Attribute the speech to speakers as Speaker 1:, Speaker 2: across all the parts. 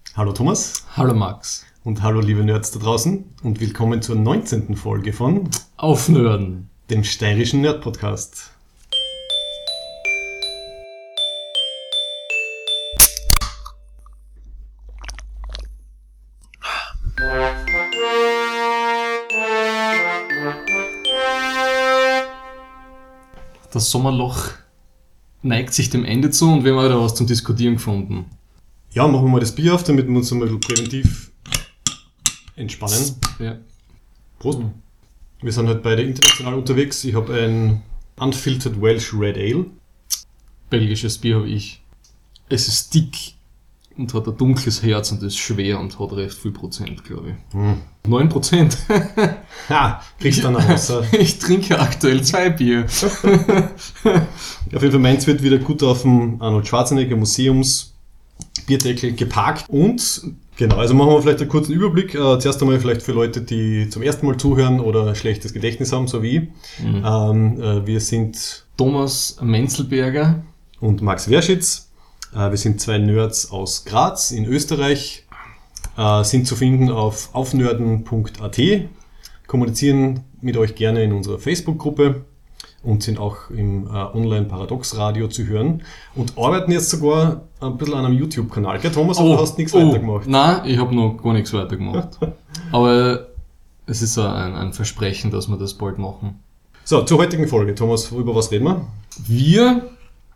Speaker 1: Hallo Thomas.
Speaker 2: Hallo Max.
Speaker 1: Und hallo liebe Nerds da draußen und willkommen zur 19. Folge von
Speaker 2: Aufnörden,
Speaker 1: dem steirischen Nerd-Podcast.
Speaker 2: Das Sommerloch neigt sich dem Ende zu und wir haben wieder was zum Diskutieren gefunden.
Speaker 1: Ja, machen wir mal das Bier auf, damit wir uns einmal präventiv entspannen.
Speaker 2: Ja.
Speaker 1: Prost. Wir sind halt beide international unterwegs. Ich habe ein Unfiltered Welsh Red Ale.
Speaker 2: Belgisches Bier habe ich. Es ist dick und hat ein dunkles Herz und ist schwer und hat recht viel Prozent, glaube ich. 9%.
Speaker 1: Ha, kriegst du dann ein Wasser.
Speaker 2: Ich trinke aktuell 2 Bier.
Speaker 1: Auf jeden Fall meins wird wieder gut auf dem Arnold Schwarzenegger Museums Bierdeckel geparkt. Und genau, also machen wir vielleicht einen kurzen Überblick. Zuerst einmal vielleicht für Leute, die zum ersten Mal zuhören oder schlechtes Gedächtnis haben, so wie ich. Wir sind
Speaker 2: Thomas Menzelberger
Speaker 1: und Max Werschitz. Wir sind zwei Nerds aus Graz in Österreich, sind zu finden auf aufnörden.at, kommunizieren mit euch gerne in unserer Facebook-Gruppe und sind auch im Online-Paradox-Radio zu hören und arbeiten jetzt sogar ein bisschen an einem YouTube-Kanal. Gell, Thomas, aber du hast nichts weitergemacht.
Speaker 2: Nein, ich habe noch gar nichts weitergemacht. Aber es ist ein Versprechen, dass wir das bald machen.
Speaker 1: So, zur heutigen Folge. Thomas, über was reden wir?
Speaker 2: Wir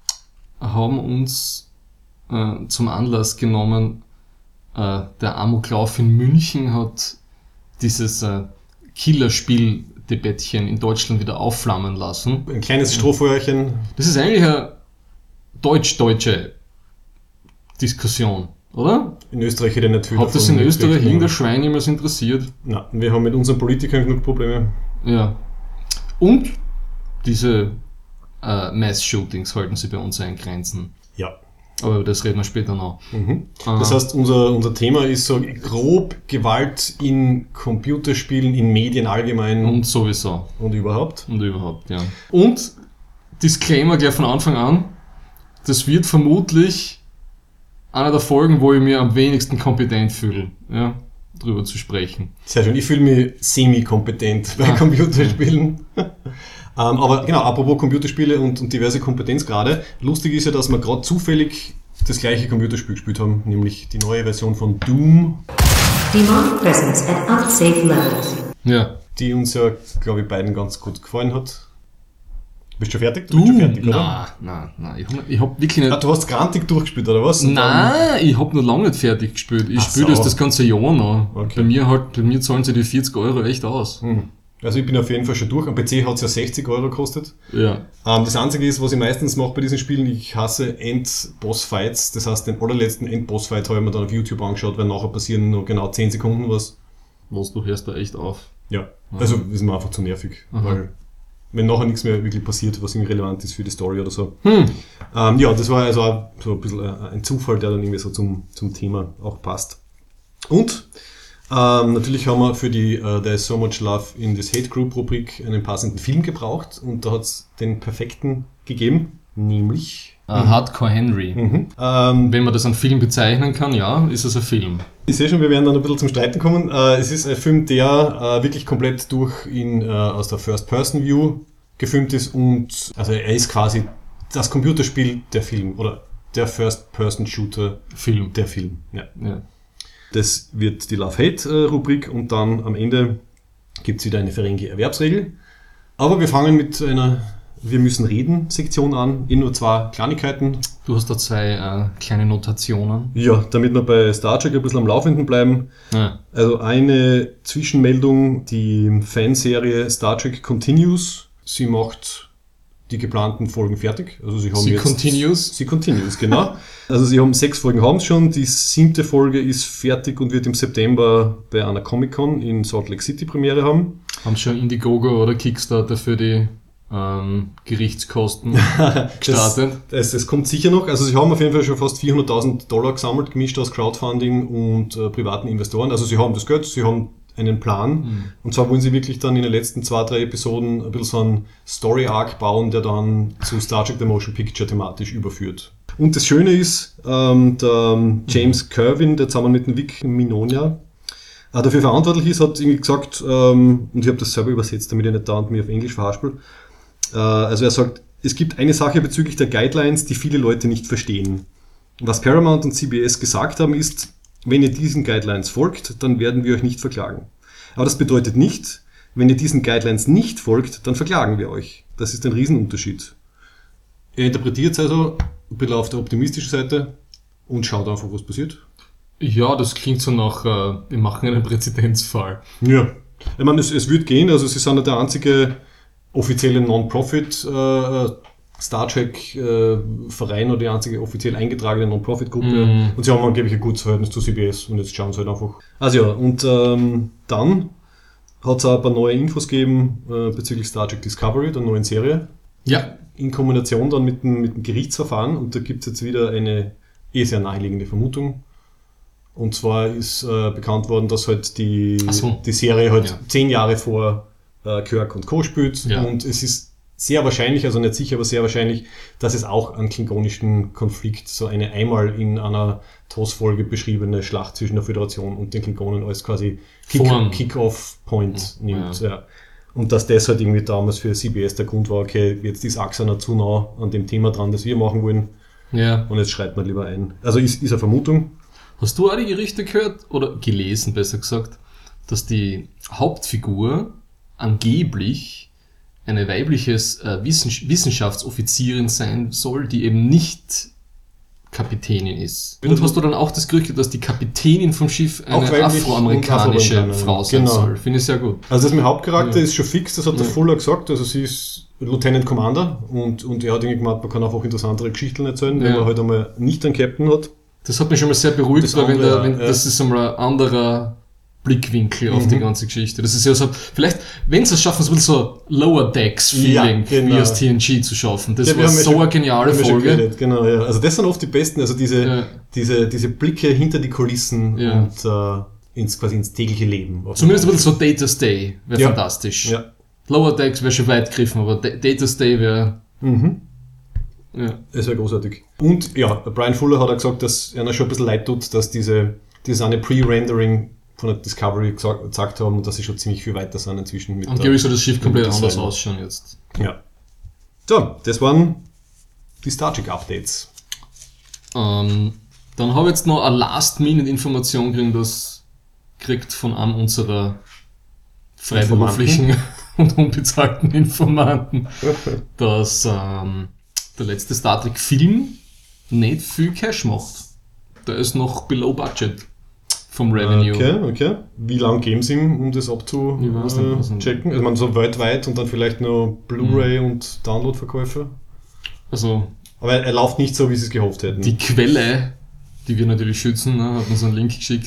Speaker 2: haben uns zum Anlass genommen, der Amoklauf in München hat dieses Killerspiel-Debattchen in Deutschland wieder aufflammen lassen.
Speaker 1: Ein kleines Strohfeuerchen.
Speaker 2: Das ist eigentlich eine deutsch-deutsche Diskussion, oder?
Speaker 1: In Österreich hätte ich nicht viel
Speaker 2: Hat das in Österreich irgendein Schwein jemals interessiert?
Speaker 1: Nein, wir haben mit unseren Politikern genug Probleme.
Speaker 2: Ja. Und diese Mass-Shootings halten sie bei uns in Grenzen.
Speaker 1: Ja.
Speaker 2: Aber über das reden wir später noch.
Speaker 1: Das heißt, unser Thema ist so grob Gewalt in Computerspielen, in Medien allgemein.
Speaker 2: Und sowieso.
Speaker 1: Und überhaupt.
Speaker 2: Und überhaupt, ja. Und Disclaimer gleich von Anfang an, das wird vermutlich einer der Folgen, wo ich mir am wenigsten kompetent fühle, ja, drüber zu sprechen.
Speaker 1: Sehr schön, ich fühle mich semi-kompetent bei Computerspielen. Aber genau, apropos Computerspiele und diverse Kompetenzgrade. Lustig ist ja, dass wir gerade zufällig das gleiche Computerspiel gespielt haben, nämlich die neue Version von Doom.
Speaker 3: Demonic presence at unsafe levels.
Speaker 2: Ja.
Speaker 1: Die uns ja, glaube ich, beiden ganz gut gefallen hat. Bist du schon fertig?
Speaker 2: Du?
Speaker 1: Bist schon fertig, oder?
Speaker 2: Nein. Ich hab wirklich nicht...
Speaker 1: Du hast grantig durchgespielt, oder was?
Speaker 2: Nein, ich hab noch lange nicht fertig gespielt. Ich spiele das ganze Jahr noch.
Speaker 1: Okay.
Speaker 2: Bei mir zahlen sie die 40 € echt aus.
Speaker 1: Also ich bin auf jeden Fall schon durch. Am PC hat es ja 60 € gekostet.
Speaker 2: Ja.
Speaker 1: Das Einzige ist, was ich meistens mache bei diesen Spielen, ich hasse End-Boss-Fights. Das heißt, den allerletzten End-Boss-Fight habe ich mir dann auf YouTube angeschaut, weil nachher passieren nur genau 10 Sekunden was.
Speaker 2: Du hörst da echt auf.
Speaker 1: Ja, also ist mir einfach zu nervig. Weil wenn nachher nichts mehr wirklich passiert, was irgendwie relevant ist für die Story oder so. Ja, das war also auch so ein bisschen ein Zufall, der dann irgendwie so zum Thema auch passt. Und natürlich haben wir für die There is so much love in this hate group Rubrik einen passenden Film gebraucht und da hat es den perfekten gegeben, nämlich
Speaker 2: Hardcore Henry. Wenn man das einen Film bezeichnen kann, ja, ist es ein Film.
Speaker 1: Ich sehe schon, wir werden dann ein bisschen zum Streiten kommen. Es ist ein Film, der wirklich komplett aus der First-Person-View gefilmt ist und also er ist quasi das Computerspiel der Film oder der First-Person-Shooter
Speaker 2: Film.
Speaker 1: der Film. Ja.
Speaker 2: Ja.
Speaker 1: Das wird die Love-Hate-Rubrik und dann am Ende gibt es wieder eine Ferengi-Erwerbsregel. Aber wir fangen mit einer Wir müssen reden Sektion an, nur 2 Kleinigkeiten.
Speaker 2: Du hast da 2 kleine Notationen.
Speaker 1: Ja, damit wir bei Star Trek ein bisschen am Laufenden bleiben.
Speaker 2: Ja.
Speaker 1: Also eine Zwischenmeldung, die Fanserie Star Trek Continues, sie macht die geplanten Folgen fertig. Also sie continues, genau. Also sie haben 6 Folgen haben es schon. Die 7. Folge ist fertig und wird im September bei einer Comic-Con in Salt Lake City Premiere haben.
Speaker 2: Haben schon Indiegogo oder Kickstarter für die Gerichtskosten gestartet?
Speaker 1: Das kommt sicher noch. Also sie haben auf jeden Fall schon fast $400.000 gesammelt, gemischt aus Crowdfunding und privaten Investoren. Also sie haben das Geld, sie haben einen Plan. Und zwar wollen sie wirklich dann in den letzten 2-3 Episoden ein bisschen so einen Story-Arc bauen, der dann zu Star Trek The Motion Picture thematisch überführt. Und das Schöne ist, der James Kerwin, der zusammen mit dem Vic Mignola dafür verantwortlich ist, hat irgendwie gesagt, und ich habe das selber übersetzt, damit ich nicht dauernd mich auf Englisch verhaspel. Also er sagt, es gibt eine Sache bezüglich der Guidelines, die viele Leute nicht verstehen. Was Paramount und CBS gesagt haben ist, wenn ihr diesen Guidelines folgt, dann werden wir euch nicht verklagen. Aber das bedeutet nicht, wenn ihr diesen Guidelines nicht folgt, dann verklagen wir euch. Das ist ein Riesenunterschied. Er interpretiert es also ein bisschen auf der optimistischen Seite und schaut einfach, was passiert.
Speaker 2: Ja, das klingt so nach, wir machen einen Präzedenzfall.
Speaker 1: Ja, ich meine, es wird gehen, also sie sind ja der einzige offizielle Non-Profit Star Trek Verein oder die einzige offiziell eingetragene Non-Profit-Gruppe und sie haben angeblich ein gutes Verhältnis zu CBS und jetzt schauen sie halt einfach. Also ja, und dann hat es auch ein paar neue Infos gegeben bezüglich Star Trek Discovery, der neuen Serie.
Speaker 2: Ja.
Speaker 1: In Kombination dann mit dem Gerichtsverfahren und da gibt es jetzt wieder eine sehr naheliegende Vermutung. Und zwar ist bekannt worden, dass halt die Serie halt 10 Jahre vor Kirk und Co. spielt und es ist sehr wahrscheinlich, also nicht sicher, aber sehr wahrscheinlich, dass es auch einen klingonischen Konflikt, so eine einmal in einer TOS-Folge beschriebene Schlacht zwischen der Föderation und den Klingonen als quasi Kick-Off-Point nimmt. Ja. Und dass das halt irgendwie damals für CBS der Grund war, okay, jetzt ist Axana zu nah an dem Thema dran, das wir machen wollen. Ja. Und jetzt schreit man lieber ein. Also ist eine Vermutung.
Speaker 2: Hast du auch die Gerüchte gehört, oder gelesen besser gesagt, dass die Hauptfigur angeblich eine weibliche Wissenschaftsoffizierin sein soll, die eben nicht Kapitänin ist. Und hast du dann auch das Gerücht, dass die Kapitänin vom Schiff eine afroamerikanische Frau sein soll? Finde ich sehr gut.
Speaker 1: Also das mit Hauptcharakter ist schon fix, das hat der Fuller gesagt, also sie ist Lieutenant Commander und er hat irgendwie gemeint, man kann einfach interessantere Geschichten erzählen, wenn man halt einmal nicht einen Captain hat.
Speaker 2: Das hat mich schon mal sehr beruhigt, weil das ist einmal ein anderer Blickwinkel auf die ganze Geschichte. Das ist ja so, vielleicht, wenn sie es schaffen, so Lower Decks-Feeling wie aus TNG zu schaffen. Das war so eine geniale Folge.
Speaker 1: Genau, ja. Also das sind oft die besten, also diese Blicke hinter die Kulissen und quasi ins tägliche Leben.
Speaker 2: Zumindest ein bisschen so Data's Day wäre fantastisch. Ja. Lower Decks wäre schon weit gegriffen, aber Data's Day wäre...
Speaker 1: Ja. Es wäre großartig. Und ja, Brian Fuller hat auch gesagt, dass er schon ein bisschen leid tut, dass diese eine Pre-Rendering von der Discovery gesagt haben, dass sie schon ziemlich viel weiter sind inzwischen.
Speaker 2: Mit angeblich soll das Schiff komplett anders ausschauen jetzt.
Speaker 1: Ja. So, das waren die Star Trek Updates.
Speaker 2: Dann habe ich jetzt noch eine Last-Minute-Information gekriegt von einem unserer freiberuflichen und unbezahlten Informanten, dass der letzte Star Trek Film nicht viel Cash macht. Der ist noch below budget vom Revenue.
Speaker 1: Okay. Wie lange geben sie ihm, um das abzuchecken? Also man so weltweit und dann vielleicht noch Blu-ray und Download-Verkäufe?
Speaker 2: Also,
Speaker 1: aber er läuft nicht so, wie sie es gehofft hätten.
Speaker 2: Die Quelle, die wir natürlich schützen, hat uns einen Link geschickt.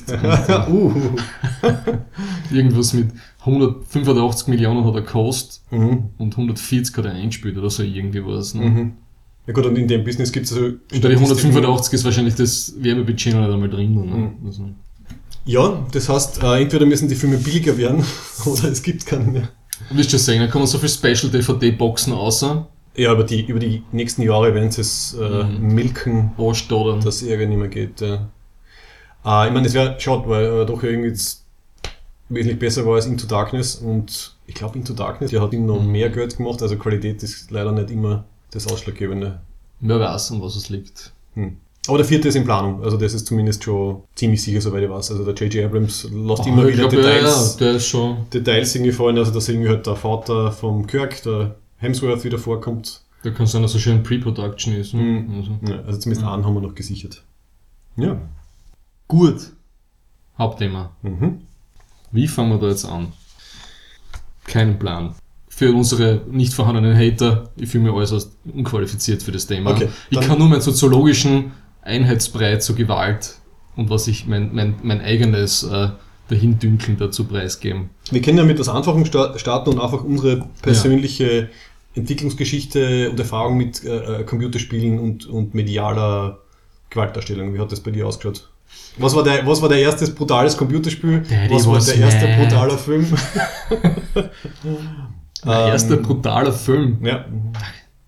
Speaker 2: Irgendwas mit 185 Millionen hat er gekostet und 140 hat er eingespielt oder so irgendwie was. Ne?
Speaker 1: Ja gut, und in dem Business gibt es also...
Speaker 2: Und bei den 185 ist wahrscheinlich das Werbebudget noch nicht einmal drin. Ne? Also.
Speaker 1: Ja, das heißt, entweder müssen die Filme billiger werden oder es gibt keinen mehr.
Speaker 2: Du wirst schon sehen, da kommen so viele Special-DVD-Boxen raus.
Speaker 1: Ja, aber über die nächsten Jahre werden sie es milken, dass es irgendwie nicht mehr geht. Ich meine, es wäre schade, weil doch irgendwie jetzt wesentlich besser war als Into Darkness und ich glaube Into Darkness, der hat ihm noch mehr Geld gemacht, also Qualität ist leider nicht immer das Ausschlaggebende.
Speaker 2: Wer weiß, um was es liegt.
Speaker 1: Aber der 4. ist in Planung, also das ist zumindest schon ziemlich sicher, soweit ich weiß. Also der J.J. Abrams lässt immer wieder Details irgendwie fallen, also dass irgendwie halt der Vater vom Kirk, der Hemsworth, wieder vorkommt.
Speaker 2: Da kann es sein, dass er schon in Pre-Production ist.
Speaker 1: Also zumindest einen haben wir noch gesichert. Ja.
Speaker 2: Gut. Hauptthema. Wie fangen wir da jetzt an? Keinen Plan. Für unsere nicht vorhandenen Hater, ich fühle mich äußerst unqualifiziert für das Thema. Okay, ich kann nur meinen soziologischen Einheitsbrei zur Gewalt und was ich mein eigenes Dahindünkeln dazu preisgeben.
Speaker 1: Wir können ja mit etwas Einfachem starten und einfach unsere persönliche Entwicklungsgeschichte und Erfahrung mit Computerspielen und medialer Gewaltdarstellung. Wie hat das bei dir ausgeschaut? Was war der erste brutales Computerspiel? Was war der erste brutaler Film?
Speaker 2: Der erste brutaler Film?
Speaker 1: Ja.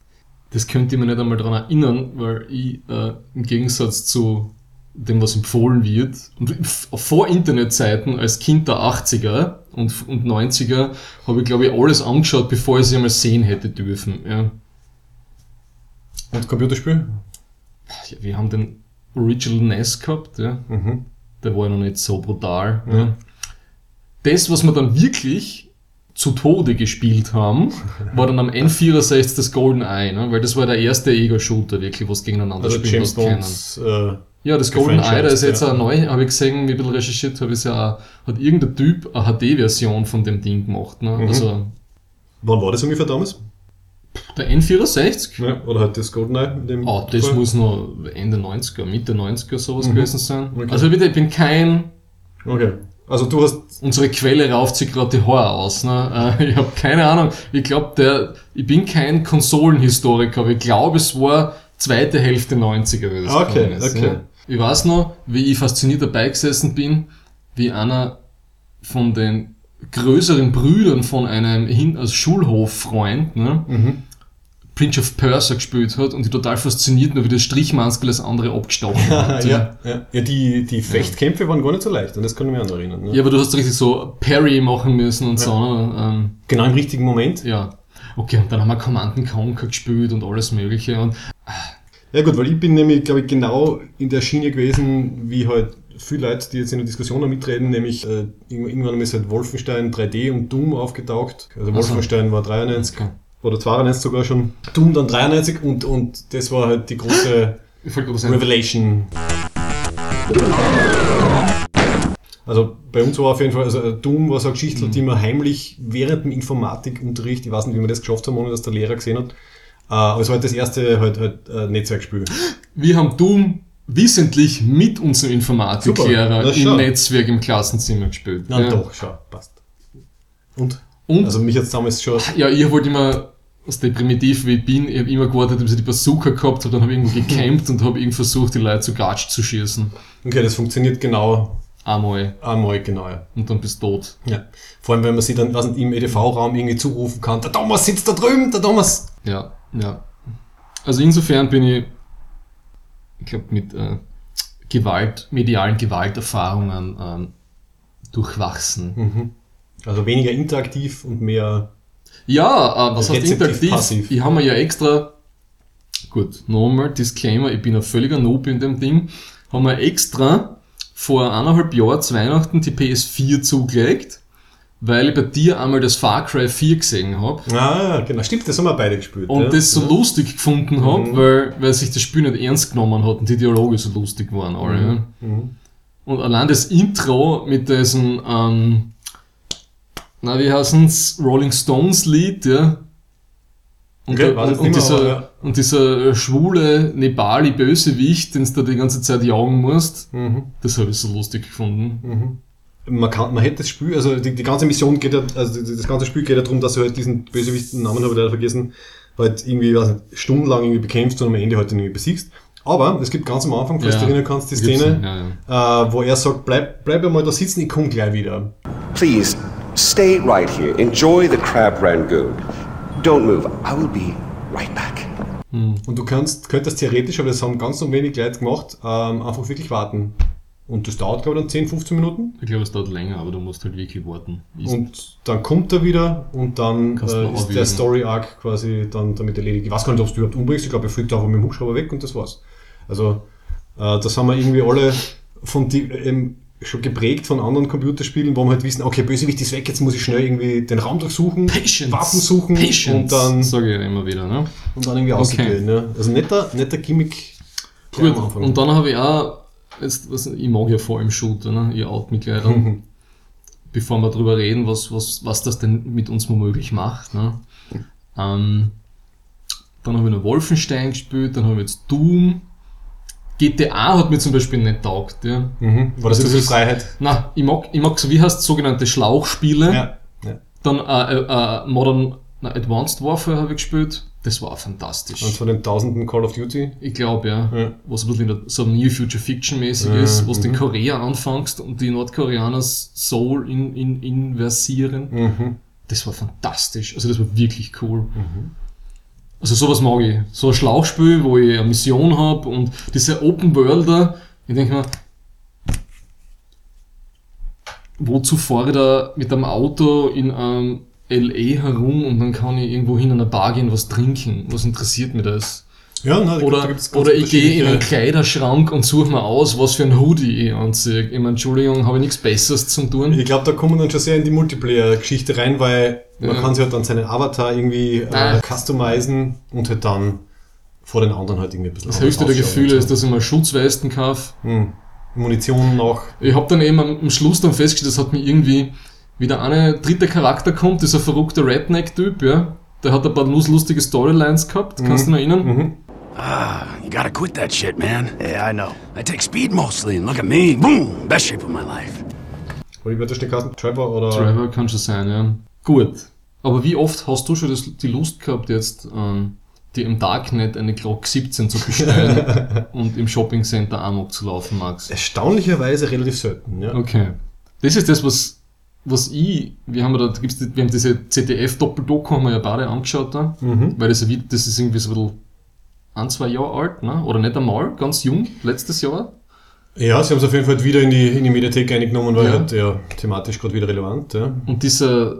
Speaker 2: das könnte ich mir nicht einmal daran erinnern, weil ich im Gegensatz zu dem, was empfohlen wird, und vor Internetzeiten als Kind der 80er und 90er habe ich, glaube ich, alles angeschaut, bevor ich sie einmal sehen hätte dürfen. Ja.
Speaker 1: Und Computerspiel?
Speaker 2: Ja, wir haben den Original NES gehabt, ja.
Speaker 1: Mhm.
Speaker 2: Der war ja noch nicht so brutal. Ja. Das, was wir dann wirklich zu Tode gespielt haben, war dann am N64 das GoldenEye, ne? Weil das war der erste Ego-Shooter wirklich, was gegeneinander
Speaker 1: Also
Speaker 2: spielen
Speaker 1: James hast
Speaker 2: Bonds, ja, das GoldenEye, da ist jetzt
Speaker 1: ja.
Speaker 2: auch neu, habe ich gesehen, wie ich ein bisschen recherchiert habe, ist ja auch, hat irgendein Typ eine HD-Version von dem Ding gemacht. Ne? Also
Speaker 1: Wann war das ungefähr damals?
Speaker 2: der N64,
Speaker 1: Ja, oder halt das GoldenEye? Mit dem
Speaker 2: das
Speaker 1: Fall?
Speaker 2: muss noch Ende 90er, Mitte 90er sowas gewesen sein.
Speaker 1: Okay.
Speaker 2: Also bitte, ich bin kein...
Speaker 1: Okay. Also du hast...
Speaker 2: Unsere Quelle rauft sich gerade die Haare aus. Ne? Ich habe keine Ahnung. Ich glaube, ich bin kein Konsolenhistoriker, aber ich glaube, es war zweite Hälfte 90er. Wie das
Speaker 1: Okay,
Speaker 2: ist,
Speaker 1: okay.
Speaker 2: ja. Ich weiß noch, wie ich fasziniert dabei gesessen bin, wie einer von den größeren Brüdern von einem also Schulhoffreund, ne, Prince of Persia gespielt hat und ich total fasziniert nur, wie das Strichmannskel das andere abgestochen hat.
Speaker 1: ja, die Fechtkämpfe waren gar nicht so leicht, und das kann ich mich auch noch erinnern. Ne?
Speaker 2: Ja, aber du hast richtig so Parry machen müssen und so. Ne?
Speaker 1: Genau im richtigen Moment.
Speaker 2: Ja. Okay, und dann haben wir Command & Conquer gespielt und alles mögliche. Und
Speaker 1: Ja gut, weil ich bin nämlich, glaube ich, genau in der Schiene gewesen, wie halt viele Leute, die jetzt in der Diskussion noch mitreden, nämlich irgendwann ist halt Wolfenstein 3D und Doom aufgetaucht. Also Wolfenstein war 93
Speaker 2: okay.
Speaker 1: oder 92 sogar schon, Doom dann 93 und das war halt die große Revelation. Also bei uns war auf jeden Fall, also Doom war so eine Geschichte, die wir heimlich während dem Informatikunterricht, ich weiß nicht, wie wir das geschafft haben, ohne dass der Lehrer gesehen hat, aber es war halt das erste Netzwerkspiel.
Speaker 2: Wir haben Doom wissentlich mit unserem Informatiklehrer
Speaker 1: Super,
Speaker 2: im Netzwerk im Klassenzimmer gespielt.
Speaker 1: Na
Speaker 2: ja.
Speaker 1: doch, schau, passt. Und?
Speaker 2: Und?
Speaker 1: Also mich hat's damals schon...
Speaker 2: Ja, ich wollte immer, aus der primitiv wie ich bin, ich habe immer gewartet, bis ich die Bazooka gehabt habe, dann habe ich irgendwo gecampt und habe irgendwie versucht, die Leute zu Gatsch zu schießen.
Speaker 1: Okay, das funktioniert genau.
Speaker 2: Einmal.
Speaker 1: Genau, ja.
Speaker 2: Und dann bist du tot.
Speaker 1: Ja. Vor allem, wenn man sie dann, was nicht, im EDV-Raum irgendwie zurufen kann, der Thomas sitzt da drüben, der Thomas!
Speaker 2: Ja. Also insofern bin ich glaube, mit medialen Gewalterfahrungen durchwachsen.
Speaker 1: Also weniger interaktiv und mehr...
Speaker 2: Ja, was heißt interaktiv?
Speaker 1: Passiv.
Speaker 2: Ich habe mir ja extra, gut, nochmal Disclaimer, ich bin ein völliger Noob in dem Ding, haben wir extra vor 1,5 Jahren zu Weihnachten die PS4 zugelegt, weil ich bei dir einmal das Far Cry 4 gesehen habe.
Speaker 1: Ah, genau, stimmt, das haben wir beide gespielt.
Speaker 2: Und
Speaker 1: ja?
Speaker 2: das so lustig gefunden habe, weil sich das Spiel nicht ernst genommen hat und die Dialoge so lustig waren alle. Ja. Und allein das Intro mit diesem, wie heißen's, Rolling Stones Lied, ja. Und,
Speaker 1: okay,
Speaker 2: und dieser schwule Nepali-Bösewicht, den du da die ganze Zeit jagen musst, das habe ich so lustig gefunden.
Speaker 1: Man hätte das Spiel, also die ganze Mission geht ja, also das ganze Spiel geht ja darum, dass du halt diesen Bösewicht, den Namen habe ich leider vergessen, halt irgendwie, weiß nicht, stundenlang irgendwie bekämpfst und am Ende halt irgendwie besiegst. Aber es gibt ganz am Anfang, falls du dich erinnern kannst, die Szene, wo er sagt, bleib einmal da sitzen, ich komme gleich wieder.
Speaker 4: Please, stay right here. Enjoy the crab rangoon. Don't move. I will be right back.
Speaker 1: Und du könntest theoretisch, aber das haben ganz so wenig Leute gemacht, einfach wirklich warten. Und das dauert, glaube ich, dann 10, 15 Minuten.
Speaker 2: Ich glaube, es dauert länger, aber du musst halt wirklich warten.
Speaker 1: Und dann kommt er wieder und dann ist der Story-Arc quasi dann damit erledigt. Ich weiß gar nicht, ob du überhaupt umbringst. Ich glaube, er fliegt einfach mit dem Hubschrauber weg und das war's. Also, das haben wir irgendwie alle schon geprägt von anderen Computerspielen, wo wir halt wissen, okay, Bösewicht ist weg, jetzt muss ich schnell irgendwie den Raum durchsuchen, Waffen suchen und dann...
Speaker 2: Sage ich ja immer wieder, ne?
Speaker 1: Und dann irgendwie ausgehen, ne? Also netter Gimmick.
Speaker 2: Gut, und dann habe ich auch, ich mag ja vor allem Shooter, ne? Ich out mich gleich dann, bevor wir drüber reden, was das denn mit uns womöglich macht, ne? Dann habe ich noch Wolfenstein gespielt, dann habe ich jetzt Doom. GTA hat mir zum Beispiel nicht taugt, ja.
Speaker 1: War das so viel Freiheit?
Speaker 2: Nein, ich mag so, wie heißt sogenannte Schlauchspiele.
Speaker 1: Ja.
Speaker 2: Dann Advanced Warfare habe ich gespielt. Das war fantastisch.
Speaker 1: Und von den tausenden Call of Duty?
Speaker 2: Ich glaube, ja. Was ein bisschen so New Future Fiction mäßig ist, wo du in Korea anfängst und die Nordkoreaner Seoul inversieren. Das war fantastisch. Also das war wirklich cool. Also sowas mag ich. So ein Schlauchspiel, wo ich eine Mission habe und diese Open Worlder, ich denke mir, wozu fahre ich da mit einem Auto in einem LA herum und dann kann ich irgendwo hin an eine Bar gehen, was trinken? Was interessiert mich das?
Speaker 1: Ja, nein,
Speaker 2: Oder ich gehe in einen Kleiderschrank und suche mir aus, was für ein Hoodie ich anziehe. Ich meine, Entschuldigung, habe ich nichts Besseres zum tun?
Speaker 1: Ich glaube, da kommen wir dann schon sehr in die Multiplayer-Geschichte rein, weil man kann sich halt dann seinen Avatar irgendwie customizen und halt dann vor den anderen halt irgendwie ein bisschen
Speaker 2: das höchste der Gefühle ist, dass ich mal Schutzwesten kaufe.
Speaker 1: Munition noch.
Speaker 2: Ich habe dann eben am Schluss dann festgestellt, das hat mir irgendwie wieder eine dritte Charakter kommt, dieser verrückte Redneck-Typ, ja. Der hat ein paar lustige Storylines gehabt, kannst du dich noch erinnern?
Speaker 5: You gotta quit that shit, man. Yeah, I know. I take speed mostly, and look at me. Boom! Best shape of my life.
Speaker 1: Wie wird das nicht heißen? Trevor oder?
Speaker 2: Trevor kann schon sein, ja. Gut. Aber wie oft hast du schon die Lust gehabt, jetzt dir im Darknet eine Glock 17 zu bestellen und im Shoppingcenter Amok zu laufen, Max?
Speaker 1: Erstaunlicherweise relativ selten, ja.
Speaker 2: Okay. Das ist das, was wir haben diese ZDF-Doppeldoku, haben wir ja beide angeschaut da, weil das ist irgendwie so ein bisschen 1-2 Jahre alt, ne? Oder nicht einmal, ganz jung, letztes Jahr.
Speaker 1: Ja, sie haben es auf jeden Fall wieder in die Mediathek eingenommen, weil halt thematisch gerade wieder relevant. Ja.
Speaker 2: Und dieser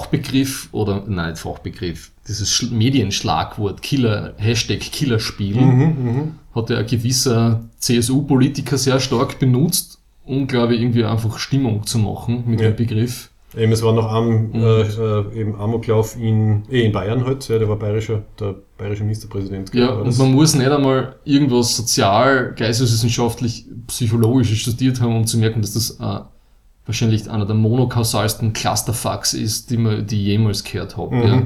Speaker 2: dieses Medienschlagwort Killerspiel hat ja ein gewisser CSU-Politiker sehr stark benutzt, um, glaube ich, irgendwie einfach Stimmung zu machen mit dem Begriff.
Speaker 1: Eben, es war noch eben Amoklauf in Bayern halt, ja, der bayerische Ministerpräsident.
Speaker 2: Ja, und man muss nicht einmal irgendwas sozial, geisteswissenschaftlich, psychologisch studiert haben, um zu merken, dass das wahrscheinlich einer der monokausalsten Clusterfucks ist, die ich jemals gehört habe.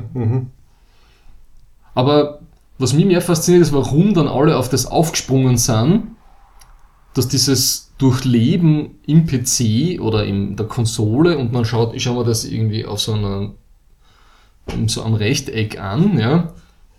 Speaker 2: Aber was mich mehr fasziniert ist, warum dann alle auf das aufgesprungen sind, dass dieses Durchleben im PC oder in der Konsole und man schaut, ich schaue mir das irgendwie auf so einem Rechteck an, ja,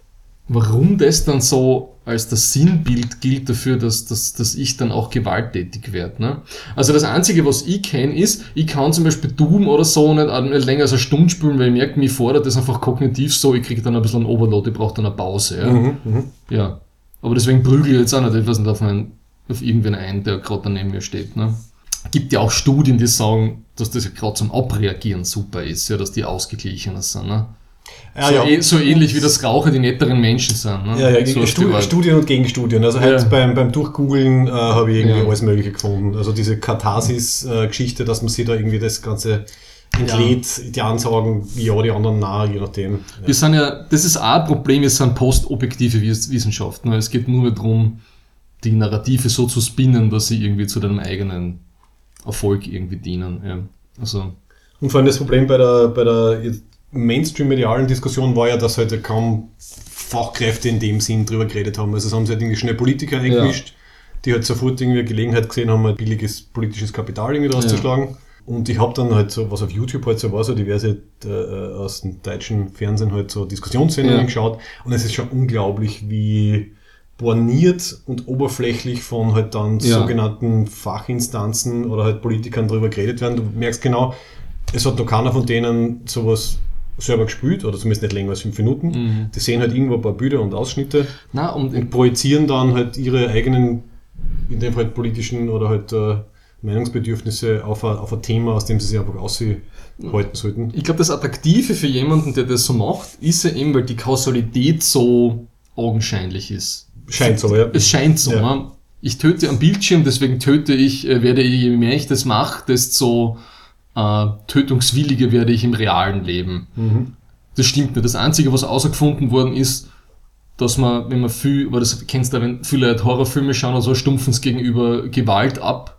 Speaker 2: warum das dann so als das Sinnbild gilt dafür, dass ich dann auch gewalttätig werde. Ne? Also das Einzige, was ich kenne, ist, ich kann zum Beispiel Doom oder so nicht länger als eine Stunde spielen, weil ich merke, mich fordert das einfach kognitiv so, ich kriege dann ein bisschen einen Overload, ich brauche dann eine Pause. Ja? Ja. Aber deswegen prügel ich jetzt auch nicht etwas und auf irgendwen ein, der gerade daneben mir steht. Ne? Gibt ja auch Studien, die sagen, dass das ja gerade zum Abreagieren super ist, ja, dass die ausgeglichener sind. Ne? Ja, so ähnlich wie das Rauchen die netteren Menschen sind. Ne?
Speaker 1: Ja, so Studien und Gegenstudien. Also halt beim Durchgoogeln habe ich irgendwie alles Mögliche gefunden. Also diese Katharsis-Geschichte, dass man sich da irgendwie das Ganze entlädt, die einen sagen ja, die anderen nein, je nachdem. Ja.
Speaker 2: Wir sind das ist auch ein Problem, wir sind postobjektive Wissenschaften. Ne? Es geht nur darum, die Narrative so zu spinnen, dass sie irgendwie zu deinem eigenen Erfolg irgendwie dienen. Ja. Also.
Speaker 1: Und vor allem das Problem bei der Mainstream-medialen Diskussion war ja, dass halt kaum Fachkräfte in dem Sinn drüber geredet haben. Also es haben sich halt irgendwie schnell Politiker eingemischt, die halt sofort irgendwie Gelegenheit gesehen haben, halt billiges politisches Kapital irgendwie draus zu schlagen. Und ich habe dann halt so, was auf YouTube halt so war, so diverse aus dem deutschen Fernsehen halt so Diskussionssendungen geschaut. Und es ist schon unglaublich, wie borniert und oberflächlich von halt dann sogenannten Fachinstanzen oder halt Politikern drüber geredet werden. Du merkst genau, es hat noch keiner von denen sowas selber gespielt, oder zumindest nicht länger als 5 Minuten. Die sehen halt irgendwo ein paar Bilder und Ausschnitte und projizieren dann halt ihre eigenen, in dem Fall politischen oder halt Meinungsbedürfnisse auf ein Thema, aus dem sie sich einfach aushalten sollten.
Speaker 2: Ich glaube, das Attraktive für jemanden, der das so macht, ist ja eben, weil die Kausalität so augenscheinlich ist.
Speaker 1: Scheint so, ja.
Speaker 2: Es scheint so. Ja. Ne? Ich töte am Bildschirm, deswegen je mehr ich das mache, desto tötungswilliger werde ich im realen Leben. Das stimmt nicht. Das Einzige, was außergefunden worden ist, dass man, wenn man viel, weil das kennst du, wenn viele Leute Horrorfilme schauen oder so, stumpfen es gegenüber Gewalt ab.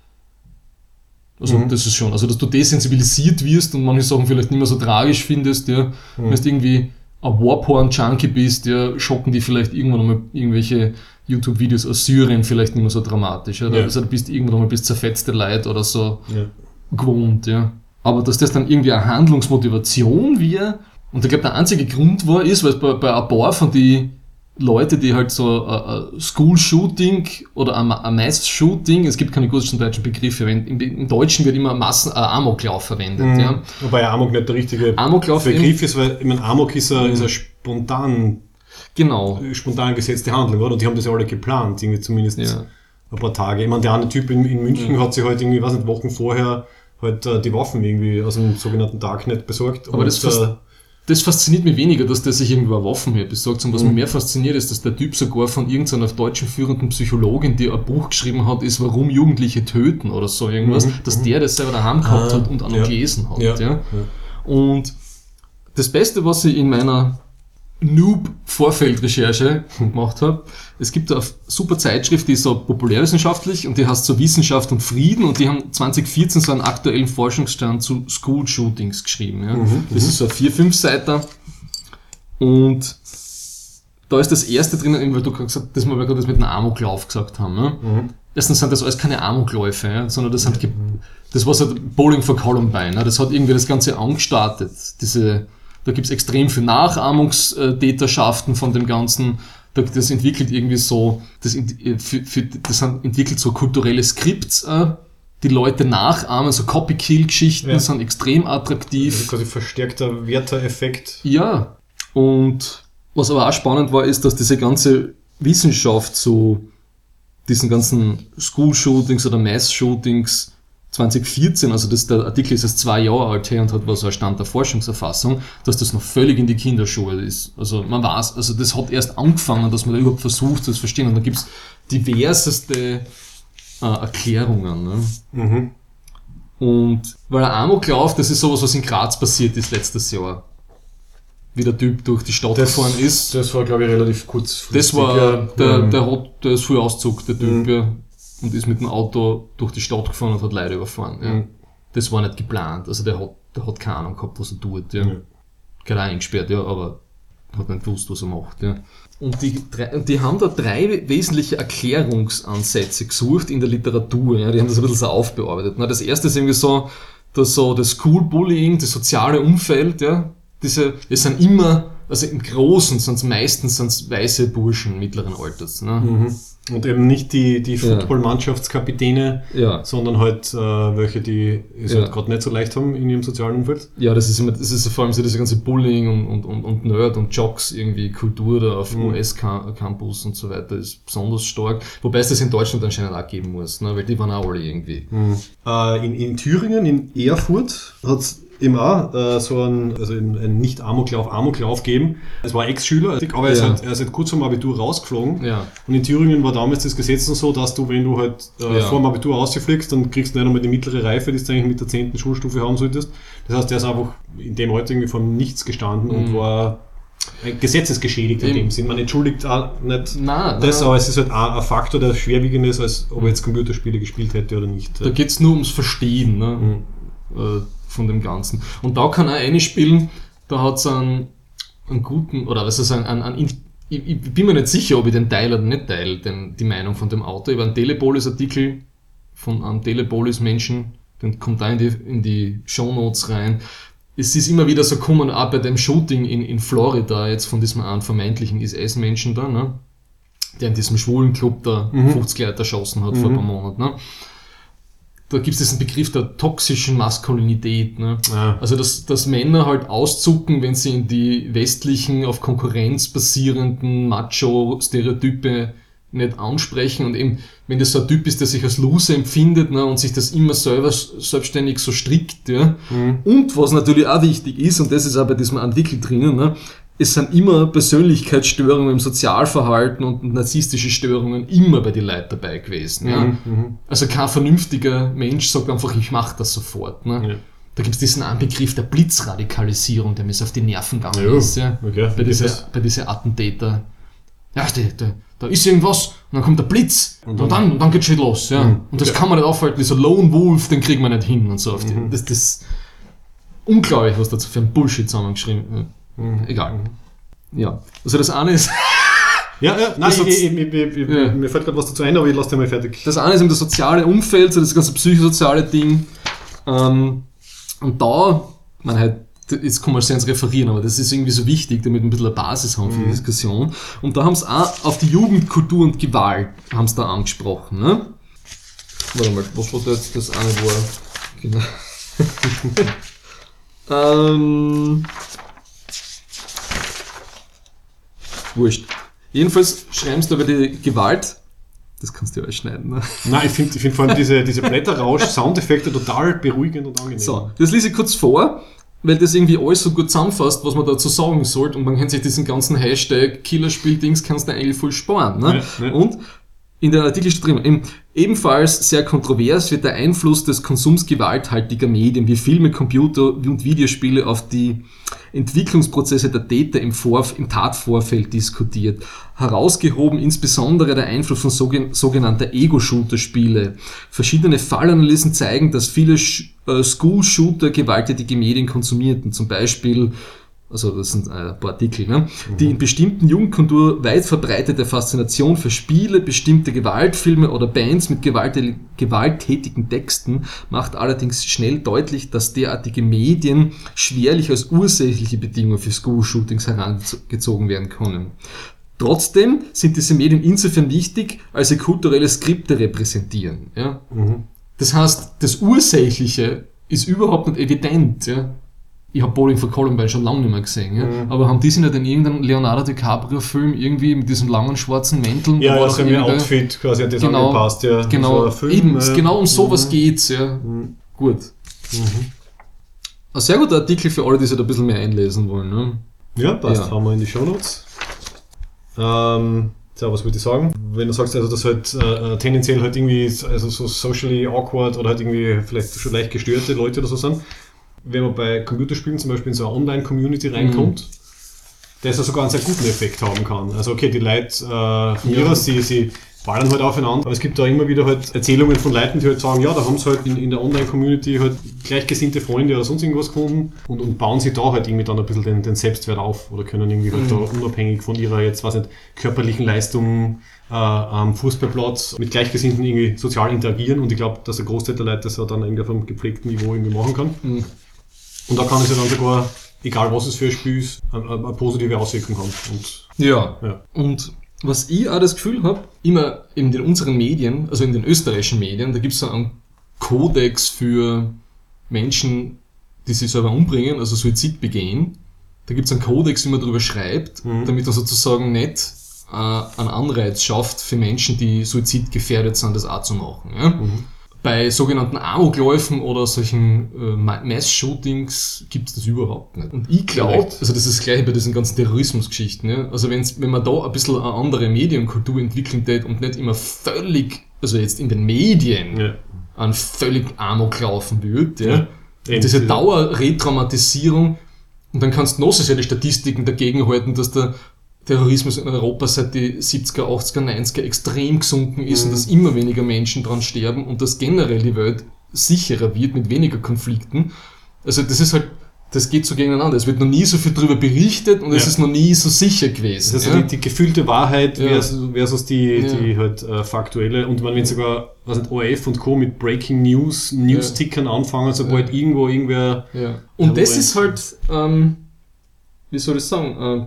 Speaker 2: Also das ist schon, also dass du desensibilisiert wirst und manche Sachen vielleicht nicht mehr so tragisch findest, ja. Wenn du irgendwie ein Warporn-Junkie bist, ja, schocken die vielleicht irgendwann einmal irgendwelche YouTube-Videos aus Syrien vielleicht nicht mehr so dramatisch. Ja. Also du bist irgendwann einmal bis zerfetzte Leute oder so gewohnt. Ja. Aber dass das dann irgendwie eine Handlungsmotivation wäre, und ich glaube, der einzige Grund ist, weil es bei ein paar von die Leute, die halt so ein School-Shooting oder ein Mass-Shooting, es gibt keine guten deutschen Begriffe, im Deutschen wird immer Amoklauf verwendet. Ja.
Speaker 1: Wobei Amok nicht der richtige
Speaker 2: Amoklauf
Speaker 1: Begriff ist, weil ich meine, Amok ist ein spontan
Speaker 2: Genau.
Speaker 1: spontan gesetzte Handlung, oder? Und die haben das ja alle geplant, irgendwie zumindest ein paar Tage. Ich meine, der eine Typ in München hat sich halt irgendwie, weiß nicht, Wochen vorher halt die Waffen irgendwie aus dem sogenannten Darknet besorgt.
Speaker 2: Aber das fasziniert mich weniger, dass der sich irgendwo eine Waffen her besorgt, sondern was mich mehr fasziniert ist, dass der Typ sogar von irgendeiner deutschen führenden Psychologin, die ein Buch geschrieben hat, ist, warum Jugendliche töten oder so irgendwas, dass der das selber daheim gehabt hat und auch noch gelesen hat. Ja. Und das Beste, was ich in meiner Noob-Vorfeldrecherche gemacht habe, es gibt eine super Zeitschrift, die ist so populärwissenschaftlich und die heißt so Wissenschaft und Frieden und die haben 2014 so einen aktuellen Forschungsstand zu School-Shootings geschrieben. Ja. Das ist so ein 4-5 Seiter und da ist das erste drin, weil du gesagt hast, weil wir gerade das mit einem Amoklauf gesagt haben. Ja. Erstens sind das alles keine Amokläufe, ja, sondern das sind das war so Bowling for Columbine. Ja. Das hat irgendwie das Ganze angestartet, da gibt's extrem viel Nachahmungstäterschaften von dem Ganzen. Das entwickelt irgendwie so, das entwickelt so kulturelle Skripts. Die Leute nachahmen, so Copy-Kill-Geschichten sind extrem attraktiv.
Speaker 1: Also quasi verstärkter Werter-Effekt.
Speaker 2: Ja. Und was aber auch spannend war, ist, dass diese ganze Wissenschaft zu diesen ganzen School-Shootings oder Mass-Shootings 2014, also der Artikel ist erst 2 Jahre alt her und hat was so ein Stand der Forschungserfassung, dass das noch völlig in die Kinderschuhe ist. Also man weiß, also das hat erst angefangen, dass man da überhaupt versucht, das zu verstehen. Und da gibt's diverseste Erklärungen. Ne? Und weil ein Amoklauf, das ist sowas, was in Graz passiert ist letztes Jahr. Wie der Typ durch die Stadt gefahren ist.
Speaker 1: Das war, glaube ich, relativ kurzfristig.
Speaker 2: Das war, der ist früh ausgezogen, der Typ, ja. Und ist mit dem Auto durch die Stadt gefahren und hat Leute überfahren. Ja. Das war nicht geplant. Also der hat keine Ahnung gehabt, was er tut. Ja. Gerade eingesperrt, ja, aber hat nicht gewusst, was er macht. Ja. Und die haben da 3 wesentliche Erklärungsansätze gesucht in der Literatur. Ja. Die haben das ein bisschen so aufbearbeitet. Das erste ist irgendwie so, dass so das School-Bullying, das soziale Umfeld, ja, das sind immer, also im Großen sind es meistens weiße Burschen mittleren Alters. Ne?
Speaker 1: Und eben nicht die Football-Mannschaftskapitäne, sondern halt welche, die es halt gerade nicht so leicht haben in ihrem sozialen Umfeld.
Speaker 2: Ja, das ist vor allem so diese ganze Bullying und Nerd und Jocks irgendwie Kultur da auf US-Campus und so weiter ist besonders stark. Wobei es das in Deutschland anscheinend auch geben muss, ne? Weil die waren auch alle irgendwie.
Speaker 1: In Thüringen, in Erfurt, hat's eben auch so einen Nicht-Amoklauf geben. Es war Ex-Schüler, aber er ist halt kurz vom Abitur rausgeflogen. Ja. Und in Thüringen war damals das Gesetz noch so, dass du, wenn du halt vor dem Abitur rausfliegst, dann kriegst du nicht einmal die mittlere Reife, die du eigentlich mit der 10. Schulstufe haben solltest. Das heißt, der ist einfach in dem Alter irgendwie vom Nichts gestanden und war gesetzesgeschädigt in dem Sinn. Man entschuldigt auch nicht aber es ist halt auch ein Faktor, der schwerwiegender ist, als ob er jetzt Computerspiele gespielt hätte oder nicht.
Speaker 2: Da geht's nur ums Verstehen, ne? Von dem Ganzen. Und da kann auch eine spielen, da hat's einen guten, oder was ist ich bin mir nicht sicher, ob ich den teile oder nicht teile, die Meinung von dem Autor. Über einen Telepolis-Artikel von einem Telepolis-Menschen, den kommt da in die Shownotes rein. Es ist immer wieder so gekommen, auch bei dem Shooting in Florida, jetzt von diesem einen vermeintlichen IS-Menschen da, ne, der in diesem schwulen Club da 50 Leute erschossen hat vor ein paar Monaten. Ne. Da gibt es diesen Begriff der toxischen Maskulinität. Ne? Ja. Also, dass Männer halt auszucken, wenn sie in die westlichen, auf Konkurrenz basierenden Macho-Stereotype nicht ansprechen und eben, wenn das so ein Typ ist, der sich als Loser empfindet, ne, und sich das immer selber selbstständig so strickt. Ja? Und was natürlich auch wichtig ist, und das ist auch bei diesem Artikel drinnen, ne, es sind immer Persönlichkeitsstörungen im Sozialverhalten und narzisstische Störungen immer bei den Leuten dabei gewesen. Ja? Also kein vernünftiger Mensch sagt einfach, ich mache das sofort. Ne? Ja. Da gibt es diesen einen Begriff der Blitzradikalisierung, der mir so auf die Nerven gegangen ist. Ja? Okay. Bei diesen Attentäter. Ja, da ist irgendwas und dann kommt der Blitz und dann geht's schon los. Ja? Und das kann man nicht aufhalten, dieser Lone Wolf, den kriegt man nicht hin und so. Das ist unglaublich, was dazu für ein Bullshit zusammengeschrieben wird. Egal. Ja, also das eine ist...
Speaker 1: mir fällt gerade was dazu ein, aber ich lasse dir mal fertig.
Speaker 2: Das eine ist eben das soziale Umfeld, so das ganze psychosoziale Ding. Und da, jetzt kann man sehr ins Referieren, aber das ist irgendwie so wichtig, damit wir ein bisschen eine Basis haben für die Diskussion. Und da haben sie auch auf die Jugendkultur und Gewalt haben sie da angesprochen. Ne? Warte mal, was war da jetzt das eine, wo Wurscht. Jedenfalls schreiben sie da über die Gewalt. Das kannst du ja alles schneiden, ne?
Speaker 1: Nein, ich finde vor allem diese Blätterrausch-Soundeffekte total beruhigend und angenehm.
Speaker 2: So, das lese ich kurz vor, weil das irgendwie alles so gut zusammenfasst, was man dazu sagen sollte, und man kann sich diesen ganzen Hashtag Killerspiel-Dings kannst du eigentlich voll sparen, ne? Ja. Und in der Artikel steht drin, ebenfalls sehr kontrovers wird der Einfluss des Konsums gewalthaltiger Medien wie Filme, Computer und Videospiele auf die Entwicklungsprozesse der Täter im Tatvorfeld diskutiert. Herausgehoben insbesondere der Einfluss von sogenannter Ego-Shooter-Spiele. Verschiedene Fallanalysen zeigen, dass viele School-Shooter gewalttätige Medien konsumierten. Zum Beispiel, also das sind ein paar Artikel, ne? Die in bestimmten Jugendkultur weit verbreitete Faszination für Spiele, bestimmte Gewaltfilme oder Bands mit gewalttätigen Texten macht allerdings schnell deutlich, dass derartige Medien schwerlich als ursächliche Bedingung für School-Shootings herangezogen werden können. Trotzdem sind diese Medien insofern wichtig, als sie kulturelle Skripte repräsentieren. Ja? Das heißt, das Ursächliche ist überhaupt nicht evident. Ja? Ich habe Bowling for Columbine schon lange nicht mehr gesehen, ja? Aber haben die sich nicht in irgendeinem Leonardo DiCaprio-Film irgendwie mit diesem langen schwarzen Mänteln?
Speaker 1: Ja, ja, so ein Outfit quasi hat das angepasst, ja.
Speaker 2: Genau,
Speaker 1: so
Speaker 2: Film, genau um sowas geht's, ja. Gut. Ein sehr guter Artikel für alle, die sich da ein bisschen mehr einlesen wollen. Ne?
Speaker 1: Ja, passt, haben wir in die Shownotes. So, was würde ich sagen? Wenn du sagst, also das halt tendenziell halt irgendwie also so socially awkward oder halt irgendwie vielleicht schon leicht gestörte Leute oder so sind, wenn man bei Computerspielen zum Beispiel in so eine Online-Community reinkommt, das ja sogar einen sehr guten Effekt haben kann. Also okay, die Leute von mir aus, sie ballern halt aufeinander, aber es gibt da immer wieder halt Erzählungen von Leuten, die halt sagen, ja, da haben sie halt in der Online-Community halt gleichgesinnte Freunde oder sonst irgendwas gefunden und bauen sich da halt irgendwie dann ein bisschen den Selbstwert auf oder können irgendwie halt da unabhängig von ihrer jetzt, weiß nicht, körperlichen Leistung am Fußballplatz mit Gleichgesinnten irgendwie sozial interagieren, und ich glaube, dass der Großteil der Leute das ja dann irgendwie auf einem gepflegten Niveau irgendwie machen kann. Und da kann es ja dann sogar, egal was es für ein Spiel ist, eine positive Auswirkung haben. Und, ja.
Speaker 2: Und was ich auch das Gefühl habe, immer in unseren Medien, also in den österreichischen Medien, da gibt es so einen Kodex für Menschen, die sich selber umbringen, also Suizid begehen. Da gibt es einen Kodex, wie man darüber schreibt, damit man sozusagen nicht einen Anreiz schafft für Menschen, die suizidgefährdet sind, das auch zu machen. Ja? Bei sogenannten Amokläufen oder solchen Mass-Shootings gibt es das überhaupt nicht. Und ich glaube, also das ist das Gleiche bei diesen ganzen Terrorismusgeschichten, ja? Also wenn man da ein bisschen eine andere Medienkultur entwickeln tät und nicht immer völlig, also jetzt in den Medien, an völlig Amok laufen wird, ja? Diese Dauerretraumatisierung, und dann kannst du noch so die Statistiken dagegen halten, dass der Terrorismus in Europa seit die 70er, 80er, 90er extrem gesunken ist und dass immer weniger Menschen dran sterben und dass generell die Welt sicherer wird mit weniger Konflikten. Also das ist halt, das geht so gegeneinander. Es wird noch nie so viel drüber berichtet und es ist noch nie so sicher gewesen.
Speaker 1: Das ist also die gefühlte Wahrheit versus die halt faktuelle. Und wenn sogar, was nicht, ORF und Co. mit Breaking News, News-Tickern anfangen, sobald irgendwer...
Speaker 2: Und das ist halt, wie soll ich sagen,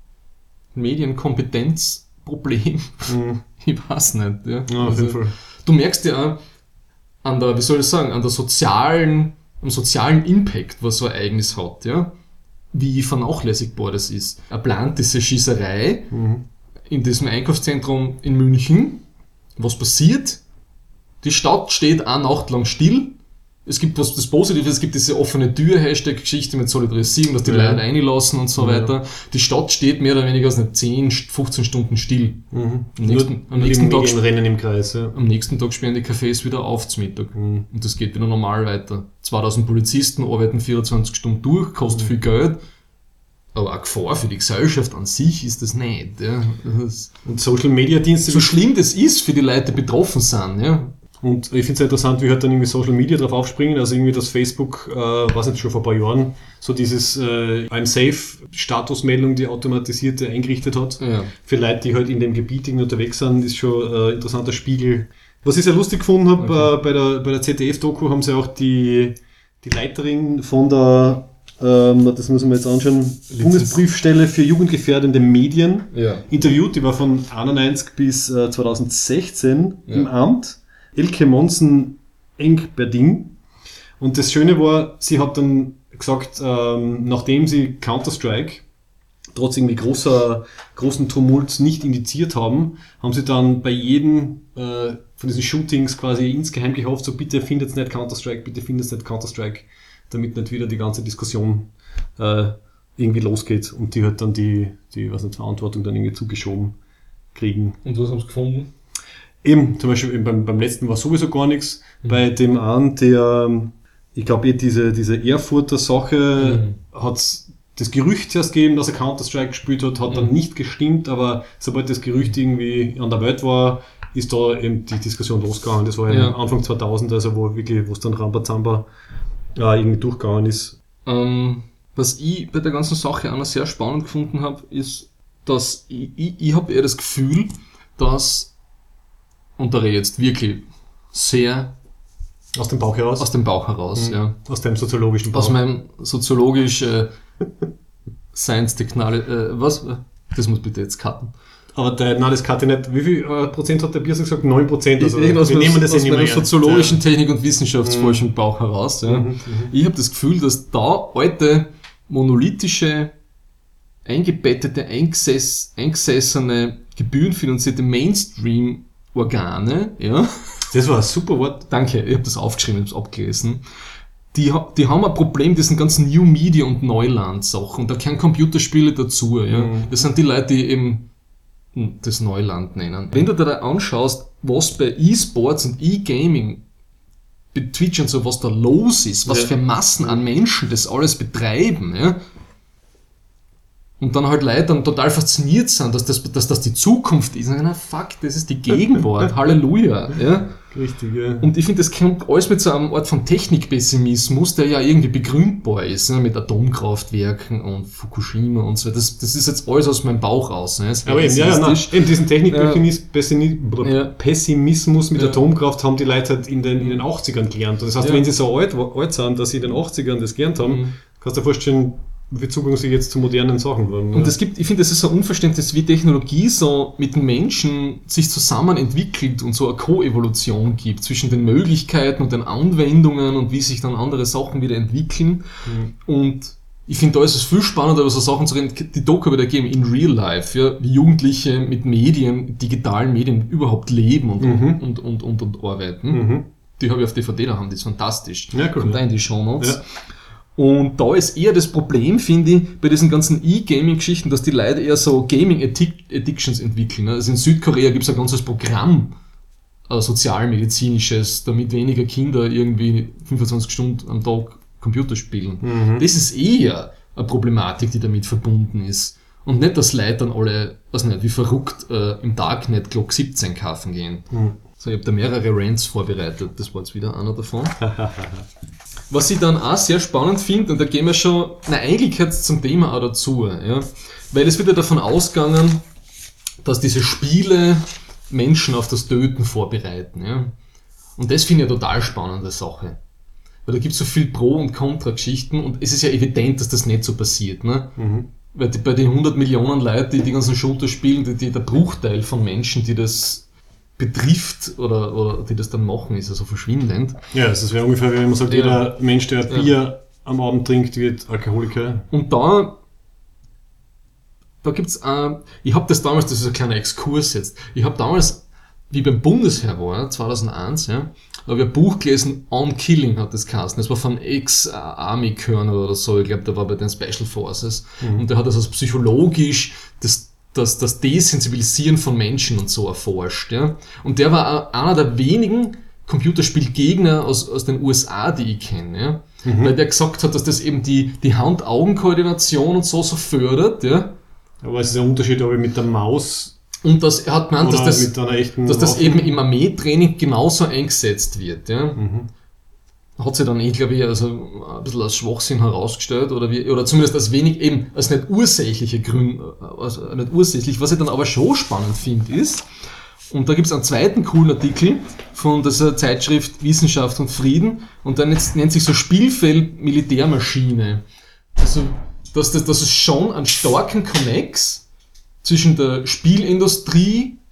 Speaker 2: Medienkompetenzproblem. Ich weiß nicht. Ja.
Speaker 1: Ja, auf jeden Fall.
Speaker 2: Du merkst ja an der, wie soll ich sagen, am sozialen Impact, was so ein Ereignis hat, ja, wie vernachlässigbar das ist. Er plant diese Schießerei in diesem Einkaufszentrum in München. Was passiert? Die Stadt steht eine Nacht lang still. Es gibt das Positive, es gibt diese offene Tür-Hashtag-Geschichte mit Solidarisierung, dass die Leute reinlassen und so weiter. Die Stadt steht mehr oder weniger als 10, 15 Stunden still. Am nächsten Tag
Speaker 1: rennen im Kreis. Ja.
Speaker 2: Am nächsten Tag sperren die Cafés wieder auf zum Mittag. Und das geht wieder normal weiter. 2000 Polizisten arbeiten 24 Stunden durch, kostet viel Geld. Aber eine Gefahr für die Gesellschaft an sich ist das nicht. Ja.
Speaker 1: Und Social-Media-Dienste...
Speaker 2: So schlimm das ist für die Leute, die betroffen sind, ja.
Speaker 1: Und ich finde es interessant, wie halt dann irgendwie Social Media drauf aufspringen, also irgendwie das Facebook, was nicht, schon vor ein paar Jahren, so dieses I'm safe Statusmeldung, die automatisierte eingerichtet hat. Ja. Für Leute, die halt in dem Gebiet irgendwie unterwegs sind, ist schon ein interessanter Spiegel. Was ich sehr lustig gefunden habe, bei der ZDF-Doku haben sie auch die Leiterin von der, das müssen wir jetzt anschauen, Bundesprüfstelle für jugendgefährdende Medien interviewt. Die war von 91 bis 2016 im Amt. Elke Monsen-Engberding. Und das Schöne war, sie hat dann gesagt, nachdem sie Counter-Strike trotz irgendwie großen Tumults nicht indiziert haben sie dann bei jedem von diesen Shootings quasi insgeheim gehofft, so bitte findet's nicht Counter-Strike, damit nicht wieder die ganze Diskussion irgendwie losgeht und die halt dann die Verantwortung dann irgendwie zugeschoben kriegen.
Speaker 2: Und was haben sie gefunden?
Speaker 1: Eben, zum Beispiel beim letzten war sowieso gar nichts. Bei dem einen, der, ich glaube, diese Erfurter Sache hat's das Gerücht erst gegeben, dass er Counter-Strike gespielt hat dann nicht gestimmt, aber sobald das Gerücht irgendwie an der Welt war, ist da eben die Diskussion losgegangen. Das war ja Anfang 2000, also wo es dann Rambazamba irgendwie durchgegangen ist.
Speaker 2: Was ich bei der ganzen Sache auch noch sehr spannend gefunden habe, ist, dass ich habe eher das Gefühl, dass, und da rede ich jetzt wirklich sehr
Speaker 1: aus dem Bauch heraus,
Speaker 2: ja.
Speaker 1: Aus dem soziologischen Bauch.
Speaker 2: Aus meinem soziologisch Science Technology, was? Das muss bitte jetzt cutten.
Speaker 1: Aber das cutte nicht. Wie viel Prozent hat der Biersen gesagt? 9%. Also
Speaker 2: wir nehmen das
Speaker 1: aus
Speaker 2: meiner soziologischen Technik- und Wissenschaftsforschung Bauch heraus. Ja. Ich habe das Gefühl, dass da alte, monolithische, eingebettete, eingesessene, gebührenfinanzierte Mainstream-Organe, ja.
Speaker 1: Das war ein super Wort.
Speaker 2: Danke, ich habe das aufgeschrieben, ich habe es abgelesen. Die haben ein Problem, diesen ganzen New Media und Neuland-Sachen. Und da gehören Computerspiele dazu. Ja. Das sind die Leute, die eben das Neuland nennen. Wenn du dir da anschaust, was bei E-Sports und E-Gaming, bei Twitch und so, was da los ist, was für Massen an Menschen das alles betreiben, ja. Und dann halt Leute dann total fasziniert sind, dass das die Zukunft ist. Und na fuck, das ist die Gegenwart. Halleluja. Ja.
Speaker 1: Richtig, ja.
Speaker 2: Und ich finde, das kommt alles mit so einem Art von Technikpessimismus, der ja irgendwie begründbar ist, ne, mit Atomkraftwerken und Fukushima und so. Das ist jetzt alles aus meinem Bauch raus. Ne?
Speaker 1: Aber eben diesen Technikpessimismus mit Atomkraft haben die Leute halt in den 80ern gelernt. Das heißt, wenn sie so alt sind, dass sie in den 80ern das gelernt haben, kannst du dir vorstellen, wie Zugang sie jetzt zu modernen Sachen haben.
Speaker 2: Und ich finde, das ist so ein Unverständnis, wie Technologie so mit den Menschen sich zusammen entwickelt und so eine Koevolution gibt zwischen den Möglichkeiten und den Anwendungen und wie sich dann andere Sachen wieder entwickeln. Und ich finde, da ist es viel spannender, über so Sachen zu reden. Die Doku wird ergeben in Real Life, ja, wie Jugendliche mit Medien, digitalen Medien überhaupt leben und arbeiten. Die habe ich auf DVD da haben, die ist fantastisch.
Speaker 1: Ja, cool.
Speaker 2: Kommt da in die Shownotes. Ja. Und da ist eher das Problem, finde ich, bei diesen ganzen E-Gaming-Geschichten, dass die Leute eher so Gaming-Addictions entwickeln. Also in Südkorea gibt es ein ganzes Programm, sozialmedizinisches, damit weniger Kinder irgendwie 25 Stunden am Tag Computer spielen. Das ist eher eine Problematik, die damit verbunden ist. Und nicht, dass Leute dann alle, weiß nicht, wie verrückt im Darknet Glock 17 kaufen gehen. So, ich habe da mehrere Rants vorbereitet, das war jetzt wieder einer davon. Was ich dann auch sehr spannend finde, und da gehen wir schon, eigentlich gehört es zum Thema auch dazu, ja, weil es wird ja davon ausgegangen, dass diese Spiele Menschen auf das Töten vorbereiten. Ja. Und das finde ich eine total spannende Sache. Weil da gibt es so viel Pro- und Kontra-Geschichten und es ist ja evident, dass das nicht so passiert. Ne? Weil bei den 100 Millionen Leuten, die ganzen Shooter spielen, der Bruchteil von Menschen, die das betrifft oder die das dann machen, ist also verschwindend.
Speaker 1: Ja, das wäre ungefähr, wenn man sagt, jeder Mensch, der Bier am Abend trinkt, wird Alkoholiker.
Speaker 2: Und da gibt's ich habe das damals, das ist ein kleiner Exkurs jetzt, ich habe damals, wie beim Bundesheer war, 2001, da habe ich ein Buch gelesen, On Killing hat das geheißen. Das war von Ex-Army-Colonel oder so, ich glaube, der war bei den Special Forces. Und der hat das also psychologisch, das Desensibilisieren von Menschen und so erforscht. Ja. Und der war einer der wenigen Computerspielgegner aus den USA, die ich kenne. Ja. Weil der gesagt hat, dass das eben die Hand-Augen-Koordination und so fördert. Ja.
Speaker 1: Aber es ist ein Unterschied, ob ich mit der Maus
Speaker 2: und er hat gemeint, dass das eben im Armeetraining genauso eingesetzt wird. Ja. Hat sich dann glaube ich, also ein bisschen als Schwachsinn herausgestellt oder zumindest als wenig eben als nicht ursächliche Gründe, also nicht ursächlich. Was ich dann aber schon spannend finde ist, und da gibt es einen zweiten coolen Artikel von dieser Zeitschrift Wissenschaft und Frieden und dann nennt sich so Spielfeld Militärmaschine. Also dass es schon einen starken Connex zwischen der Spielindustrie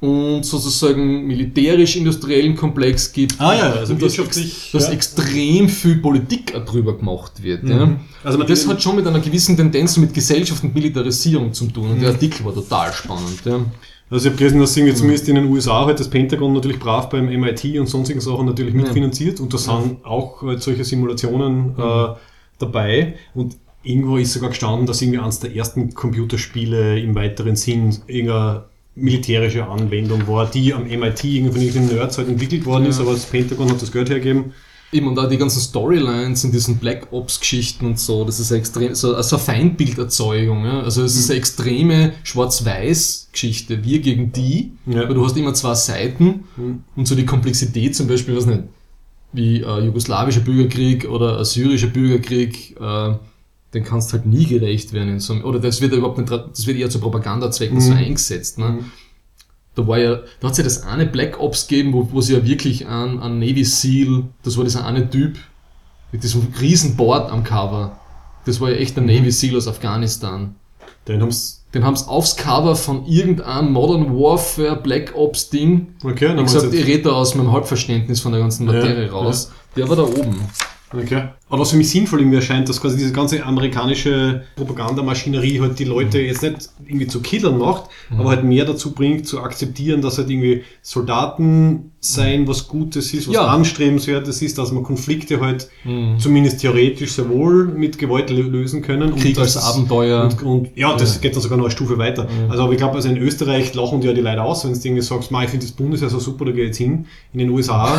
Speaker 2: und sozusagen militärisch-industriellen Komplex gibt.
Speaker 1: Also
Speaker 2: und
Speaker 1: wirtschaftlich.
Speaker 2: dass extrem viel Politik darüber gemacht wird. Ja.
Speaker 1: Also
Speaker 2: das hat schon mit einer gewissen Tendenz mit Gesellschaft und Militarisierung zu tun. Und der Artikel war total spannend. Ja.
Speaker 1: Also ich habe gelesen, dass irgendwie zumindest in den USA halt das Pentagon natürlich brav beim MIT und sonstigen Sachen natürlich mitfinanziert und da sind auch halt solche Simulationen dabei und irgendwo ist sogar gestanden, dass irgendwie eines der ersten Computerspiele im weiteren Sinn irgendeine militärische Anwendung war, die am MIT irgendwie von den Nerds halt entwickelt worden ist, aber das Pentagon hat das Geld hergegeben.
Speaker 2: Eben, und auch die ganzen Storylines in diesen Black Ops-Geschichten und so, das ist extrem, so eine Feindbilderzeugung. Ja? Also es ist eine extreme Schwarz-Weiß-Geschichte, wir gegen die, weil du hast immer zwei Seiten und so die Komplexität zum Beispiel, weiß nicht, wie jugoslawischer Bürgerkrieg oder assyrischer Bürgerkrieg, den kannst halt nie gerecht werden in so einem, oder das wird ja überhaupt nicht, das wird eher zu Propagandazwecken so eingesetzt. Ne? Da hat es ja das eine Black Ops gegeben, wo sie ja wirklich an Navy Seal, das war dieser eine Typ mit diesem riesen Board am Cover. Das war ja echt ein Navy Seal aus Afghanistan. Den haben sie aufs Cover von irgendeinem Modern Warfare Black Ops Ding.
Speaker 1: Okay, dann
Speaker 2: gesagt, ich rede da aus meinem Halbverständnis von der ganzen Materie raus. Der war da oben.
Speaker 1: Okay. Aber was für mich sinnvoll irgendwie erscheint, dass quasi diese ganze amerikanische Propagandamaschinerie halt die Leute jetzt nicht irgendwie zu Killern macht, aber halt mehr dazu bringt, zu akzeptieren, dass halt irgendwie Soldaten sein was Gutes ist, was Anstrebenswertes ist, dass man Konflikte halt zumindest theoretisch sehr wohl mit Gewalt lösen können.
Speaker 2: Krieg als Abenteuer.
Speaker 1: Und das geht dann sogar noch eine Stufe weiter. Also aber ich glaube, also in Österreich lachen die Leute aus, wenn du irgendwie sagst, ich finde das Bundesheer so super, da gehe ich jetzt hin. In den USA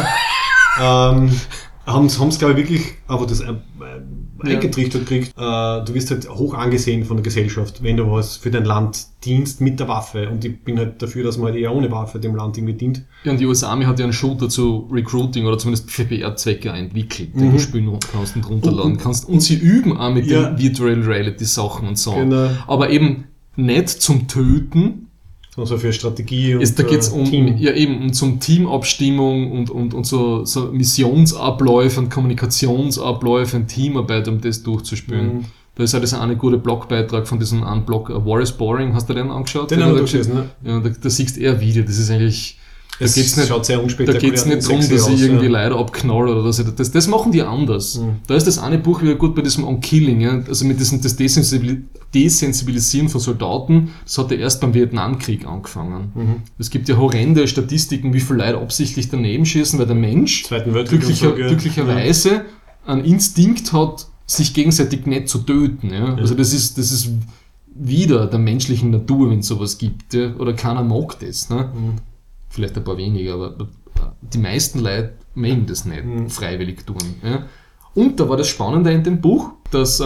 Speaker 1: haben es glaube ich wirklich, aber das eingetrichtert kriegt, du wirst halt hoch angesehen von der Gesellschaft, wenn du was für dein Land dienst mit der Waffe und ich bin halt dafür, dass man halt eher ohne Waffe dem Land irgendwie dient.
Speaker 2: Ja, und die US Army hat ja einen Shooter zu Recruiting oder zumindest für PR-Zwecke entwickelt, den du spielen kannst und runterladen kannst und sie üben auch mit den Virtual Reality Sachen und so. Genau. Aber eben nicht zum Töten,
Speaker 1: also für Strategie und
Speaker 2: da geht's
Speaker 1: Team.
Speaker 2: Ja eben um zum Teamabstimmung und so Missionsabläufe und Kommunikationsabläufe und Teamarbeit, um das durchzuspielen. Da ist ja das eine gute Blogbeitrag von diesem einen Blog, War is Boring, hast du den angeschaut?
Speaker 1: Den haben wir gelesen, ne?
Speaker 2: Ja, da siehst du eher Video, das ist eigentlich... Da geht's nicht,
Speaker 1: schaut sehr unspektakulär.
Speaker 2: Da geht's nicht darum, dass ich irgendwie Leute abknall oder dass ich das machen die anders. Da ist das eine Buch wieder gut bei diesem On Killing, ja? Also mit diesem das Desensibilisieren von Soldaten, das hat ja erst beim Vietnamkrieg angefangen. Es gibt ja horrende Statistiken, wie viele Leute absichtlich daneben schießen, weil der Mensch glücklicherweise einen Instinkt hat, sich gegenseitig nicht zu töten. Ja? Also das ist wieder der menschlichen Natur, wenn es sowas gibt. Ja? Oder keiner mag das. Ne? Vielleicht ein paar weniger, aber die meisten Leute mögen das nicht freiwillig tun. Ja? Und da war das Spannende in dem Buch, dass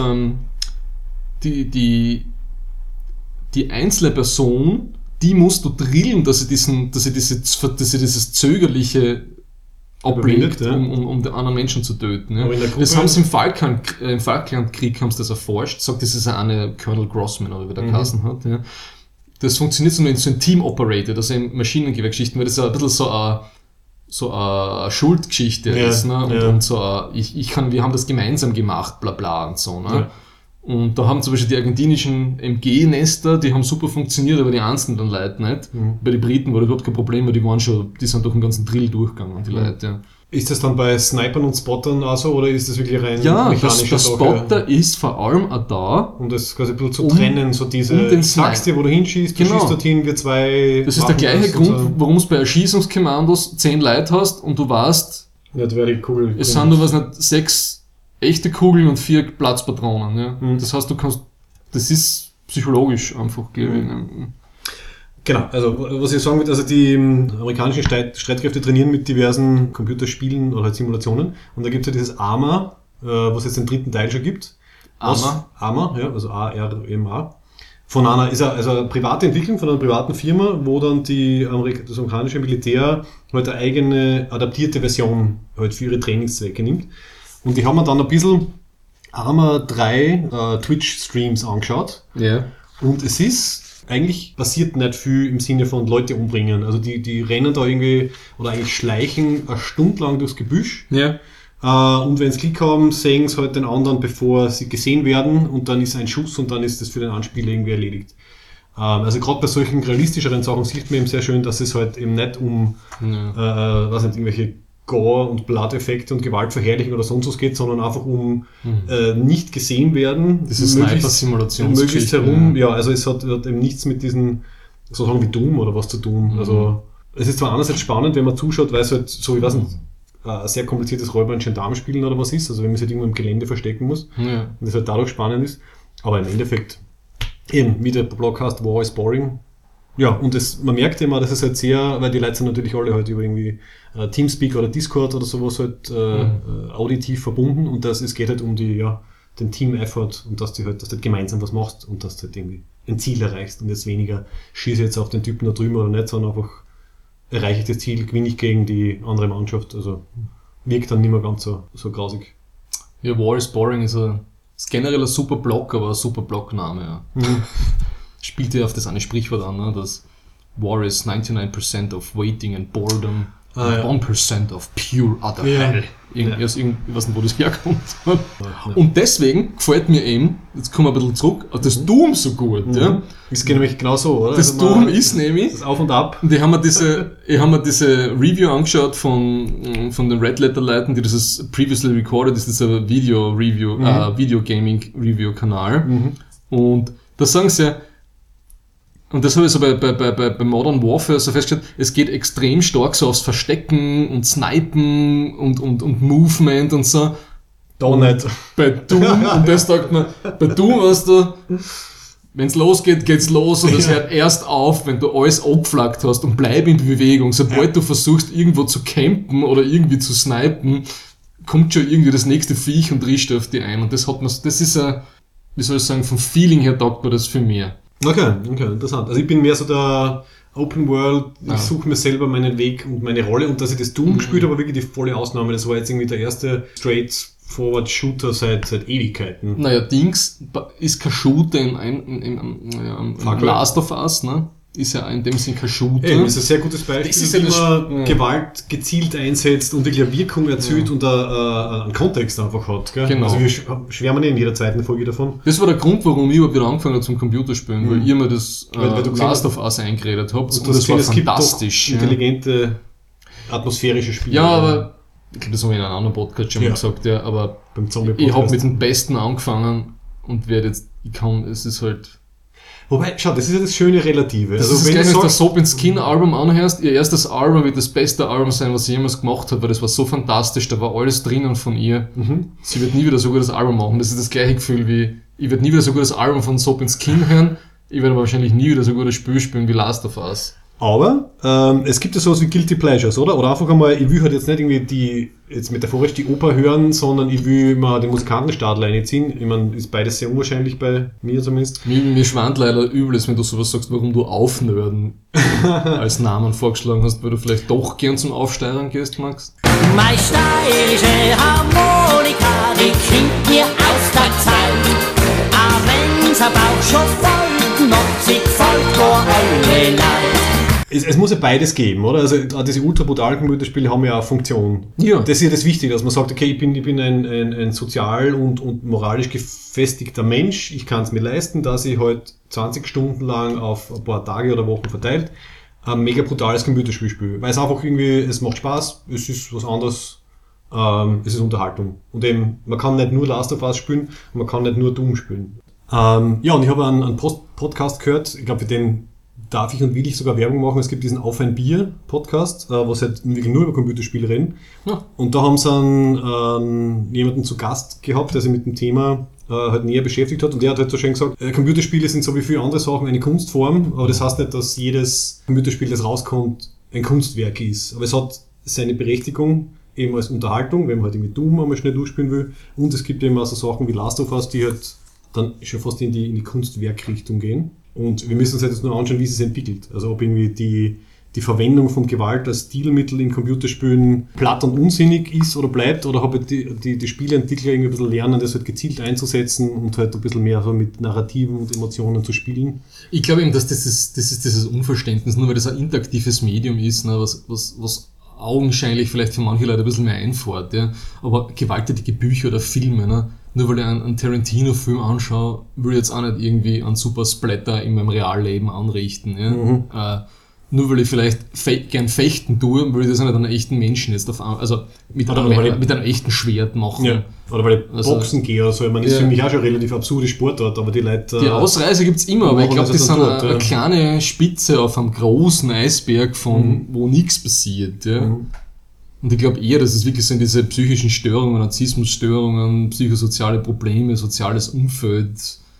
Speaker 2: die einzelne Person, die musst du drillen, dass sie dieses Zögerliche ablegt, um den anderen Menschen zu töten. Ja? Das haben sie im Falklandkrieg haben sie das erforscht, sagt, das ist eine Colonel Grossman, oder wie der geheißen hat. Ja? Das funktioniert so ein Team-Operated, also in Maschinengewehrgeschichten, weil das ja ein bisschen so eine Schuldgeschichte ist, ne? Und so wir haben das gemeinsam gemacht, bla bla und so, ne? Ja. Und da haben zum Beispiel die argentinischen MG-Nester, die haben super funktioniert, aber die einzelnen Leute nicht. Bei den Briten war das überhaupt kein Problem, weil die sind durch den ganzen Drill durchgegangen, die Leute, ja.
Speaker 1: Ist das dann bei Snipern und Spottern auch so, oder ist das wirklich rein
Speaker 2: mechanische der Spotter ist vor allem auch da.
Speaker 1: Um das quasi ein bisschen zu trennen, so diese sagst dir, wo du hinschießt, du schießt dorthin, wir zwei...
Speaker 2: Das ist der gleiche Grund, warum du bei Erschießungskommandos 10 Leute hast und du weißt, es sind nur 6 echte Kugeln und 4 Platzpatronen. Ja? Das heißt, das ist psychologisch einfach gewesen.
Speaker 1: Genau, also was ich sagen würde, also die amerikanischen Streitkräfte trainieren mit diversen Computerspielen oder halt Simulationen und da gibt es ja dieses ARMA, was jetzt den 3. Teil schon gibt. ARMA, ja, also ARMA. Von einer, ist eine private Entwicklung von einer privaten Firma, wo dann das amerikanische Militär halt eine eigene adaptierte Version halt für ihre Trainingszwecke nimmt. Und die haben mir dann ein bisschen ARMA 3 Twitch-Streams angeschaut. Ja. Und es ist eigentlich passiert nicht viel im Sinne von Leute umbringen. Also die rennen da irgendwie oder eigentlich schleichen eine Stunde lang durchs Gebüsch. Ja. Und wenn sie Klick haben, sehen sie halt den anderen, bevor sie gesehen werden und dann ist ein Schuss und dann ist das für den Anspieler irgendwie erledigt. Also gerade bei solchen realistischeren Sachen sieht man eben sehr schön, dass es halt eben nicht um irgendwelche Gore- und Blood-Effekte und Gewaltverherrlichung oder sonst was geht, sondern einfach um nicht gesehen werden.
Speaker 2: Diese Sniper-Simulationsgeschichte.
Speaker 1: Möglichst herum, ja, also es hat eben nichts mit diesen so Sachen wie Doom oder was zu tun. Also es ist zwar einerseits spannend, wenn man zuschaut, weil es halt so, ich weiß nicht, ein sehr kompliziertes Räuber- und Gendarmenspielen oder was ist, also wenn man sich halt irgendwo im Gelände verstecken muss und das halt dadurch spannend ist, aber im Endeffekt eben, wie der Blockcast War is boring. Ja, und man merkt immer, dass es halt sehr, weil die Leute sind natürlich alle halt über irgendwie Teamspeak oder Discord oder sowas halt auditiv verbunden und es geht halt um den Team-Effort und dass du halt gemeinsam was machst und dass du halt irgendwie ein Ziel erreichst und jetzt weniger schieße jetzt auf den Typen da drüben oder nicht, sondern einfach erreiche ich das Ziel, gewinne ich gegen die andere Mannschaft. Also wirkt dann nicht mehr ganz so grausig.
Speaker 2: Ja, War is Boring ist generell ein super Block, aber ein super Blockname, ja. Spielt ja auf das eine Sprichwort an, ne? Das War is 99% of waiting and boredom, 1% of pure utter hell. Ich weiß nicht, wo das herkommt. Und deswegen gefällt mir eben, jetzt kommen wir ein bisschen zurück, das Doom so gut. Ja?
Speaker 1: Das geht nämlich genau so, oder?
Speaker 2: Das Doom ist nämlich...
Speaker 1: Das Auf und Ab.
Speaker 2: Und ich habe mir diese Review angeschaut von den Red Letter Leuten, die dieses previously recorded ist, das ist ein Video Gaming Review Kanal. Und da sagen sie, und das habe ich so bei Modern Warfare so festgestellt, es geht extrem stark so aufs Verstecken und Snipen und Movement und so.
Speaker 1: Da nicht.
Speaker 2: Bei Doom, und das sagt man, bei Doom, weißt du, wenn's losgeht, geht's los und es hört erst auf, wenn du alles abgeflaggt hast und bleib in Bewegung. Sobald du versuchst, irgendwo zu campen oder irgendwie zu snipen, kommt schon irgendwie das nächste Viech und rischt auf die ein. Und das ist wie soll ich sagen, vom Feeling her taugt man das für mich.
Speaker 1: Okay, interessant. Also ich bin mehr so der Open World, ich suche mir selber meinen Weg und meine Rolle und dass ich das Doom gespielt habe, war wirklich die volle Ausnahme. Das war jetzt irgendwie der erste Straightforward-Shooter seit Ewigkeiten.
Speaker 2: Naja, Dings ist kein Shooter im Last of Us, ne? Ist ja in dem Sinn kein Shooter.
Speaker 1: Das ist ein sehr gutes Beispiel, wie man Gewalt gezielt einsetzt und wirklich eine Wirkung erzielt und einen Kontext einfach hat. Gell?
Speaker 2: Genau.
Speaker 1: Also wir schwärmen in jeder zweiten Folge davon.
Speaker 2: Das war der Grund, warum ich überhaupt wieder angefangen habe zum Computerspielen, weil ihr mir das
Speaker 1: weil du
Speaker 2: Last of Us eingeredet habt
Speaker 1: und
Speaker 2: das war fantastisch.
Speaker 1: Gibt intelligente, atmosphärische Spiele.
Speaker 2: Ja, aber ich glaube, das habe ich in einem anderen Podcast schon mal gesagt, aber
Speaker 1: beim Zombie-Podcast.
Speaker 2: Ich habe mit dem Besten angefangen und es ist halt...
Speaker 1: Wobei, schau, das ist ja das schöne Relative.
Speaker 2: Das ist wenn du das Soap and Skin Album anhörst, ihr erstes Album wird das beste Album sein, was sie jemals gemacht hat, weil das war so fantastisch, da war alles drinnen von ihr. Sie wird nie wieder so gut das Album machen. Das ist das gleiche Gefühl wie, ich werde nie wieder so gut das Album von Soap and Skin hören, ich werde aber wahrscheinlich nie wieder so gut das Spiel spielen wie Last of Us.
Speaker 1: Aber es gibt ja sowas wie Guilty Pleasures, oder? Oder einfach einmal, ich will halt jetzt nicht irgendwie jetzt metaphorisch die Oper hören, sondern ich will mal den Musikantenstadel reinziehen. Ich meine, ist beides sehr unwahrscheinlich bei mir zumindest.
Speaker 2: Mir schwant leider übel, wenn du sowas sagst, warum du Aufnörden als Namen vorgeschlagen hast, weil du vielleicht doch gern zum Aufsteigern gehst, Max.
Speaker 6: Meine steirische Harmonika, die klingt mir aus der Zeit. Aber wenn's ein Bauch schon voll, macht sich voll vor alle Leid.
Speaker 1: Es muss ja beides geben, oder? Also diese ultra brutalen Computerspiele haben ja auch Funktion.
Speaker 2: Ja.
Speaker 1: Das ist ja das Wichtige, dass man sagt, okay, ich bin ein sozial und moralisch gefestigter Mensch, ich kann es mir leisten, dass ich halt 20 Stunden lang auf ein paar Tage oder Wochen verteilt ein mega brutales Computerspiel spiele. Weil es einfach irgendwie, es macht Spaß, es ist was anderes, es ist Unterhaltung. Und eben, man kann nicht nur Last of Us spielen, man kann nicht nur Doom spielen. Ja, und ich habe einen Podcast gehört, ich glaube, für den darf ich und will ich sogar Werbung machen. Es gibt diesen Auf ein Bier Podcast, was halt wirklich nur über Computerspiele reden. Ja. Und da haben sie jemanden zu Gast gehabt, der sich mit dem Thema halt näher beschäftigt hat. Und der hat halt so schön gesagt, Computerspiele sind so wie viele andere Sachen eine Kunstform, aber das heißt nicht, dass jedes Computerspiel, das rauskommt, ein Kunstwerk ist. Aber es hat seine Berechtigung eben als Unterhaltung, wenn man halt irgendwie Doom einmal schnell durchspielen will. Und es gibt eben auch so Sachen wie Last of Us, die halt dann schon fast in die Kunstwerkrichtung gehen. Und wir müssen uns jetzt nur anschauen, wie es sich entwickelt. Also ob irgendwie die Verwendung von Gewalt als Stilmittel in Computerspielen platt und unsinnig ist oder bleibt, oder ob die Spieleentwickler irgendwie ein bisschen lernen, das halt gezielt einzusetzen und halt ein bisschen mehr so mit Narrativen und Emotionen zu spielen.
Speaker 2: Ich glaube eben, dass das ist dieses Unverständnis, nur weil das ein interaktives Medium ist, ne, was augenscheinlich vielleicht für manche Leute ein bisschen mehr einfährt, ja. Aber gewalttätige Bücher oder Filme, ne? Nur weil ich einen Tarantino-Film anschaue, will ich jetzt auch nicht irgendwie einen super Splatter in meinem Realleben anrichten, ja. Nur weil ich vielleicht gern fechten tue, will ich das auch nicht an einen echten Menschen jetzt mit einem echten Schwert machen.
Speaker 1: Ja. Oder weil ich Boxen gehe oder so. Ich meine, das ist für mich auch schon eine relativ absurde Sportart, aber die Leute...
Speaker 2: Die Ausreise gibt's immer, aber ich glaube, das sind eine kleine Spitze auf einem großen Eisberg, wo nichts passiert. Ja. Und ich glaube eher, dass es wirklich so in diese psychischen Störungen, Narzissmusstörungen, psychosoziale Probleme, soziales Umfeld,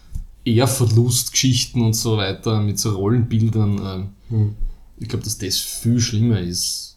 Speaker 2: Ehrverlustgeschichten und so weiter mit so Rollenbildern... Ich glaube, dass das viel schlimmer ist.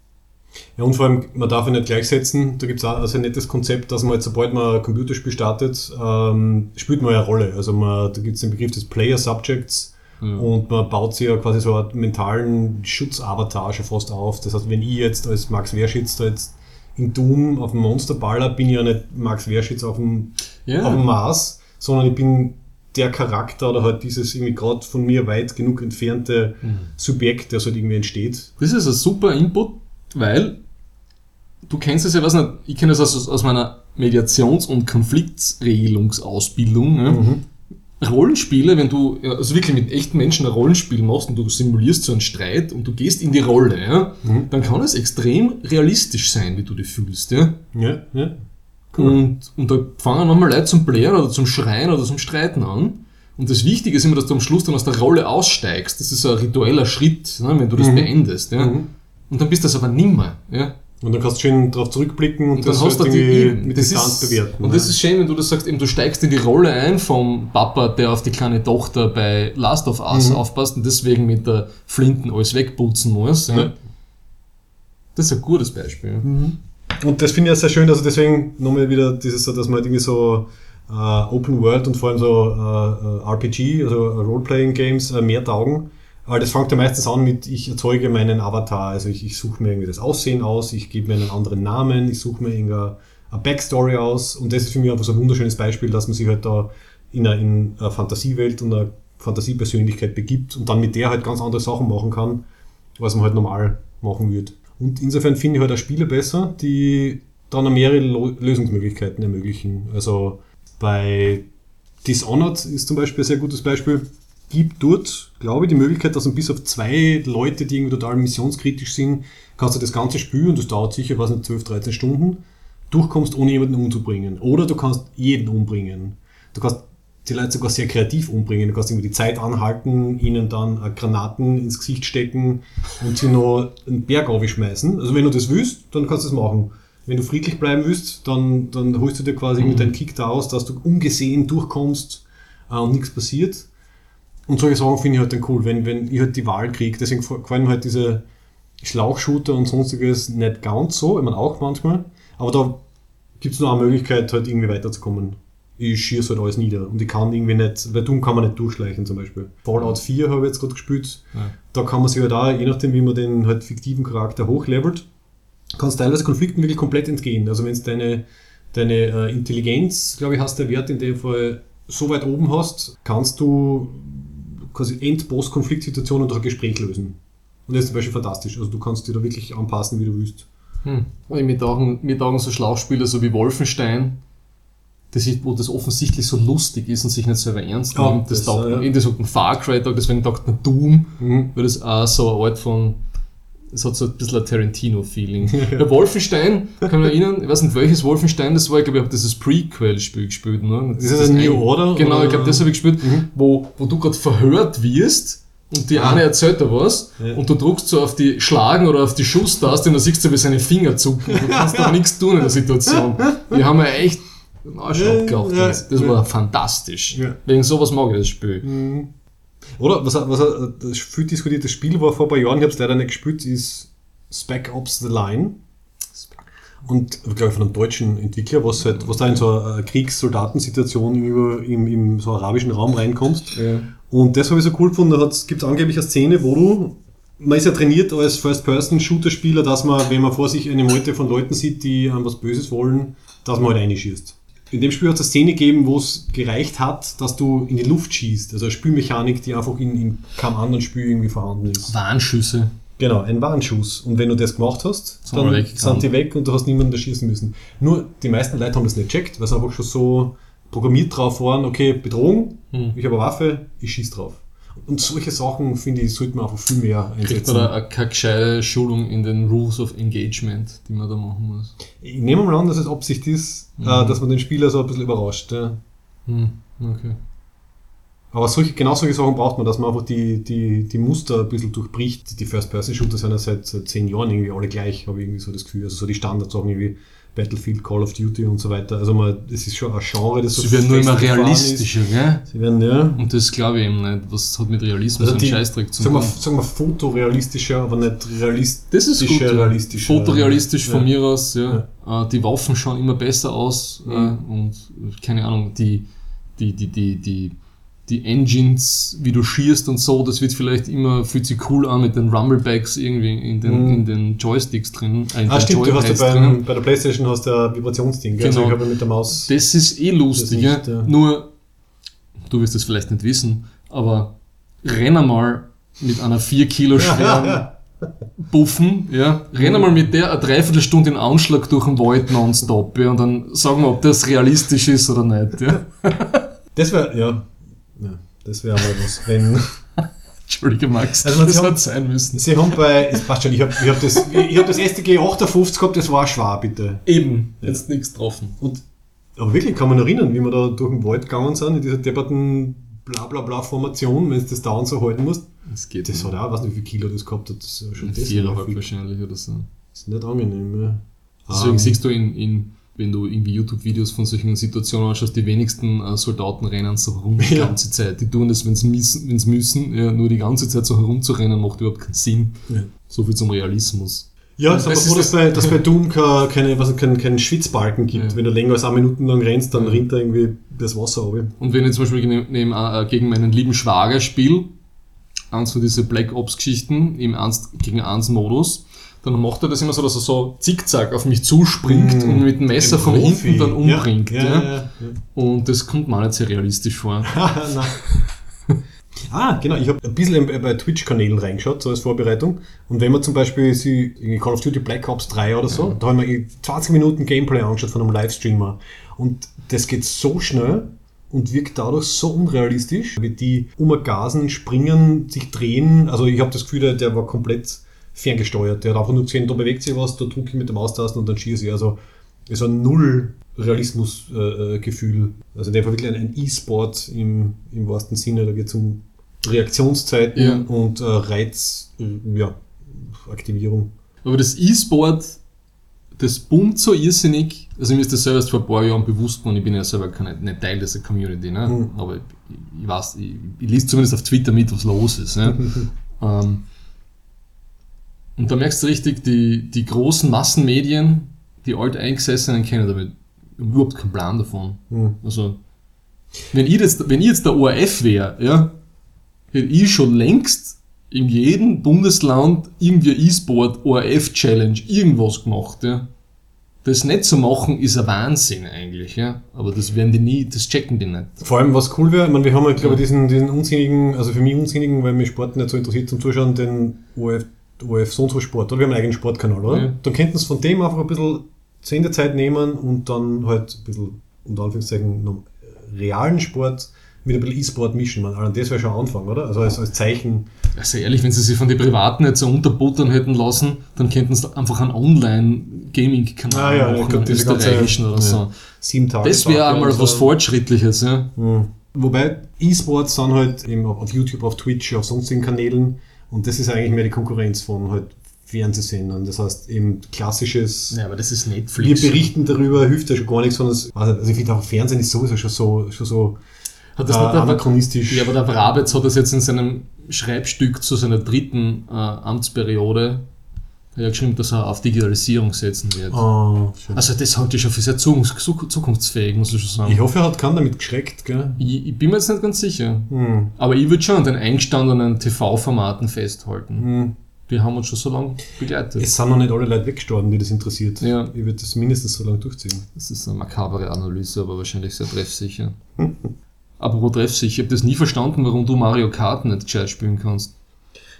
Speaker 1: Ja, und vor allem, man darf ihn nicht gleichsetzen. Da gibt es auch ein nettes Konzept, dass man jetzt, sobald man ein Computerspiel startet, spielt man eine Rolle. Also da gibt es den Begriff des Player Subjects und man baut sich ja quasi so einen mentalen Schutzavatar schon fast auf. Das heißt, wenn ich jetzt als Max Werschitz da jetzt in Doom auf dem Monster baller, bin ich ja nicht Max Werschitz auf dem Mars, sondern ich bin der Charakter oder halt dieses irgendwie gerade von mir weit genug entfernte Subjekt, der so halt irgendwie entsteht.
Speaker 2: Das ist ein super Input, weil du kennst es ja, weiß nicht, ich kenne das aus meiner Mediations- und Konfliktregelungsausbildung. Ja. Rollenspiele, wenn du also wirklich mit echten Menschen ein Rollenspiel machst und du simulierst so einen Streit und du gehst in die Rolle, ja, dann kann es extrem realistisch sein, wie du dich fühlst. Ja.
Speaker 1: Ja.
Speaker 2: Cool. Und da fangen nochmal Leute zum Plären oder zum Schreien oder zum Streiten an. Und das Wichtige ist immer, dass du am Schluss dann aus der Rolle aussteigst. Das ist ein ritueller Schritt, ne, wenn du das beendest. Ja. Und dann bist du das aber nimmer. Ja.
Speaker 1: Und dann kannst du schön darauf zurückblicken und
Speaker 2: das
Speaker 1: halt
Speaker 2: irgendwie
Speaker 1: mit Distanz bewerten.
Speaker 2: Und das ist schön, wenn du das sagst, eben, du steigst in die Rolle ein vom Papa, der auf die kleine Tochter bei Last of Us aufpasst und deswegen mit der Flinten alles wegputzen muss. Ja. Das ist ein gutes Beispiel. Ja.
Speaker 1: Und das finde ich ja sehr schön, also deswegen nochmal wieder dieses, dass man halt irgendwie so Open World und vor allem so RPG, also Role-Playing Games mehr taugen. Aber das fängt ja meistens an mit, ich erzeuge meinen Avatar, also ich suche mir irgendwie das Aussehen aus, ich gebe mir einen anderen Namen, ich suche mir irgendeine Backstory aus und das ist für mich einfach so ein wunderschönes Beispiel, dass man sich halt da in eine Fantasiewelt und eine Fantasiepersönlichkeit begibt und dann mit der halt ganz andere Sachen machen kann, was man halt normal machen würde. Und insofern finde ich halt auch Spiele besser, die dann mehrere Lösungsmöglichkeiten ermöglichen. Also bei Dishonored ist zum Beispiel ein sehr gutes Beispiel. Gibt dort, glaube ich, die Möglichkeit, dass man bis auf 2 Leute, die irgendwie total missionskritisch sind, kannst du das ganze Spiel, und das dauert sicher, 12, 13 Stunden, durchkommst, ohne jemanden umzubringen. Oder du kannst jeden umbringen. Du kannst die Leute sogar sehr kreativ umbringen. Du kannst irgendwie die Zeit anhalten, ihnen dann Granaten ins Gesicht stecken und sie noch einen Berg aufschmeißen. Also wenn du das willst, dann kannst du das machen. Wenn du friedlich bleiben willst, dann holst du dir quasi mit deinem Kick da aus, dass du ungesehen durchkommst und nichts passiert. Und solche Sachen finde ich halt dann cool, wenn ich halt die Wahl kriege. Deswegen gefallen mir halt diese Schlauchshooter und sonstiges nicht ganz so. Ich meine auch manchmal. Aber da gibt es noch eine Möglichkeit, halt irgendwie weiterzukommen. Ich schieße halt alles nieder. Und ich kann irgendwie nicht, weil Doom kann man nicht durchschleichen zum Beispiel. Fallout 4 habe ich jetzt gerade gespielt. Ja. Da kann man sich halt auch, je nachdem wie man den halt fiktiven Charakter hochlevelt, kannst teilweise Konflikten wirklich komplett entgehen. Also wenn du deine Intelligenz, glaube ich, hast der Wert in dem Fall so weit oben hast, kannst du quasi End-Boss-Konfliktsituationen durch ein Gespräch lösen. Und das ist zum Beispiel fantastisch. Also du kannst dir da wirklich anpassen, wie du willst.
Speaker 2: Mir taugen so Schlauchspiele so wie Wolfenstein, wo das offensichtlich so lustig ist und sich nicht selber ernst nimmt. Das taugt ein Far Cry, deswegen taugt ein Doom, weil das auch so eine Art von, es hat so ein bisschen ein Tarantino-Feeling. Bei Wolfenstein, kann ich mich erinnern, ich weiß nicht welches Wolfenstein das war, ich glaube, ich habe dieses Prequel-Spiel gespielt. Ne?
Speaker 1: Das ist das New Order?
Speaker 2: Genau, ich glaube, das habe ich gespielt, wo du gerade verhört wirst und die eine erzählt da was und du drückst so auf die Schlagen oder auf die Schusstaste und dann siehst du, wie seine Finger zucken und du kannst aber nichts tun in der Situation. Wir haben ja echt das war fantastisch. Ja. Wegen sowas mag ich das Spiel.
Speaker 1: Oder, was ein viel diskutiertes Spiel war vor ein paar Jahren, ich habe es leider nicht gespielt, ist Spec Ops The Line. Und, glaube ich, von einem deutschen Entwickler, was da in so eine Kriegssoldatensituation im so arabischen Raum reinkommst. Ja. Und das habe ich so cool gefunden, da gibt es angeblich eine Szene, wo man ist ja trainiert als First-Person-Shooter-Spieler, dass man, wenn man vor sich eine Meute von Leuten sieht, die einem was Böses wollen, dass man halt reinschießt. In dem Spiel hat es eine Szene gegeben, wo es gereicht hat, dass du in die Luft schießt. Also eine Spielmechanik, die einfach in keinem anderen Spiel irgendwie vorhanden ist.
Speaker 2: Warnschüsse.
Speaker 1: Genau, ein Warnschuss. Und wenn du das gemacht hast,
Speaker 2: Sind wir
Speaker 1: dann
Speaker 2: weggegangen.
Speaker 1: sind die weg und du hast niemanden erschießen müssen. Nur die meisten Leute haben das nicht checkt, weil sie einfach schon so programmiert drauf waren, okay, Bedrohung, ich habe eine Waffe, ich schieß drauf. Und solche Sachen, finde ich, sollte man einfach viel mehr
Speaker 2: Kriegt
Speaker 1: einsetzen.
Speaker 2: man da keine gescheite Schulung in den Rules of Engagement, die man da machen muss?
Speaker 1: Ich nehme mal an, dass es Absicht ist, dass man den Spieler so ein bisschen überrascht. Ja.
Speaker 2: Okay.
Speaker 1: Aber genau solche Sachen braucht man, dass man einfach die Muster ein bisschen durchbricht. Die First-Person-Shooter sind ja seit 10 Jahren irgendwie alle gleich, habe ich irgendwie so das Gefühl. Also so die Standardsachen wie Battlefield, Call of Duty und so weiter. Also es ist schon ein Genre, das so
Speaker 2: Sie werden nur immer
Speaker 1: festgefahren
Speaker 2: realistischer, gell?
Speaker 1: ist. Sie werden, ja.
Speaker 2: Und das glaube ich eben nicht. Was hat mit Realismus
Speaker 1: Also
Speaker 2: einen Scheißdreck zu
Speaker 1: sagen
Speaker 2: tun?
Speaker 1: wir fotorealistischer, aber nicht realistischer.
Speaker 2: Das ist gut. Ja.
Speaker 1: Realistischer.
Speaker 2: Fotorealistisch von
Speaker 1: Ja.
Speaker 2: mir aus, ja. Die Waffen schauen immer besser aus und keine Ahnung, die Engines, wie du schierst und so, das wird vielleicht immer, fühlt sich cool an mit den Rumblebacks irgendwie in den Joysticks drin.
Speaker 1: Stimmt, du hast ja
Speaker 2: drinnen.
Speaker 1: bei der Playstation hast du ein Vibrationsding, gell? Also
Speaker 2: Genau.
Speaker 1: ich habe mit der Maus...
Speaker 2: Das ist eh lustig,
Speaker 1: Das nicht,
Speaker 2: ja.
Speaker 1: ja.
Speaker 2: Nur, du wirst das vielleicht nicht wissen, aber renn einmal mit einer 4 Kilo schweren Buffen, ja. Renn einmal mit der eine Dreiviertelstunde in Anschlag durch den Wald nonstop, ja, und dann sagen wir, ob das realistisch ist oder nicht, ja.
Speaker 1: Das wäre, das wäre mal was. Wenn,
Speaker 2: Entschuldige, Max,
Speaker 1: Also
Speaker 2: das
Speaker 1: sie haben-
Speaker 2: hat sein müssen.
Speaker 1: Sie haben es passt schon, ich hab das STG 58 gehabt, das war schwer, bitte.
Speaker 2: Eben, jetzt nichts getroffen.
Speaker 1: Aber wirklich, kann man erinnern, wie wir da durch den Wald gegangen sind, in dieser depperten Blablabla-Formation, wenn du das dauernd so halten musst.
Speaker 2: Das geht
Speaker 1: Das
Speaker 2: nicht.
Speaker 1: hat auch, weiß nicht, wie viel Kilo das gehabt hat. Das ist ja schon
Speaker 2: Ein
Speaker 1: das
Speaker 2: Vierer
Speaker 1: nervig.
Speaker 2: wahrscheinlich oder so.
Speaker 1: Das ist nicht angenehm, ja.
Speaker 2: Deswegen siehst du wenn du irgendwie YouTube-Videos von solchen Situationen anschaust, die wenigsten Soldaten rennen so herum die ganze Zeit. Die tun das, wenn sie müssen. Ja, nur die ganze Zeit so herumzurennen macht überhaupt keinen Sinn.
Speaker 1: Ja.
Speaker 2: So viel zum Realismus.
Speaker 1: Ja,
Speaker 2: Und
Speaker 1: es ist aber
Speaker 2: das
Speaker 1: froh,
Speaker 2: ist
Speaker 1: dass bei Doom keinen Schwitzbalken gibt.
Speaker 2: Ja.
Speaker 1: Wenn du länger als 1 Minute lang rennst, dann rinnt da irgendwie das Wasser runter.
Speaker 2: Und wenn ich zum Beispiel gegen meinen lieben Schwager spiele, eins von diesen Black Ops-Geschichten im 1 gegen 1 Modus, dann macht er das immer so, dass er so zickzack auf mich zuspringt und mit dem Messer
Speaker 1: Ein
Speaker 2: von
Speaker 1: Profi.
Speaker 2: hinten dann umbringt.
Speaker 1: Ja,
Speaker 2: Ja.
Speaker 1: ja.
Speaker 2: Und das kommt mir auch nicht sehr realistisch vor.
Speaker 1: Genau, ich habe ein bisschen bei Twitch-Kanälen reingeschaut, so als Vorbereitung. Und wenn man zum Beispiel in Call of Duty Black Ops 3 oder so, da haben wir 20 Minuten Gameplay angeschaut von einem Livestreamer. Und das geht so schnell und wirkt dadurch so unrealistisch, wie die gasen, springen, sich drehen. Also ich habe das Gefühl, der war komplett ferngesteuert. Der hat einfach nur gesehen, da bewegt sich was, da drücke ich mit der Maustasten und dann schieße ich. Also es war null Realismus-Gefühl. Also der war wirklich ein E-Sport im wahrsten Sinne. Da geht es um Reaktionszeiten und Reizaktivierung.
Speaker 2: Aber das E-Sport, das boomt so irrsinnig. Also mir ist das selber erst vor ein paar Jahren bewusst geworden. Ich bin ja selber nicht Teil dieser Community, ne? Aber ich weiß, ich lese zumindest auf Twitter mit, was los ist. Ne? Und da merkst du richtig, die großen Massenmedien, die Alteingesessenen kennen damit überhaupt keinen Plan davon. Also, wenn ich jetzt der ORF wäre, ja, hätte ich schon längst in jedem Bundesland irgendwie E-Sport, ORF-Challenge, irgendwas gemacht. Ja. Das nicht zu machen, ist ein Wahnsinn eigentlich. Ja. Aber das werden die nie, das checken die nicht.
Speaker 1: Vor allem, was cool wäre, ich meine, wir haben ja, glaube ich, diesen unsinnigen, also für mich unsinnigen, weil mich Sport nicht so interessiert zum Zuschauen, den ORF so und so Sport, oder? Wir haben einen eigenen Sportkanal, oder?
Speaker 2: Ja.
Speaker 1: Dann könnten sie von dem einfach ein bisschen Sendezeit nehmen und dann halt ein bisschen, unter Anführungszeichen, noch realen Sport mit ein bisschen E-Sport mischen. Man, das wäre schon ein Anfang, oder? Also als Zeichen.
Speaker 2: Also ehrlich, wenn sie sich von den Privaten jetzt so unterbuttern hätten lassen, dann könnten sie einfach einen Online-Gaming-Kanal machen, einen
Speaker 1: diese ganze-
Speaker 2: österreichischen oder so.
Speaker 1: 7 Tage.
Speaker 2: Das wäre einmal
Speaker 1: und
Speaker 2: was
Speaker 1: so.
Speaker 2: Fortschrittliches, ja.
Speaker 1: Wobei E-Sports sind halt eben auf YouTube, auf Twitch, auf sonstigen Kanälen und das ist eigentlich mehr die Konkurrenz von halt Fernsehsendern. Das heißt eben klassisches,
Speaker 2: Ja, aber das ist
Speaker 1: wir
Speaker 2: Netflix.
Speaker 1: berichten darüber, hilft ja schon gar nichts, sondern also ich finde auch Fernsehen ist sowieso schon so
Speaker 2: Hat das nicht
Speaker 1: anachronistisch.
Speaker 2: Ja, aber der Wrabetz hat das jetzt in seinem Schreibstück zu seiner 3. Amtsperiode geschrieben, dass er auf Digitalisierung setzen wird.
Speaker 1: Schön.
Speaker 2: Also das halte ich schon für sehr zukunftsfähig, muss ich schon sagen.
Speaker 1: Ich hoffe, er hat keinen damit geschreckt, gell?
Speaker 2: Ich bin mir jetzt nicht ganz sicher. Aber ich würde schon an den eingestandenen TV-Formaten festhalten. Die haben uns schon so lange begleitet.
Speaker 1: Es sind noch nicht alle Leute weggestorben, die das interessiert.
Speaker 2: Ja.
Speaker 1: Ich würde das mindestens so lange durchziehen.
Speaker 2: Das ist eine makabere Analyse, aber wahrscheinlich sehr treffsicher. Apropos treffsicher, ich habe das nie verstanden, warum du Mario Kart nicht gescheit spielen kannst.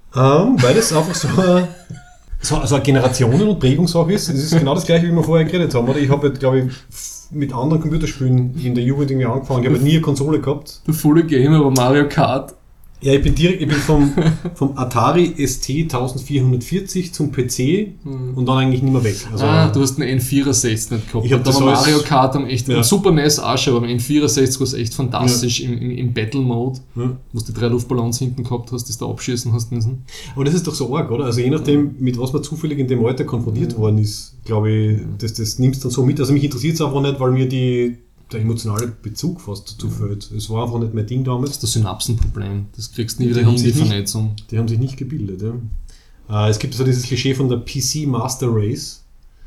Speaker 1: Weil das einfach so eine Generationen- und Prägungssache ist. Es ist genau das gleiche, wie wir vorher geredet haben. Oder? Ich habe, glaube ich, mit anderen Computerspielen in der Jugend irgendwie angefangen. Ich habe nie eine Konsole gehabt.
Speaker 2: Der volle Gamer war Mario Kart.
Speaker 1: Ja, ich bin vom Atari ST 1440 zum PC und dann eigentlich nicht mehr weg. Also,
Speaker 2: du hast einen N64 nicht gehabt.
Speaker 1: Ich hab
Speaker 2: da
Speaker 1: das
Speaker 2: war
Speaker 1: alles-
Speaker 2: Mario Kart am echt,
Speaker 1: Ja.
Speaker 2: Super NES auch schon, aber am N64 war es echt fantastisch im Battle-Mode, wo du die 3 Luftballons hinten gehabt hast, die du abschießen hast müssen.
Speaker 1: aber das ist doch so arg, oder? Also je nachdem, mit was man zufällig in dem Alter konfrontiert worden ist, glaube ich, das nimmst du dann so mit. Also mich interessiert es einfach nicht, weil mir der emotionale Bezug fast dazu fehlt. Es war einfach nicht mein Ding damals.
Speaker 2: Das ist das Synapsenproblem. Das kriegst du nie
Speaker 1: Die
Speaker 2: wieder
Speaker 1: haben
Speaker 2: hin, die
Speaker 1: sich nicht-
Speaker 2: Vernetzung.
Speaker 1: Die haben sich nicht gebildet. Ja. Es gibt so dieses Klischee von der PC Master Race.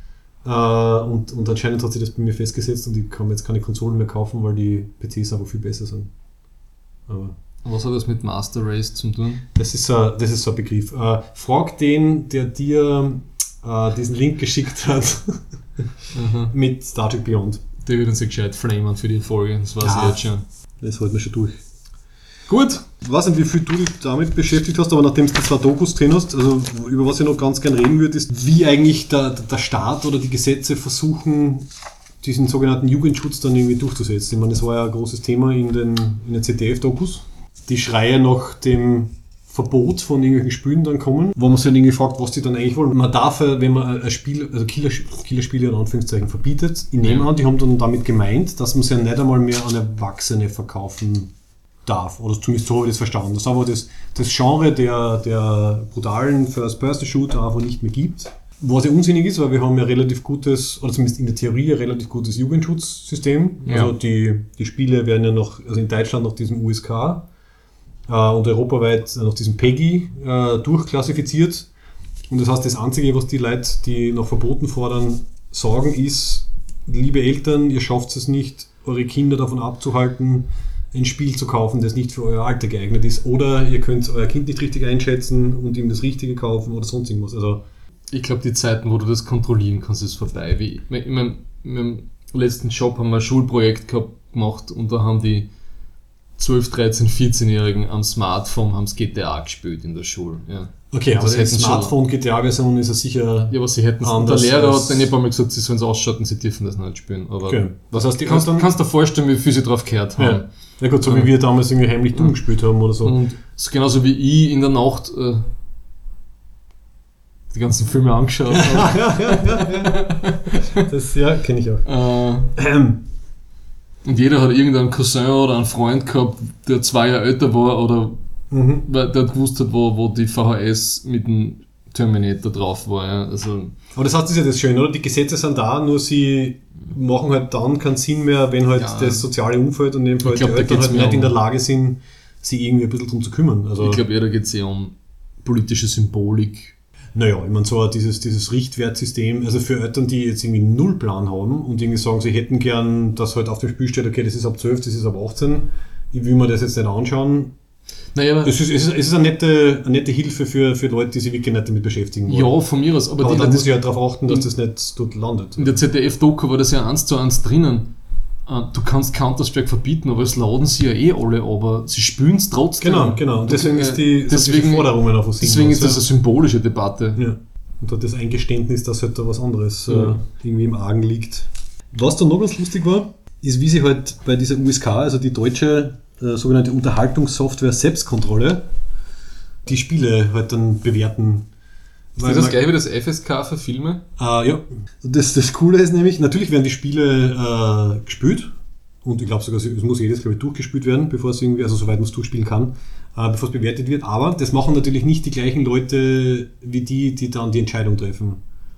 Speaker 1: Und anscheinend hat sich das bei mir festgesetzt und ich kann mir jetzt keine Konsolen mehr kaufen, weil die PCs einfach viel besser sind. Aber
Speaker 2: Was hat das mit Master Race zu tun?
Speaker 1: das ist so ein Begriff. Frag den, der dir diesen Link geschickt hat mit Star Trek Beyond.
Speaker 2: Der wird uns ja gescheit flamen für die Folge, das weiß
Speaker 1: Ja.
Speaker 2: ich jetzt schon.
Speaker 1: Das halten wir schon durch.
Speaker 2: Gut,
Speaker 1: Ich weiß nicht, wie viel du dich damit beschäftigt hast, aber nachdem du die 2 Dokus drin hast, also über was ich noch ganz gern reden würde, ist, wie eigentlich der Staat oder die Gesetze versuchen, diesen sogenannten Jugendschutz dann irgendwie durchzusetzen. Ich meine, das war ja ein großes Thema in den ZDF-Dokus. Die Schreie nach dem Verbot von irgendwelchen Spielen dann kommen, wo man sich dann irgendwie fragt, was die dann eigentlich wollen. Man darf, wenn man ein Spiel, also Killerspiele in Anführungszeichen verbietet, ich nehme an, die haben dann damit gemeint, dass man sie ja nicht einmal mehr an Erwachsene verkaufen darf. Oder zumindest so habe ich das verstanden. Dass aber das Genre der brutalen First-Person-Shooter einfach nicht mehr gibt. Was ja unsinnig ist, weil wir haben ja relativ gutes, oder zumindest in der Theorie ein relativ gutes Jugendschutzsystem.
Speaker 2: Ja.
Speaker 1: Also die Spiele werden ja noch, also in Deutschland nach diesem USK und europaweit nach diesem PEGI durchklassifiziert. Und das heißt, das Einzige, was die Leute, die noch verboten fordern, sagen, ist, liebe Eltern, ihr schafft es nicht, eure Kinder davon abzuhalten, ein Spiel zu kaufen, das nicht für euer Alter geeignet ist. Oder ihr könnt euer Kind nicht richtig einschätzen und ihm das Richtige kaufen oder sonst irgendwas. Also,
Speaker 2: ich glaube, die Zeiten, wo du das kontrollieren kannst, ist vorbei. In meinem letzten Job haben wir ein Schulprojekt gemacht und da haben die 12-, 13-, 14-Jährigen am Smartphone haben's GTA gespielt in der Schule. Ja.
Speaker 1: okay, aber
Speaker 2: Das
Speaker 1: die
Speaker 2: hätten
Speaker 1: Smartphone-GTA-Version ist ja sicher...
Speaker 2: Ja, aber sie hätten der
Speaker 1: Anders
Speaker 2: Lehrer
Speaker 1: als-
Speaker 2: hat dann ein paar Mal gesagt, sie sollen es ausschalten, sie dürfen das nicht spielen. Aber
Speaker 1: Okay. Was heißt, die
Speaker 2: kannst dir vorstellen, wie viel sie drauf gehört haben.
Speaker 1: ja. Ja gut, so wie wir damals irgendwie heimlich dumm gespielt haben oder so.
Speaker 2: Und es ist genauso wie ich in der Nacht die ganzen Filme angeschaut habe.
Speaker 1: Das ja, kenne ich auch.
Speaker 2: Und jeder hat irgendeinen Cousin oder einen Freund gehabt, der 2 Jahre älter war oder weil der gewusst hat, wo die VHS mit dem Terminator drauf war. Ja. Also,
Speaker 1: Aber das heißt, das ist ja das Schöne, oder? Die Gesetze sind da, nur sie machen halt dann keinen Sinn mehr, wenn halt
Speaker 2: Ja.
Speaker 1: das soziale Umfeld und in dem Fall
Speaker 2: Ich glaub,
Speaker 1: die
Speaker 2: da
Speaker 1: Eltern
Speaker 2: geht's
Speaker 1: halt
Speaker 2: mehr
Speaker 1: nicht in der
Speaker 2: um-
Speaker 1: Lage sind, sich irgendwie ein bisschen drum zu kümmern. Also,
Speaker 2: ich glaube, da geht es um politische Symbolik.
Speaker 1: naja, ich meine, so dieses Richtwertsystem, also für Eltern, die jetzt irgendwie null Plan haben und irgendwie sagen, sie hätten gern, dass halt auf dem Spiel steht, okay, das ist ab 12, das ist ab 18, ich will mir das jetzt nicht anschauen.
Speaker 2: Naja, aber
Speaker 1: Es ist eine nette Hilfe für Leute, die sich wirklich nicht damit beschäftigen wollen.
Speaker 2: ja, von mir aus. Aber
Speaker 1: Aber
Speaker 2: die,
Speaker 1: da
Speaker 2: das,
Speaker 1: muss ich halt darauf achten, dass das nicht dort landet.
Speaker 2: in der ZDF-Doku war das ja 1:1 drinnen. Du kannst Counter-Strike verbieten, aber es laden sie ja eh alle, aber sie spülen es trotzdem.
Speaker 1: Genau. Und deswegen ist diese
Speaker 2: deswegen,
Speaker 1: Forderungen auf
Speaker 2: deswegen ist das eine symbolische Debatte.
Speaker 1: Ja. Und hat das Eingeständnis, dass halt da was anderes irgendwie im Argen liegt. Was dann noch ganz lustig war, ist, wie sie halt bei dieser USK, also die deutsche sogenannte Unterhaltungssoftware Selbstkontrolle, die Spiele halt dann bewerten.
Speaker 2: Ist das gleich wie das FSK für Filme?
Speaker 1: Ja, das Coole ist nämlich, natürlich werden die Spiele gespielt und ich glaube sogar, es muss jedes, glaube ich, durchgespielt werden, bevor es irgendwie, also soweit man es durchspielen kann, bevor es bewertet wird, aber das machen natürlich nicht die gleichen Leute wie die dann die Entscheidung treffen.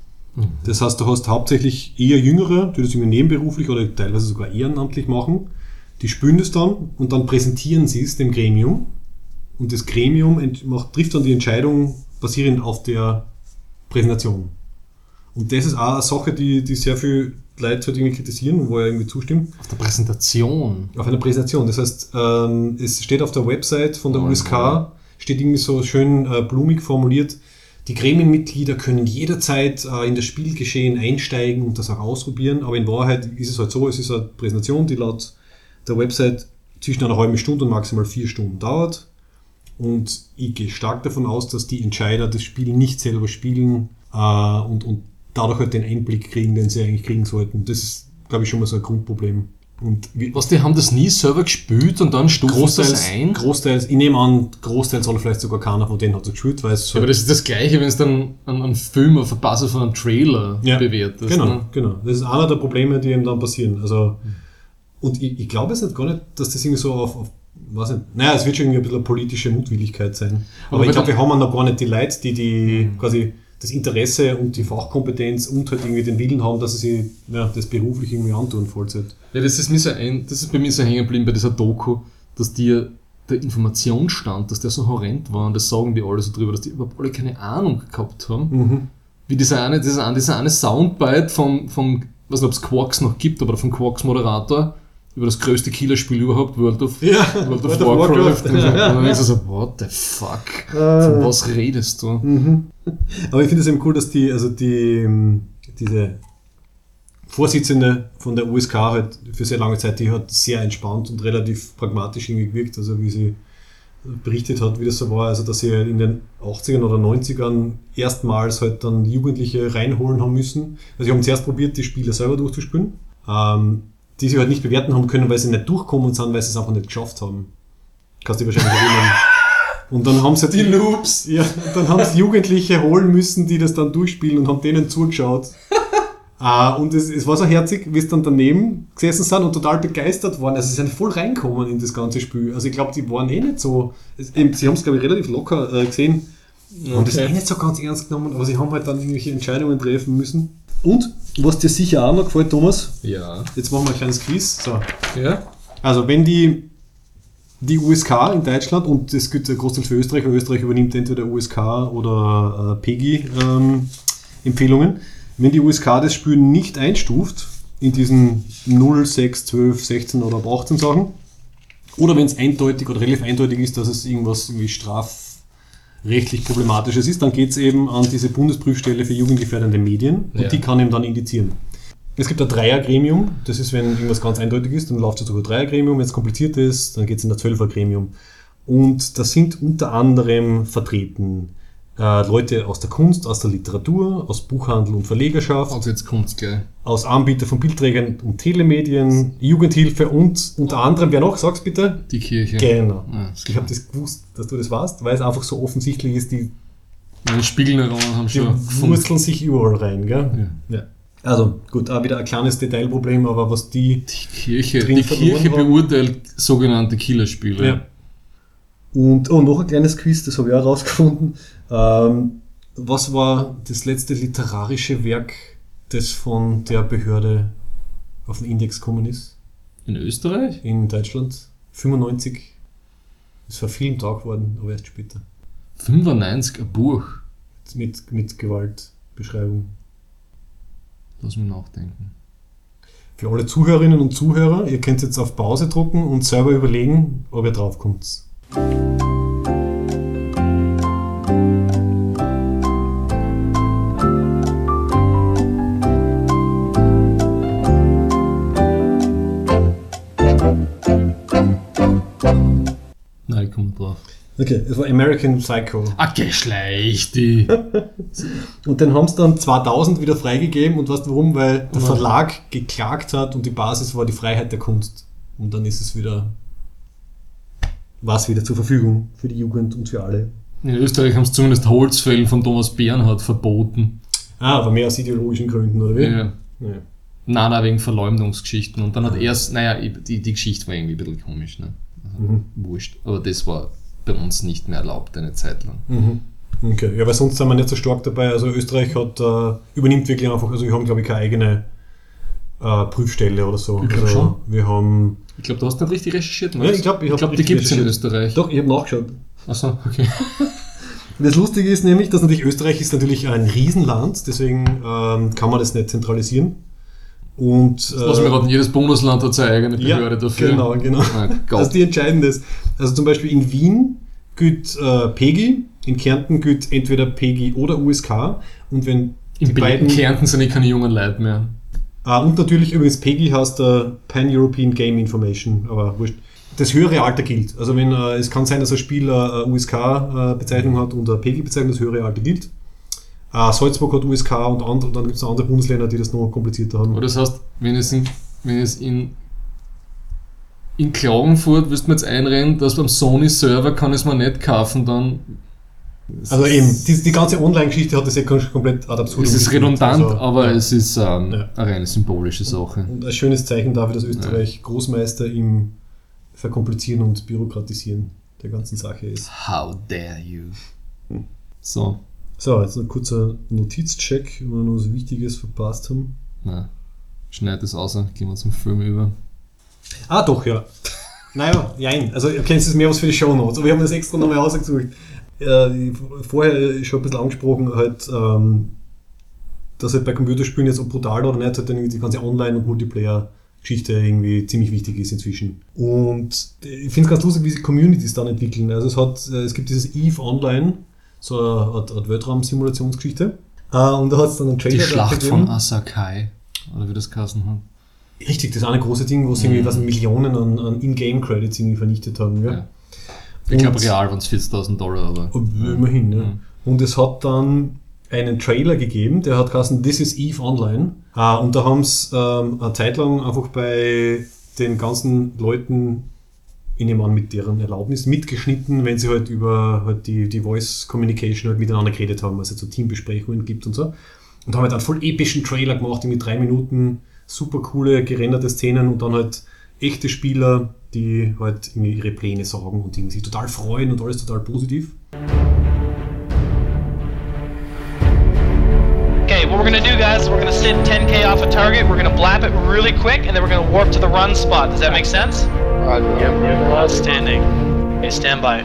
Speaker 1: Das heißt, du hast hauptsächlich eher Jüngere, die das irgendwie nebenberuflich oder teilweise sogar ehrenamtlich machen, die spielen das dann und dann präsentieren sie es dem Gremium und das Gremium trifft dann die Entscheidung basierend auf der Präsentation. Und das ist auch eine Sache, die sehr viel Leute halt irgendwie kritisieren und wo er irgendwie zustimmt.
Speaker 2: Auf der Präsentation.
Speaker 1: Auf einer Präsentation. Das heißt, es steht auf der Website von der USK, steht irgendwie so schön blumig formuliert, die Gremienmitglieder können jederzeit in das Spielgeschehen einsteigen und das auch ausprobieren, aber in Wahrheit ist es halt so, es ist eine Präsentation, die laut der Website zwischen einer halben Stunde und maximal 4 Stunden dauert. Und ich gehe stark davon aus, dass die Entscheider das Spiel nicht selber spielen und dadurch halt den Einblick kriegen, den sie eigentlich kriegen sollten. Das ist, glaube ich, schon mal so ein Grundproblem. Und
Speaker 2: die haben das nie selber gespielt und dann stufen sie das ein?
Speaker 1: Großteils, ich nehme an, großteils oder vielleicht sogar keiner von denen hat so gespielt, weil es
Speaker 2: aber das ist das Gleiche, wenn es dann einen Film auf der Basis von einem Trailer bewertet.
Speaker 1: Genau. Das ist einer der Probleme, die eben dann passieren. Also, und ich glaube es nicht gar nicht, dass das irgendwie so auf weiß nicht, naja, es wird schon irgendwie ein bisschen eine politische Mutwilligkeit sein. Aber ich glaube, wir haben noch gar nicht die Leute, die quasi das Interesse und die Fachkompetenz und halt irgendwie den Willen haben, dass sie sich das beruflich irgendwie antun, Vollzeit.
Speaker 2: Ja, das ist bei mir so hängen geblieben bei dieser Doku, dass der Informationsstand, dass der so horrend war, und das sagen die alle so drüber, dass die überhaupt alle keine Ahnung gehabt haben. Wie dieser eine Soundbite vom weiß nicht, ob es Quarks noch gibt, aber vom Quarks Moderator über das größte Killerspiel überhaupt, World of Warcraft. Und dann denkst du so, what the fuck? Von was redest du?
Speaker 1: Aber ich finde es eben cool, dass diese Vorsitzende von der USK halt für sehr lange Zeit, die hat sehr entspannt und relativ pragmatisch irgendwie gewirkt, also wie sie berichtet hat, wie das so war, also dass sie in den 80ern oder 90ern erstmals halt dann Jugendliche reinholen haben müssen. Also sie haben zuerst probiert, die Spiele selber durchzuspielen, die sie halt nicht bewerten haben können, weil sie nicht durchkommen sind, weil sie es einfach nicht geschafft haben. Kannst du dir wahrscheinlich erinnern. Und dann haben sie
Speaker 2: die Noobs.
Speaker 1: Ja, dann haben sie Jugendliche holen müssen, die das dann durchspielen und haben denen zugeschaut. Und es war so herzig, wie es dann daneben gesessen sind und total begeistert waren. Also sie sind voll reinkommen in das ganze Spiel. Also ich glaube, die waren nicht so... Sie haben es, glaube ich, relativ locker gesehen. Okay. Und das nicht so ganz ernst genommen, aber sie haben halt dann irgendwelche Entscheidungen treffen müssen. Und, was dir sicher auch noch gefällt, Thomas, jetzt machen wir ein kleines Quiz. So.
Speaker 2: Ja.
Speaker 1: Also wenn die USK in Deutschland, und das gilt großteils für Österreich, weil Österreich übernimmt entweder USK oder PEGI Empfehlungen, wenn die USK das Spiel nicht einstuft, in diesen 0, 6, 12, 16 oder ab 18 Sachen, oder wenn es eindeutig oder relativ eindeutig ist, dass es irgendwas irgendwie strafrechtlich Problematisches ist, dann geht es eben an diese Bundesprüfstelle für jugendgefährdende Medien und die kann eben dann indizieren. Es gibt ein Dreiergremium, das ist, wenn irgendwas ganz eindeutig ist, dann läuft es über ein Dreiergremium, wenn es kompliziert ist, dann geht es in ein 12er-Gremium. Und da sind unter anderem vertreten Leute aus der Kunst, aus der Literatur, aus Buchhandel und Verlegerschaft,
Speaker 2: also jetzt kommt's gleich,
Speaker 1: aus Anbieter von Bildträgern und Telemedien, Jugendhilfe und unter anderem, wer noch, sag's bitte?
Speaker 2: Die Kirche.
Speaker 1: Genau. Ja, ich habe das gewusst, dass du das weißt, weil es einfach so offensichtlich ist, die
Speaker 2: Spiegelneuronen haben schon
Speaker 1: wurzeln sich überall rein, gell? Ja. Also gut, auch wieder ein kleines Detailproblem, aber was die
Speaker 2: Kirche beurteilt sogenannte Killerspiele.
Speaker 1: Ja. Und noch ein kleines Quiz, das habe ich auch rausgefunden. Was war das letzte literarische Werk, das von der Behörde auf den Index gekommen ist?
Speaker 2: In Österreich?
Speaker 1: In Deutschland. 95. Ist verfilmt auch geworden, aber erst später.
Speaker 2: 95, ein Buch?
Speaker 1: Mit Gewaltbeschreibung.
Speaker 2: Lass mich nachdenken.
Speaker 1: Für alle Zuhörerinnen und Zuhörer, ihr könnt jetzt auf Pause drücken und selber überlegen, ob ihr drauf kommt.
Speaker 2: Nein, ich komme drauf.
Speaker 1: Okay, es war American Psycho.
Speaker 2: Geschlecht.
Speaker 1: Und den haben sie dann 2000 wieder freigegeben und weißt du warum? Weil der Verlag geklagt hat und die Basis war die Freiheit der Kunst. Und dann ist es wieder zur Verfügung für die Jugend und für alle.
Speaker 2: In Österreich haben sie zumindest Holzfällen von Thomas Bernhard verboten.
Speaker 1: Aber mehr aus ideologischen Gründen, oder wie?
Speaker 2: Ja. Nein, wegen Verleumdungsgeschichten. Und dann hat erst, die Geschichte war irgendwie ein bisschen komisch, ne? Also, wurscht. Aber das war bei uns nicht mehr erlaubt eine Zeit lang.
Speaker 1: Okay, ja, weil sonst sind wir nicht so stark dabei. Also Österreich übernimmt wirklich einfach, also wir haben glaube ich keine eigene Prüfstelle oder so.
Speaker 2: Ich glaube
Speaker 1: also,
Speaker 2: schon.
Speaker 1: Wir haben...
Speaker 2: Ich glaube, du hast nicht richtig recherchiert.
Speaker 1: Ja, ich glaube,
Speaker 2: die gibt es in Österreich.
Speaker 1: Doch, ich habe nachgeschaut.
Speaker 2: Achso, okay.
Speaker 1: Das Lustige ist nämlich, dass natürlich Österreich ist natürlich ein Riesenland, deswegen kann man das nicht zentralisieren. Und,
Speaker 2: was mir gerade, jedes Bundesland hat seine eigene Behörde dafür.
Speaker 1: Genau. Also die entscheiden das. Also zum Beispiel in Wien gilt PEGI, in Kärnten gilt entweder PEGI oder USK. Und wenn
Speaker 2: in Kärnten sind keine jungen Leute mehr.
Speaker 1: Und natürlich übrigens PEGI heißt Pan-European Game Information, aber wurscht. das höhere Alter gilt. Also wenn es kann sein, dass ein Spiel eine USK-Bezeichnung hat und eine PEGI-Bezeichnung, das höhere Alter gilt. Salzburg hat USK und dann gibt es andere Bundesländer, die das noch komplizierter haben.
Speaker 2: Aber das heißt, wenn es in Klagenfurt, wirst du mir jetzt einrennen, dass beim Sony-Server kann ich es mir nicht kaufen, dann...
Speaker 1: Also eben, die ganze Online-Geschichte hat das ja komplett ad absurdum.
Speaker 2: Es ist redundant,
Speaker 1: also,
Speaker 2: aber es ist eine reine symbolische Sache.
Speaker 1: Und ein schönes Zeichen dafür, dass Österreich Großmeister im Verkomplizieren und Bürokratisieren der ganzen Sache ist.
Speaker 2: How dare you. So,
Speaker 1: jetzt noch ein kurzer Notizcheck, wenn wir noch was Wichtiges verpasst haben.
Speaker 2: na, schneid das aus, gehen wir zum Film über.
Speaker 1: Doch, ja. Naja, jein. Also, okay, es ist mehr was für die Shownotes, aber wir haben das extra nochmal ausgesucht. Vorher schon ein bisschen angesprochen, halt, dass halt bei Computerspielen jetzt ob brutal oder nicht, halt dann die ganze Online- und Multiplayer-Geschichte irgendwie ziemlich wichtig ist inzwischen. Und ich finde es ganz lustig, wie sich Communities dann entwickeln. Also es gibt dieses EVE Online, so eine Weltraum-Simulationsgeschichte. Und da hat es dann einen Trailer
Speaker 2: Die Schlacht
Speaker 1: gegeben.
Speaker 2: von Asakai, oder wie das geheißen hat.
Speaker 1: Richtig, das ist auch ein großes Ding, wo sie irgendwie Millionen an In-Game-Credits irgendwie vernichtet haben. Ja.
Speaker 2: Ich glaube, real waren es $40.000, aber...
Speaker 1: Immerhin, ja. Und es hat dann einen Trailer gegeben, der hat geheißen This is EVE Online. Und da haben sie eine Zeit lang einfach bei den ganzen Leuten, ich nehme an, mit deren Erlaubnis, mitgeschnitten, wenn sie halt über halt die Voice Communication halt miteinander geredet haben, also so Teambesprechungen gibt und so. Und haben halt einen voll epischen Trailer gemacht, mit 3 Minuten, super coole, gerenderte Szenen und dann halt echte Spieler, die halt irgendwie ihre Pläne sagen und sich total freuen und alles total positiv.
Speaker 7: Okay, what we're gonna do, guys, we're gonna sit 10K off a target, we're gonna blap it really quick, and then we're gonna warp to the run spot. Does that make sense? Outstanding. Okay, stand by.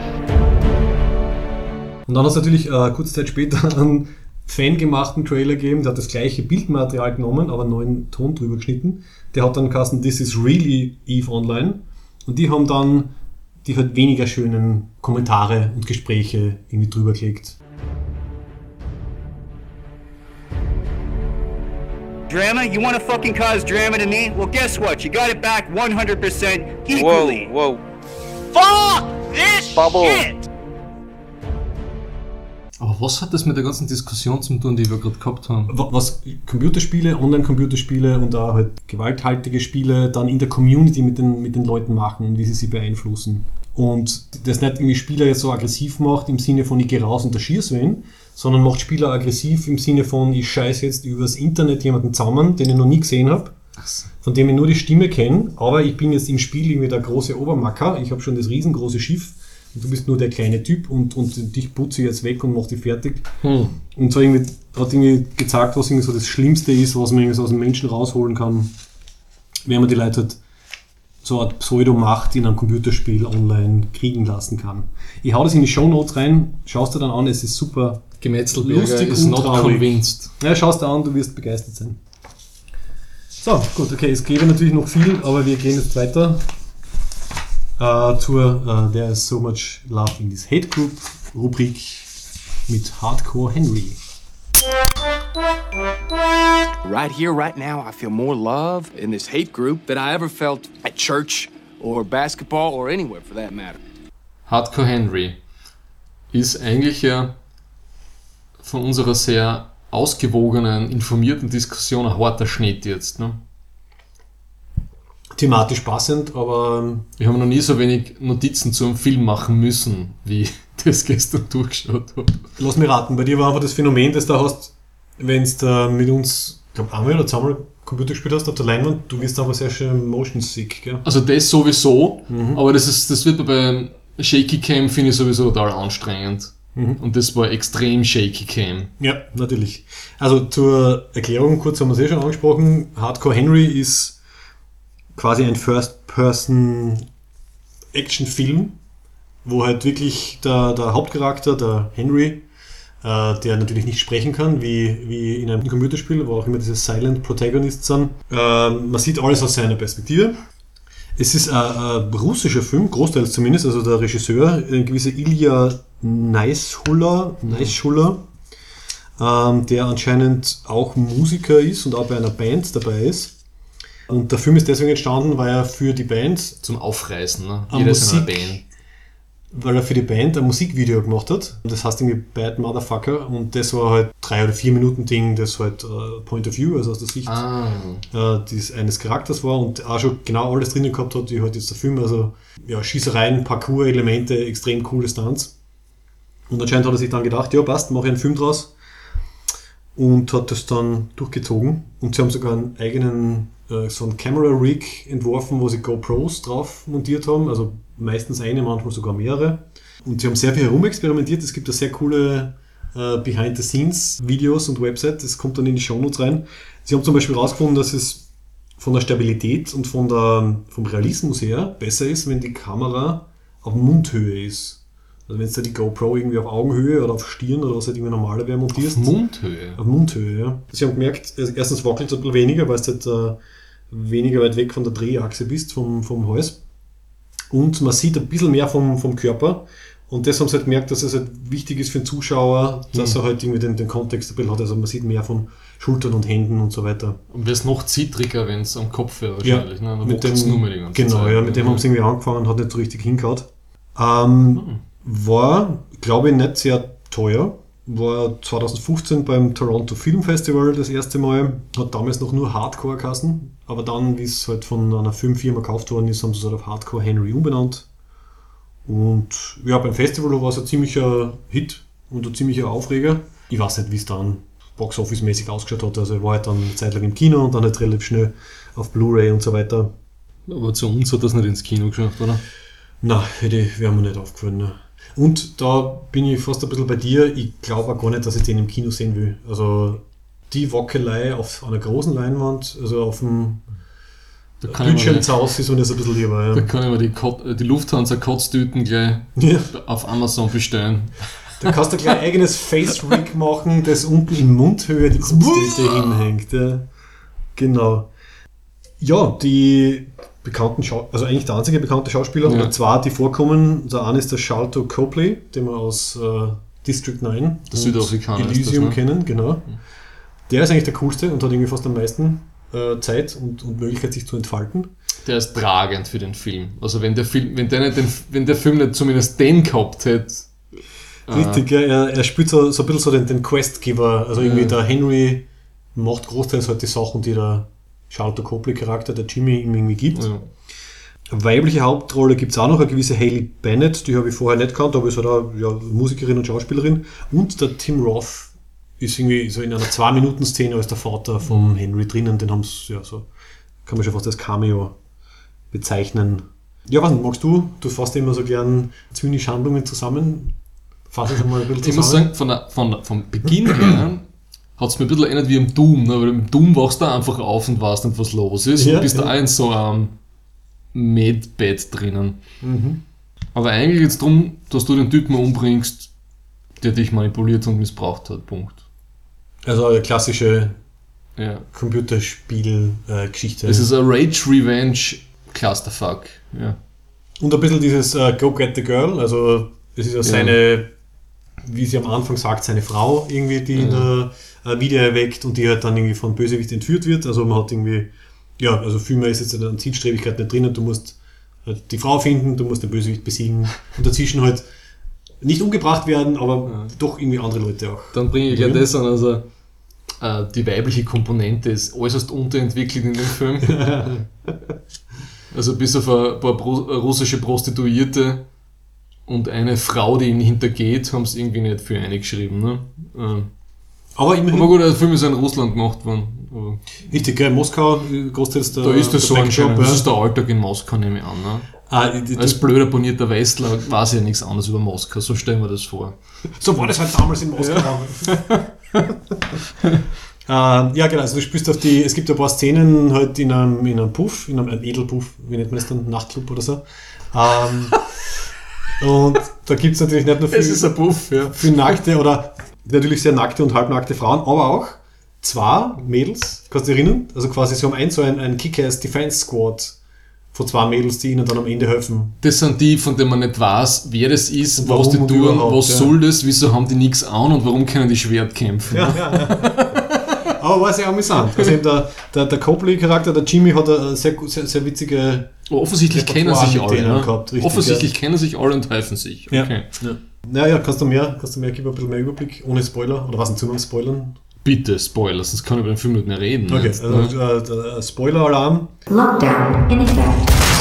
Speaker 1: Und dann hat es natürlich kurze Zeit später einen fangemachten Trailer gegeben, der hat das gleiche Bildmaterial genommen, aber einen neuen Ton drüber geschnitten. Der hat dann geheißen This is really EVE Online. Und die haben dann die halt weniger schönen Kommentare und Gespräche irgendwie drüber gelegt.
Speaker 8: Drama? You wanna fucking cause drama to me? Well, guess what? You got it back 100% equally.
Speaker 9: Whoa.
Speaker 7: Fuck this shit!
Speaker 2: Aber was hat das mit der ganzen Diskussion zu tun, die wir gerade gehabt haben?
Speaker 1: Was Computerspiele, Online-Computerspiele und auch halt gewalthaltige Spiele dann in der Community mit den Leuten machen und wie sie beeinflussen. Und das nicht irgendwie Spieler jetzt so aggressiv macht im Sinne von ich gehe raus und da schieß wen, sondern macht Spieler aggressiv im Sinne von ich scheiße jetzt übers Internet jemanden zusammen, den ich noch nie gesehen habe, von dem ich nur die Stimme kenne, aber ich bin jetzt im Spiel irgendwie der große Obermacker, ich habe schon das riesengroße Schiff, und du bist nur der kleine Typ und dich putze ich jetzt weg und mach dich fertig. Und so irgendwie hat irgendwie gezeigt, was irgendwie so das Schlimmste ist, was man irgendwie so aus dem Menschen rausholen kann, wenn man die Leute halt so eine Pseudo-Macht in einem Computerspiel online kriegen lassen kann. Ich hau das in die Shownotes rein, schaust dir dann an, es ist super
Speaker 2: Gemetzelberger
Speaker 1: lustig
Speaker 2: ist
Speaker 1: und
Speaker 2: not
Speaker 1: traurig.
Speaker 2: convinced.
Speaker 1: Ja, schaust dir an, du wirst begeistert sein. So, gut, okay, es gäbe natürlich noch viel, aber wir gehen jetzt weiter. Zur There is so much love in this hate group Rubrik mit Hardcore Henry.
Speaker 9: Right here, right now, I feel more love in this hate group than I ever felt at church or basketball or anywhere for that matter.
Speaker 2: Hardcore Henry ist eigentlich ja von unserer sehr ausgewogenen, informierten Diskussion ein harter Schnitt jetzt, ne?
Speaker 1: Thematisch passend, aber
Speaker 2: Ich habe noch nie so wenig Notizen zu einem Film machen müssen, wie ich das gestern durchgeschaut habe.
Speaker 1: lass mich raten, bei dir war einfach das Phänomen, das du hast, wenn du mit uns, ich glaube einmal oder zweimal Computer gespielt hast auf der Leinwand, du wirst aber sehr schön motion sick, gell?
Speaker 2: Also das sowieso, aber das wird bei Shaky Cam, finde ich sowieso total anstrengend. Und das war extrem Shaky Cam.
Speaker 1: Ja, natürlich. Also zur Erklärung, kurz haben wir es schon angesprochen, Hardcore Henry ist quasi ein First-Person-Action-Film, wo halt wirklich der Hauptcharakter, der Henry, der natürlich nicht sprechen kann, wie in einem Computerspiel, wo auch immer diese Silent Protagonists sind. Man sieht alles aus seiner Perspektive. Es ist ein russischer Film, großteils zumindest, also der Regisseur, ein gewisser Ilya Naishuller, der anscheinend auch Musiker ist und auch bei einer Band dabei ist. Und der Film ist deswegen entstanden, weil er für die Band
Speaker 2: Zum Aufreißen, ne?
Speaker 1: Eine
Speaker 2: Jeder ist in einer
Speaker 1: Musik-
Speaker 2: Band.
Speaker 1: weil er für die Band ein Musikvideo gemacht hat. Das heißt irgendwie Bad Motherfucker und das war halt 3 oder 4 Minuten Ding, das halt Point of View, also aus der Sicht eines Charakters war und auch schon genau alles drinnen gehabt hat, wie halt jetzt der Film, also ja, Schießereien, Parkour-Elemente, extrem coole Stunts. Und anscheinend hat er sich dann gedacht, ja passt, mache ich einen Film draus und hat das dann durchgezogen und sie haben sogar einen eigenen so einen Camera-Rig entworfen, wo sie GoPros drauf montiert haben, also meistens eine, manchmal sogar mehrere. Und sie haben sehr viel herumexperimentiert. Es gibt da sehr coole Behind-the-Scenes-Videos und Websites. Das kommt dann in die Shownotes rein. Sie haben zum Beispiel herausgefunden, dass es von der Stabilität und vom Realismus her besser ist, wenn die Kamera auf Mundhöhe ist. Also wenn du da die GoPro irgendwie auf Augenhöhe oder auf Stirn oder was halt irgendwie normaler wäre montierst.
Speaker 2: Auf Mundhöhe?
Speaker 1: Auf Mundhöhe, ja. Sie haben gemerkt, erstens wackelt es ein bisschen weniger, weil du halt weniger weit weg von der Drehachse bist, vom Hals. Und man sieht ein bisschen mehr vom Körper. Und das haben sie halt gemerkt, dass es halt wichtig ist für den Zuschauer, dass er halt irgendwie den Kontext ein bisschen hat. Also man sieht mehr von Schultern und Händen und so weiter.
Speaker 2: Und wäre es noch zittriger, wenn es am Kopf wäre wahrscheinlich.
Speaker 1: Ja,
Speaker 2: Ne?
Speaker 1: mit dem,
Speaker 2: nur mehr die ganze
Speaker 1: genau,
Speaker 2: Zeit.
Speaker 1: ja, mit dem haben sie irgendwie angefangen, hat nicht so richtig hingehauen. War, glaube ich, nicht sehr teuer. War 2015 beim Toronto Film Festival das erste Mal. Hat damals noch nur Hardcore geheißen. Aber dann, wie es halt von einer Filmfirma gekauft worden ist, haben sie es halt auf Hardcore Henry umbenannt. Und ja, beim Festival war es ein ziemlicher Hit und ein ziemlicher Aufreger. Ich weiß nicht, wie es dann Box-Office-mäßig ausgeschaut hat. Also er war halt dann eine Zeit lang im Kino und dann halt relativ schnell auf Blu-ray und so weiter.
Speaker 2: Aber zu uns hat das nicht ins Kino geschafft, oder?
Speaker 1: Nein, wäre mir nicht aufgefallen. Ne. Und da bin ich fast ein bisschen bei dir. Ich glaube auch gar nicht, dass ich den im Kino sehen will. Also die Wackelei auf einer großen Leinwand, also auf dem Bildschirmzaus ist mir das ein bisschen lieber. Ja.
Speaker 2: Da kann ich mir die Lufthansa-Kotztüten gleich auf Amazon bestellen.
Speaker 1: Da kannst du gleich eigenes Face-Rig machen, das unten in Mundhöhe die Kotztüte hinhängt. Ja. Genau. Ja, die bekannten also eigentlich der einzige bekannte Schauspieler, oder zwei, die vorkommen. Der eine ist der Sharlto Copley, den wir aus District 9
Speaker 2: der Südafrikaner
Speaker 1: Elysium
Speaker 2: ist das, ne?
Speaker 1: kennen, genau. Der ist eigentlich der coolste und hat irgendwie fast am meisten Zeit und Möglichkeit, sich zu entfalten.
Speaker 2: Der ist tragend für den Film. Also wenn der Film nicht zumindest den gehabt hätte.
Speaker 1: Richtig, ja, er spielt so ein bisschen so den Questgiver. Also irgendwie der Henry macht großteils halt die Sachen, die der Sharlto Copley-Charakter, der Jimmy, ihm irgendwie gibt.
Speaker 2: Ja.
Speaker 1: Eine weibliche Hauptrolle gibt es auch noch, eine gewisse Hayley Bennett, die habe ich vorher nicht gekannt, aber ist halt auch Musikerin und Schauspielerin. Und der Tim Roth ist irgendwie so in einer 2-Minuten-Szene als der Vater vom Henry drinnen, den haben sie, ja, so kann man schon fast als Cameo bezeichnen. Ja, was magst du? Du fasst immer so gern zynische Handlungen zusammen. Fass es einmal ein bisschen zusammen.
Speaker 2: Ich muss sagen, vom Beginn her hat es mir ein bisschen erinnert wie im Doom, ne? Weil im Doom wachst du einfach auf und weißt nicht, was los ist und bist da in so einem Medbett drinnen. Aber eigentlich geht es darum, dass du den Typen umbringst, der dich manipuliert und missbraucht hat. Punkt.
Speaker 1: Also eine klassische Computerspiel-Geschichte.
Speaker 2: Es ist ein Rage-Revenge-Clusterfuck. Ja.
Speaker 1: Und ein bisschen dieses Go Get the Girl, also es ist ja seine, wie sie am Anfang sagt, seine Frau irgendwie, die in der Video erweckt und die halt dann irgendwie von Bösewicht entführt wird. Also man hat irgendwie, also viel mehr ist jetzt an Zielstrebigkeit nicht drin. Du musst halt die Frau finden, du musst den Bösewicht besiegen und dazwischen halt nicht umgebracht werden, aber doch irgendwie andere Leute auch.
Speaker 2: Dann bringe ich gleich das an, also die weibliche Komponente ist äußerst unterentwickelt in dem Film. Also bis auf ein paar russische Prostituierte und eine Frau, die ihn hintergeht, haben es irgendwie nicht für eingeschrieben. Ne?
Speaker 1: Aber immerhin.
Speaker 2: Aber gut, der Film ist in Russland gemacht worden.
Speaker 1: Richtig, in Moskau, großteils der.
Speaker 2: Da ist das so anscheinend.
Speaker 1: Job,
Speaker 2: das ist der Alltag in Moskau, nehme ich an. Ne? Als blöder bonierter Westler weiß ich ja nichts anderes über Moskau, so stellen wir das vor.
Speaker 1: So war das halt damals in Moskau. Ja, genau, also du spielst es gibt ein paar Szenen halt in einem Puff, in einem Edelpuff, wie nennt man das dann, Nachtclub oder so. Und da gibt es natürlich nicht nur für nackte oder natürlich sehr nackte und halbnackte Frauen, aber auch zwei Mädels, kannst du dich erinnern? Also quasi sie haben so ein Kick-Ass Defense Squad von zwei Mädels, die ihnen dann am Ende helfen.
Speaker 2: Das sind die, von denen man nicht weiß, wer das ist,
Speaker 1: und
Speaker 2: was die tun, was soll das, wieso haben die nichts an und warum können die Schwert kämpfen.
Speaker 1: Ja. Aber war sehr amüsant. Also eben der Copley-Charakter, der Jimmy, hat eine sehr witzige...
Speaker 2: Offensichtlich kennen sich alle. Ne?
Speaker 1: Gehabt, richtig,
Speaker 2: Offensichtlich kennen sich alle und helfen sich. Okay.
Speaker 1: Ja, kannst du mehr, gib ein bisschen mehr Überblick, ohne Spoiler, oder was denn zu noch spoilern?
Speaker 2: Bitte, Spoiler, sonst kann ich über den Film nicht mehr reden.
Speaker 1: Okay, also Spoiler-Alarm.
Speaker 3: Lockdown in effect.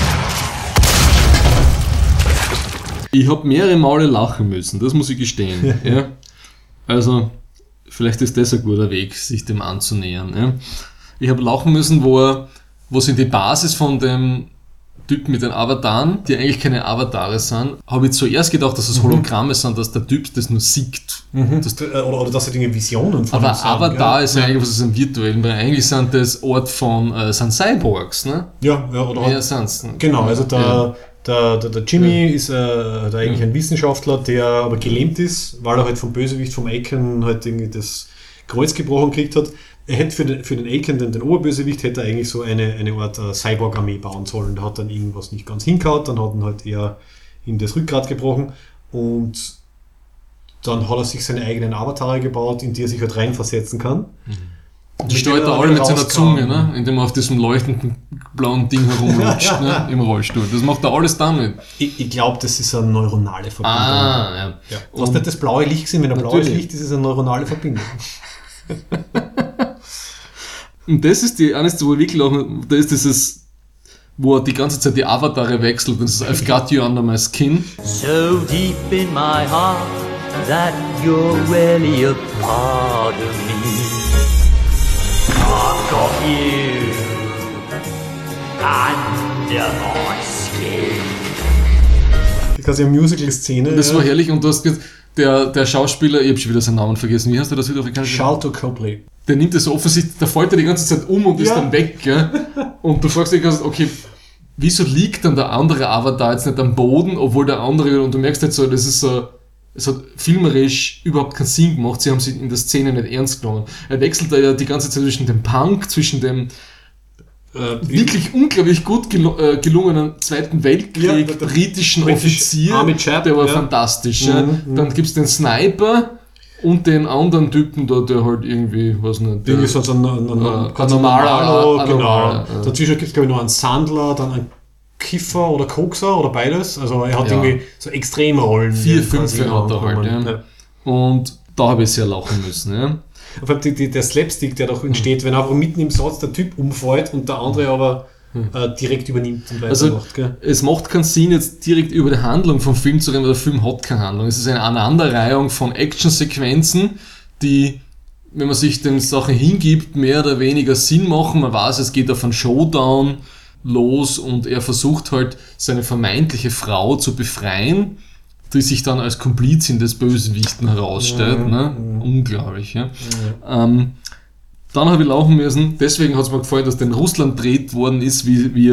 Speaker 2: Ich habe mehrere Male lachen müssen, das muss ich gestehen. Ja. Also, vielleicht ist das ein guter Weg, sich dem anzunähern. Ja. Ich habe lachen müssen, wo sie in die Basis von dem Typ mit den Avataren, die eigentlich keine Avatare sind, habe ich zuerst gedacht, dass es Hologramme sind, dass der Typ das nur sieht.
Speaker 1: Oder dass er Dinge Visionen von
Speaker 2: aber
Speaker 1: ihm sagen,
Speaker 2: Avatar ist ja eigentlich, was ist im virtuellen, weil eigentlich sind das Ort von sind Cyborgs, ne?
Speaker 1: Ja, oder
Speaker 2: ja, sind's.
Speaker 1: Genau, also der Jimmy ist eigentlich ein Wissenschaftler, der aber gelähmt ist, weil er halt vom Bösewicht, vom Aiken halt irgendwie das Kreuz gebrochen gekriegt hat. Er hätte für den Aiken, den Oberbösewicht, hätte er eigentlich so eine Art Cyborg-Armee bauen sollen. Da hat dann irgendwas nicht ganz hingehauen, dann hat er halt eher ihm das Rückgrat gebrochen und dann hat er sich seine eigenen Avatare gebaut, in die er sich halt reinversetzen kann.
Speaker 2: Die steuert er alle mit seiner Zunge, ne? Indem er auf diesem leuchtenden blauen Ding herumrutscht, ne? Im Rollstuhl. Das macht er alles damit.
Speaker 1: Ich glaube, das ist eine neuronale Verbindung.
Speaker 2: Ja.
Speaker 1: Du hast nicht das blaue Licht gesehen, wenn ein blaues Licht ist, ist es eine neuronale Verbindung.
Speaker 2: Und das ist eines wo wirklich auch, da ist dieses, wo er die ganze Zeit die Avatare wechselt, und das ist I've got you under my skin.
Speaker 6: So deep in my heart that you're really a part of me. I've got you under my skin.
Speaker 1: Die quasi eine Musical-Szene.
Speaker 2: Das war herrlich, und du hast der Schauspieler, ich habe schon wieder seinen Namen vergessen, wie heißt der das südafrikanische?
Speaker 1: Sharlto Copley.
Speaker 2: Der nimmt das offensichtlich, der fällt die ganze Zeit und ist dann weg, gell? Und du fragst dich, okay, wieso liegt dann der andere Avatar jetzt nicht am Boden, obwohl der andere, und du merkst jetzt so, das ist so, es hat filmerisch überhaupt keinen Sinn gemacht, sie haben sich in der Szene nicht ernst genommen. Er wechselt da ja die ganze Zeit zwischen dem Punk, zwischen dem wirklich unglaublich gut gelungenen Zweiten Weltkrieg, britischen Offizier, der war fantastisch. Dann gibt's den Sniper und den anderen Typen da, der halt irgendwie, was nicht,
Speaker 1: der ist halt ein normaler, dazwischen gibt es glaube ich noch einen Sandler, dann einen Kiffer oder Kokser oder beides, also er hat irgendwie so extreme Rollen.
Speaker 2: 4, 5 hat er halt, ja. Und da habe ich sehr lachen müssen, ja.
Speaker 1: Der Slapstick, der doch entsteht, wenn einfach mitten im Satz der Typ umfällt und der andere aber direkt übernimmt und weitermacht.
Speaker 2: Also, es macht keinen Sinn, jetzt direkt über die Handlung vom Film zu reden, weil der Film hat keine Handlung. Es ist eine Aneinanderreihung von Actionsequenzen, die, wenn man sich den Sachen hingibt, mehr oder weniger Sinn machen. Man weiß, es geht auf einen Showdown los und er versucht halt, seine vermeintliche Frau zu befreien, die sich dann als Komplizin des Bösewichten herausstellt. Ne? Unglaublich. Ja? Dann habe ich lachen müssen, deswegen hat es mir gefallen, dass der in Russland gedreht worden ist, wie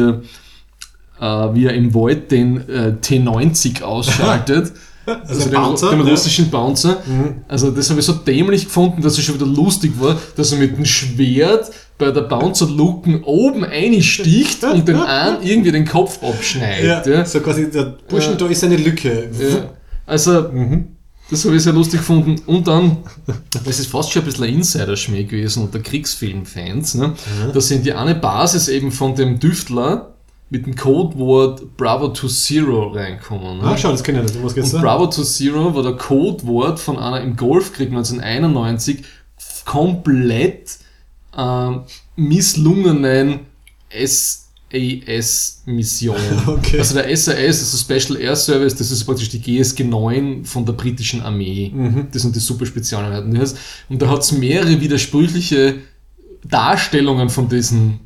Speaker 2: er im Wald den T-90 ausschaltet. Also den russischen Bouncer. Also das habe ich so dämlich gefunden, dass es schon wieder lustig war, dass er mit dem Schwert bei der Bouncer-Luken oben einsticht und den einen irgendwie den Kopf abschneidet. Ja.
Speaker 1: So quasi, der Burschen, da ist eine Lücke.
Speaker 2: Ja. Also, das habe ich sehr lustig gefunden. Und dann, das ist fast schon ein bisschen ein Insider-Schmäh gewesen unter Kriegsfilmfans, ne? Da sind die eine Basis eben von dem Düftler mit dem Codewort Bravo to Zero reinkommen. Ne?
Speaker 1: Schau, das kenne ich nicht. Was geht's
Speaker 2: und da? Bravo to Zero war der Codewort von einer im Golfkrieg 1991 komplett misslungenen SAS-Mission. Okay. Also der SAS, also Special Air Service, das ist praktisch die GSG 9 von der britischen Armee. Das sind die Superspezialeinheiten. Und da hat es mehrere widersprüchliche Darstellungen von diesen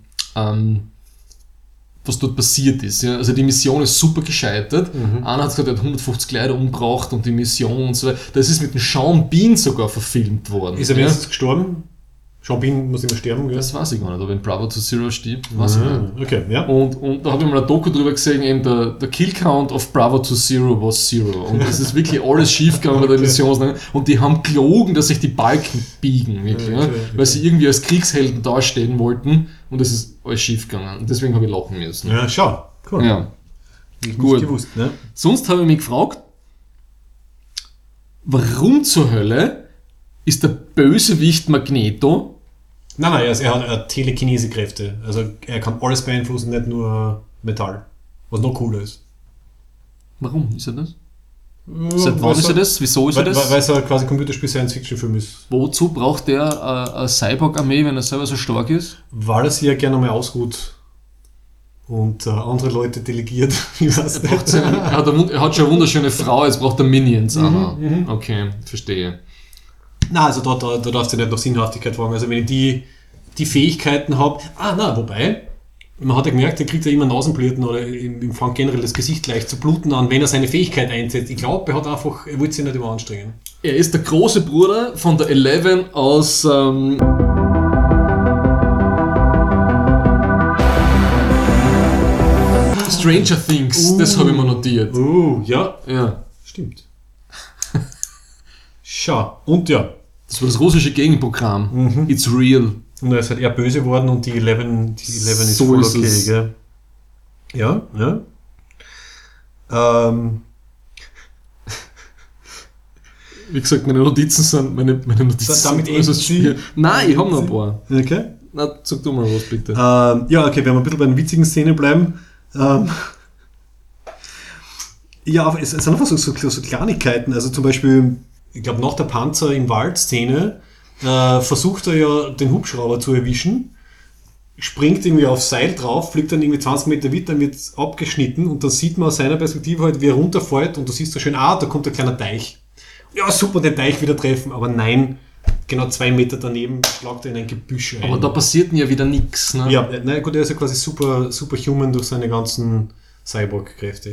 Speaker 2: was dort passiert ist. Ja? Also die Mission ist super gescheitert. Einer hat gesagt, er hat 150 Leute umgebracht und die Mission und so weiter. Das ist mit dem Sean Bean sogar verfilmt worden.
Speaker 1: Ist er wenigstens gestorben? Sean Bean muss immer sterben, gell?
Speaker 2: Das weiß ich gar nicht, aber wenn Bravo to Zero stirbt, weiß ich nicht.
Speaker 1: Okay, ja.
Speaker 2: Und da habe ich mal ein Doku drüber gesehen, eben der Kill Count of Bravo to Zero was 0. Und das ist wirklich alles schief gegangen bei der Mission. Und die haben gelogen, dass sich die Balken biegen, wirklich, weil sie irgendwie als Kriegshelden dastehen wollten. Und das ist alles schief gegangen. Und deswegen habe ich lachen müssen.
Speaker 1: Ja, schau. Cool.
Speaker 2: Ja.
Speaker 1: Gut. Nicht gewusst, ne?
Speaker 2: Sonst habe ich mich gefragt, warum zur Hölle ist der Bösewicht Magneto
Speaker 1: Nein, also er hat Telekinese-Kräfte. Also er kann alles beeinflussen, nicht nur Metall. Was noch cooler ist.
Speaker 2: Warum ist er das? Seit wann ist er das? Wieso ist er das?
Speaker 1: Weil es ein quasi Computerspiel-Science-Fiction-Film ist.
Speaker 2: Wozu braucht der eine Cyborg-Armee, wenn er selber so stark ist?
Speaker 1: Weil er sich ja gerne mal ausruht und andere Leute delegiert. Ich weiß nicht.
Speaker 2: Er hat schon eine wunderschöne Frau, jetzt braucht er Minions. Okay, verstehe.
Speaker 1: Nein, also da darfst du nicht nach Sinnhaftigkeit fragen. Also wenn ich die Fähigkeiten habe... wobei... Man hat ja gemerkt, er kriegt ja immer Nasenbluten oder im Fang generell das Gesicht leicht zu bluten an, wenn er seine Fähigkeit einsetzt. Ich glaube, er wollte sich nicht immer anstrengen.
Speaker 2: Er ist der große Bruder von der Eleven aus... Stranger Things, das habe ich mir notiert.
Speaker 1: Ja. Stimmt. Schau, und ja.
Speaker 2: Das war das russische Gegenprogramm. It's real.
Speaker 1: Und er ist halt eher böse geworden und die Eleven ist
Speaker 2: so
Speaker 1: voll
Speaker 2: ist
Speaker 1: okay,
Speaker 2: es.
Speaker 1: Gell? Ja.
Speaker 2: Wie gesagt, meine Notizen sind meine Notizen.
Speaker 1: Damit
Speaker 2: sind also
Speaker 1: Sie?
Speaker 2: Nein, ich habe noch ein paar.
Speaker 1: Okay.
Speaker 2: Na, sag du mal was bitte.
Speaker 1: Okay, wenn wir ein bisschen bei den witzigen Szenen bleiben. Es sind einfach so Kleinigkeiten. Also zum Beispiel, ich glaube, nach der Panzer im Wald-Szene versucht er ja den Hubschrauber zu erwischen, springt irgendwie aufs Seil drauf, fliegt dann irgendwie 20 Meter weiter, wird abgeschnitten und dann sieht man aus seiner Perspektive halt, wie er runterfällt und du siehst so schön, da kommt ein kleiner Teich. Ja, super, den Teich wieder treffen, aber nein, genau 2 Meter daneben schlagt er in ein Gebüsch ein.
Speaker 2: Aber da passiert ja wieder nichts, ne?
Speaker 1: Ja, gut, er ist ja quasi superhuman durch seine ganzen Cyborg-Kräfte.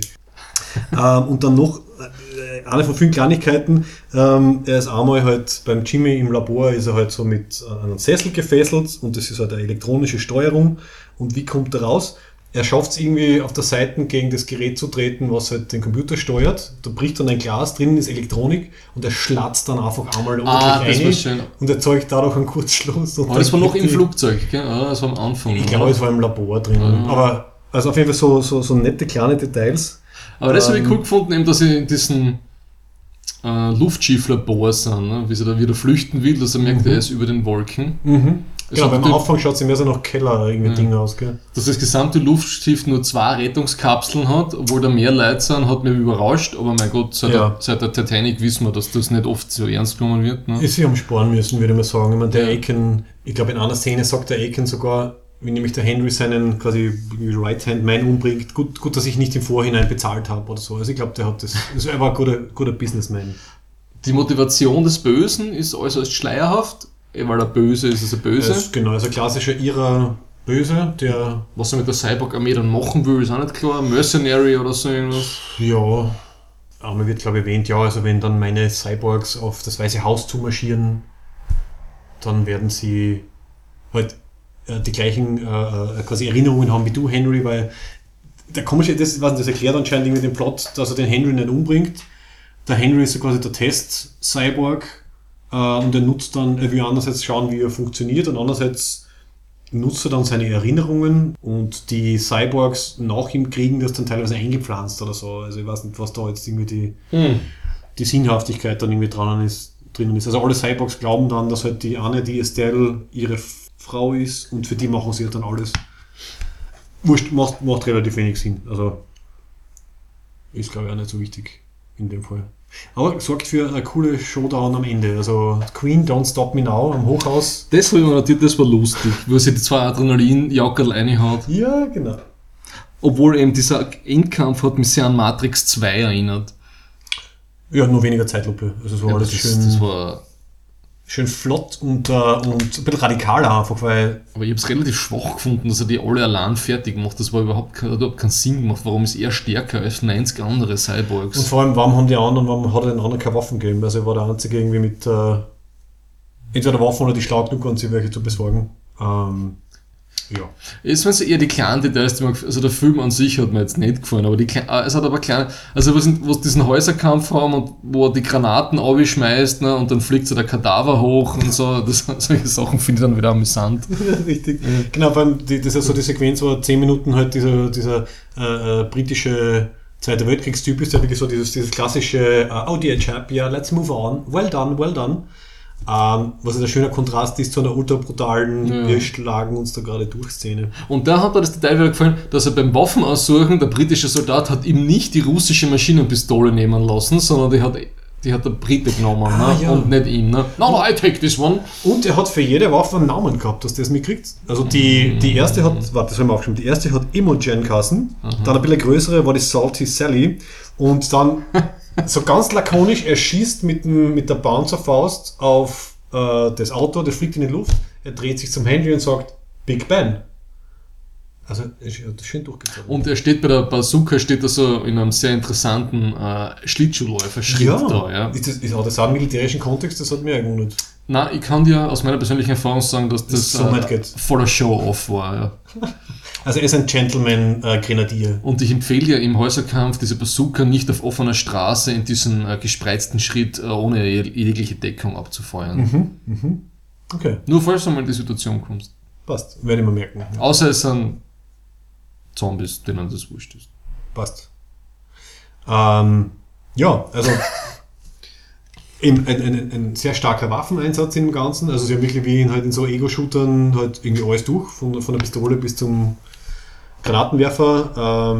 Speaker 1: Und dann noch eine von vielen Kleinigkeiten. Er ist einmal halt beim Jimmy im Labor, ist er halt so mit einem Sessel gefesselt und das ist halt eine elektronische Steuerung. Und wie kommt er raus? Er schafft es irgendwie auf der Seite gegen das Gerät zu treten, was halt den Computer steuert. Da bricht dann ein Glas, drinnen ist Elektronik und er schlatzt dann einfach einmal ordentlich rein und erzeugt dadurch einen Kurzschluss. Und
Speaker 2: aber das war noch im Flugzeug, gell? Das war am Anfang.
Speaker 1: Ich glaube, es war im Labor drinnen. Aber also auf jeden Fall so nette kleine Details.
Speaker 2: Aber das habe ich cool gefunden, eben, dass sie in diesen Luftschifflabor sind, ne? Wie sie da wieder flüchten will, dass er merkt, er ist über den Wolken.
Speaker 1: Genau, beim Anfang schaut es mehr so nach Keller irgendwie Dinge aus, gell?
Speaker 2: Dass das gesamte Luftschiff nur 2 Rettungskapseln hat, obwohl da mehr Leute sind, hat mich überrascht, aber mein Gott, seit der Titanic wissen wir, dass das nicht oft so ernst genommen wird. Ne?
Speaker 1: Sie haben sparen müssen, würde ich mal sagen. Ich meine, der Aiken, ich glaube in einer Szene sagt der Aiken sogar, wie nämlich der Henry seinen quasi Right-Hand-Man umbringt, gut, dass ich nicht im Vorhinein bezahlt habe oder so. Also ich glaube, er war ein guter Businessman.
Speaker 2: Die Motivation des Bösen ist äußerst schleierhaft, weil er böse ist, er böse.
Speaker 1: Genau, also klassischer ihrer Böse, der...
Speaker 2: Was er mit der Cyborg-Armee dann machen will, ist auch nicht klar. Mercenary oder so irgendwas.
Speaker 1: Ja, aber wird glaube ich erwähnt, also wenn dann meine Cyborgs auf das Weiße Haus zumarschieren, dann werden sie halt die gleichen quasi Erinnerungen haben wie du, Henry, weil der komische, das erklärt anscheinend irgendwie den Plot, dass er den Henry nicht umbringt. Der Henry ist so quasi der Test-Cyborg und er will einerseits schauen, wie er funktioniert und andererseits nutzt er dann seine Erinnerungen und die Cyborgs nach ihm kriegen das dann teilweise eingepflanzt oder so. Also ich weiß nicht, was da jetzt irgendwie die Sinnhaftigkeit dann irgendwie drinnen ist. Also alle Cyborgs glauben dann, dass halt die Estelle ihre Frau ist und für die machen sie halt dann alles. Wurscht, macht relativ wenig Sinn. Also ist glaube ich auch nicht so wichtig in dem Fall. Aber sorgt für eine coole Showdown am Ende. Also Queen, Don't Stop Me Now am Hochhaus.
Speaker 2: Das habe ich mir notiert, das war lustig, wo sie die 2 Adrenalin-Jackerl reinhaut.
Speaker 1: Ja, genau.
Speaker 2: Obwohl eben dieser Endkampf hat mich sehr an Matrix 2 erinnert.
Speaker 1: Ja, nur weniger Zeitlupe. Also es war alles schön. Das war schön flott und ein bisschen radikaler einfach, weil...
Speaker 2: Aber ich habe es relativ schwach gefunden, dass er die alle allein fertig macht. Das war überhaupt keinen Sinn gemacht. Warum ist er stärker als 90 andere Cyborgs?
Speaker 1: Und vor allem, warum hat er den anderen keine Waffen gegeben? Also er war der Einzige irgendwie mit entweder Waffen oder die schlau genug an sich welche zu besorgen. Ja.
Speaker 2: Es waren so eher die kleinen Details, also der Film an sich hat mir jetzt nicht gefallen, aber es hat aber kleine, also wo sie diesen Häuserkampf haben und wo er die Granaten aufschmeißt, ne, und dann fliegt so der Kadaver hoch und so, solche Sachen finde ich dann wieder amüsant.
Speaker 1: Richtig. Ja. Genau, vor allem das ist ja so die Sequenz, wo 10 Minuten halt dieser britische Zweiter Weltkriegstyp ist, der wirklich so dieses klassische oh dear chap, yeah, let's move on, well done. Was ein schöner Kontrast ist zu einer ultra brutalen Wir schlagen uns da gerade durch Szene.
Speaker 2: Und da hat mir das Detail wieder gefallen, dass er beim Waffenaussuchen, der britische Soldat hat ihm nicht die russische Maschinenpistole nehmen lassen, sondern die hat der Brite genommen, und nicht ihn. Ne? No, I take this one.
Speaker 1: Und er hat für jede Waffe einen Namen gehabt, dass der es mitkriegt. Also die erste hat, das haben wir aufgeschrieben, die erste hat Imogen geheißen, dann ein bisschen größere war die Salty Sally und dann so ganz lakonisch, er schießt mit der Bouncer-Faust auf das Auto, das fliegt in die Luft, er dreht sich zum Henry und sagt Big Ben. Also er hat das schön durchgezogen.
Speaker 2: Und er steht bei der Bazooka, steht da so in einem sehr interessanten Schlittschuhläufer-Schritt da. Ja.
Speaker 1: Hat das auch einen militärischen Kontext? Das hat mir gewundert.
Speaker 2: Nein, ich kann dir aus meiner persönlichen Erfahrung sagen, dass das
Speaker 1: so nicht geht.
Speaker 2: Voller Show-Off war. Ja.
Speaker 1: Also er ist ein Gentleman-Grenadier.
Speaker 2: Und ich empfehle ja im Häuserkampf diese Bazooka nicht auf offener Straße in diesen gespreizten Schritt ohne jegliche Deckung abzufeuern.
Speaker 1: Okay.
Speaker 2: Nur falls du mal in die Situation kommst.
Speaker 1: Passt, werde ich mir merken.
Speaker 2: Außer es sind Zombies, denen das wurscht ist.
Speaker 1: Passt. Ja, also ein sehr starker Waffeneinsatz im Ganzen. Also sie haben wirklich wie in so Ego-Shootern halt irgendwie alles durch, von der Pistole bis zum Granatenwerfer.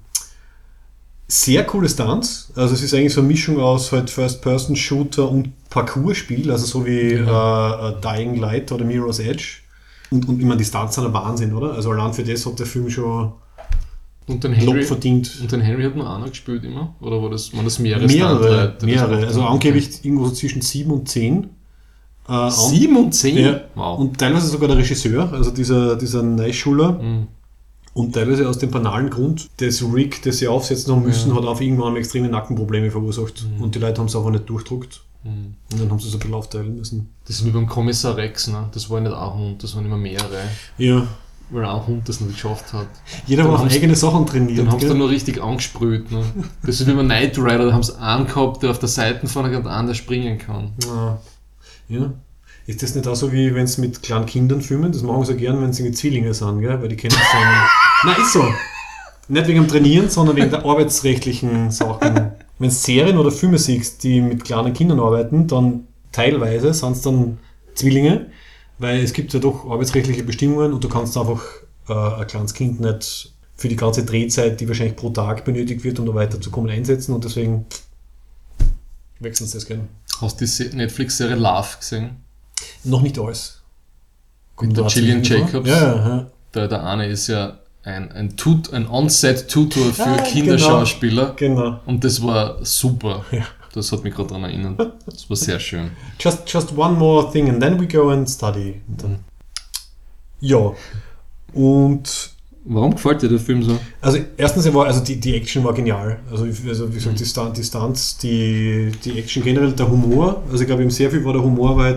Speaker 1: Sehr coole Stunts. Also es ist eigentlich so eine Mischung aus halt First-Person-Shooter und Parkour-Spiel, also so wie Dying Light oder Mirror's Edge. Und immer die Stunts sind ein Wahnsinn, oder? Also allein für das hat der Film schon Lob verdient.
Speaker 2: Und den Henry hat nur einer gespielt immer? Oder waren das mehrere?
Speaker 1: Mehrere. Also angeblich irgendwo so zwischen 7 und 10.
Speaker 2: 7 und 10?
Speaker 1: Ja. Wow. Und teilweise sogar der Regisseur, also dieser Neischuler. Und teilweise aus dem banalen Grund, das Rig, das sie aufsetzen haben müssen, hat auf irgendwann extreme Nackenprobleme verursacht. Und die Leute haben es einfach nicht durchdruckt. Und dann haben sie es ein bisschen aufteilen müssen.
Speaker 2: Das ist wie beim Kommissar Rex, ne? Das war nicht ein Hund, das waren immer mehrere.
Speaker 1: Ja.
Speaker 2: Weil ein Hund das nicht geschafft hat.
Speaker 1: Jeder hat eigene Sachen trainiert.
Speaker 2: Dann haben sie dann nur richtig angesprüht. Ne? Das ist wie beim Knight Rider, da haben sie einen gehabt, der auf der Seite von der springen kann.
Speaker 1: Ja. Ist das nicht auch so, wie wenn es mit kleinen Kindern filmen? Das machen sie gern, wenn sie mit Zwillinge sind, gell? Weil die kennen es dann. Nein, ist so. Nicht wegen dem Trainieren, sondern wegen der arbeitsrechtlichen Sachen. Wenn du Serien oder Filme siehst, die mit kleinen Kindern arbeiten, dann teilweise sind es dann Zwillinge, weil es gibt ja doch arbeitsrechtliche Bestimmungen und du kannst einfach ein kleines Kind nicht für die ganze Drehzeit, die wahrscheinlich pro Tag benötigt wird, um da weiterzukommen, einsetzen und deswegen wechseln sie das gerne.
Speaker 2: Hast du die Netflix-Serie Love gesehen?
Speaker 1: Noch nicht alles.
Speaker 2: Mit der Gillian Jacobs?
Speaker 1: Ja.
Speaker 2: Der eine ist ja ein On-Set-Tutor für Kinderschauspieler.
Speaker 1: Genau.
Speaker 2: Und das war super.
Speaker 1: Ja.
Speaker 2: Das hat mich gerade daran erinnert. Das war sehr schön.
Speaker 1: Just one more thing and then we go and study. Ja. Und
Speaker 2: warum gefällt dir der Film so?
Speaker 1: Also erstens die Action war genial. Also wie gesagt, die Stunts, die Action generell, der Humor. Also ich glaube, im sehr viel war der Humor, weil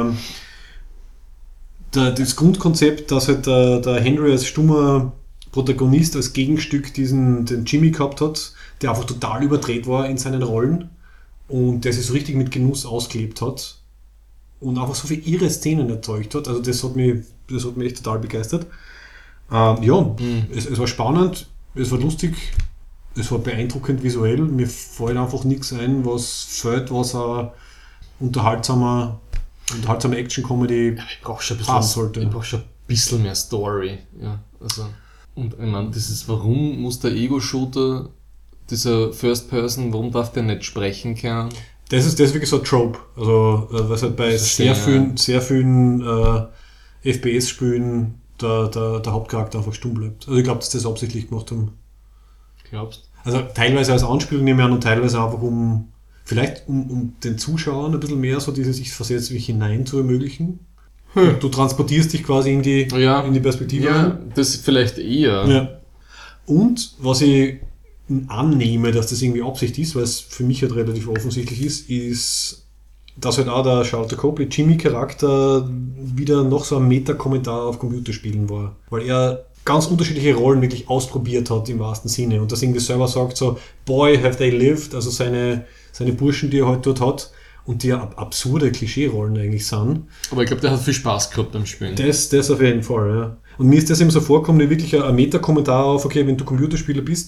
Speaker 1: das Grundkonzept, dass halt der Henry als stummer Protagonist, als Gegenstück den Jimmy gehabt hat, der einfach total überdreht war in seinen Rollen und der sich so richtig mit Genuss ausgelebt hat und einfach so viele irre Szenen erzeugt hat. Also das hat mich echt total begeistert. Es war spannend, es war lustig, es war beeindruckend visuell. Mir fällt einfach nichts ein, was eine unterhaltsame Action-Comedy passen sollte.
Speaker 2: Ich brauche schon ein bisschen mehr Story. Ja, also. Und ich meine, warum muss der Ego-Shooter, dieser First-Person, warum darf der nicht sprechen können?
Speaker 1: Das ist wirklich so ein Trope. Also, was halt bei sehr vielen FPS-Spielen der Hauptcharakter einfach stumm bleibt. Also ich glaube, dass das absichtlich gemacht haben.
Speaker 2: Glaubst?
Speaker 1: Also teilweise als Anspielung nehmen wir an und teilweise einfach um den Zuschauern ein bisschen mehr so dieses Ich versetze mich hinein zu ermöglichen. Du transportierst dich quasi in die Perspektive.
Speaker 2: Ja, das vielleicht eher.
Speaker 1: Ja. Und was ich annehme, dass das irgendwie Absicht ist, weil es für mich halt relativ offensichtlich ist, dass halt auch der Sharlto Copley Jimmy-Charakter wieder noch so ein Meta-Kommentar auf Computerspielen war. Weil er ganz unterschiedliche Rollen wirklich ausprobiert hat im wahrsten Sinne. Und dass irgendwie selber sagt so, boy, have they lived, also seine Burschen, die er halt dort hat, und die ja absurde Klischee-Rollen eigentlich sind.
Speaker 2: Aber ich glaube, der hat viel Spaß gehabt beim Spielen.
Speaker 1: Das auf jeden Fall, ja. Und mir ist das eben so vorkommen, wie wirklich ein Meta-Kommentar auf, okay, wenn du Computerspieler bist,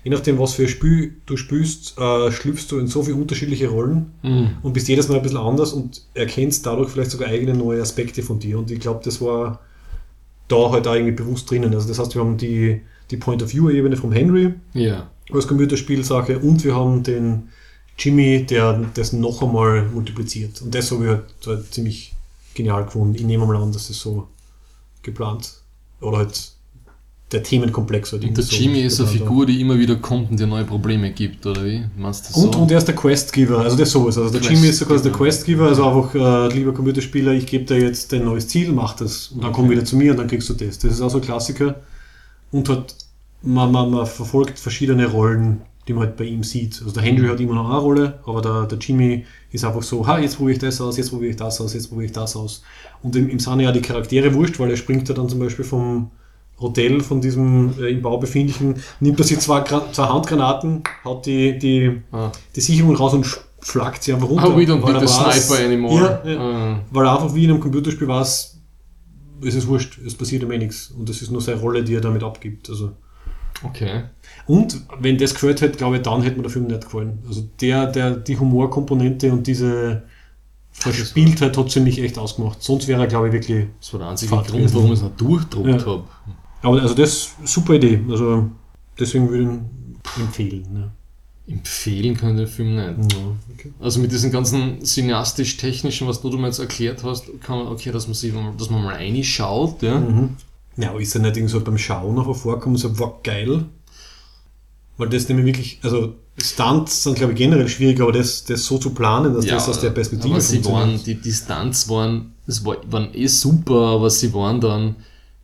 Speaker 1: je nachdem, was für ein Spiel du spielst, schlüpfst du in so viele unterschiedliche Rollen und bist jedes Mal ein bisschen anders und erkennst dadurch vielleicht sogar eigene neue Aspekte von dir. Und ich glaube, das war da halt auch irgendwie bewusst drinnen. Also das heißt, wir haben die Point-of-View-Ebene vom Henry als Computerspielsache und wir haben den Jimmy, der das noch einmal multipliziert. Und das habe ich halt ziemlich genial gefunden. Ich nehme mal an, dass das so geplant oder halt der Themenkomplex halt.
Speaker 2: Und der Jimmy ist eine Figur, die immer wieder kommt und dir neue Probleme gibt, oder wie? Meinst du das so?
Speaker 1: Und er ist der Questgiver, also das sowieso. Also der Jimmy ist so quasi der Questgiver, also einfach, lieber Computerspieler, ich gebe dir jetzt ein neues Ziel, mach das. Und dann komm wieder zu mir und dann kriegst du das. Das ist auch so ein Klassiker. Und halt, man verfolgt verschiedene Rollen, die man halt bei ihm sieht. Also der Henry hat immer noch eine Rolle, aber der Jimmy ist einfach so, jetzt probiere ich das aus, jetzt probiere ich das aus, jetzt probiere ich das aus. Und ihm sind ja die Charaktere wurscht, weil er springt ja dann zum Beispiel vom Hotel, von diesem im Bau befindlichen, nimmt er sich zwei Handgranaten, haut die Sicherung raus und flaggt sie einfach runter.
Speaker 2: We don't need the sniper anymore.
Speaker 1: Weil er einfach wie in einem Computerspiel weiß, es ist wurscht, es passiert ihm eh nichts. Und das ist nur seine Rolle, die er damit abgibt. Also.
Speaker 2: Okay.
Speaker 1: Und wenn das gefällt hätte, glaube ich, dann hätte mir der Film nicht gefallen. Also die Humorkomponente und diese Verspieltheit hat ziemlich echt ausgemacht. Sonst wäre er, glaube ich, wirklich.
Speaker 2: Das war der einzige Grund, warum ich es noch durchdruckt habe.
Speaker 1: Aber also das ist eine super Idee. Also deswegen würde ich ihn empfehlen. Ne?
Speaker 2: Empfehlen kann ich den Film nicht.
Speaker 1: Ja, okay.
Speaker 2: Also mit diesem ganzen cineastisch-technischen, was du mir jetzt erklärt hast, kann man, dass man mal reinschaut. Ja.
Speaker 1: Ja, aber ist er nicht irgendwie so beim Schauen einfach vorkommen und so, war geil? Weil das nämlich wirklich, also Stunts sind, glaube ich, generell schwierig, aber das so zu planen, dass das aus der Perspektive
Speaker 2: aber funktioniert. Die Stunts waren eh super, aber sie waren dann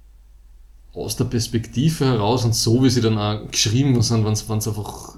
Speaker 2: aus der Perspektive heraus und so, wie sie dann auch geschrieben sind, waren es einfach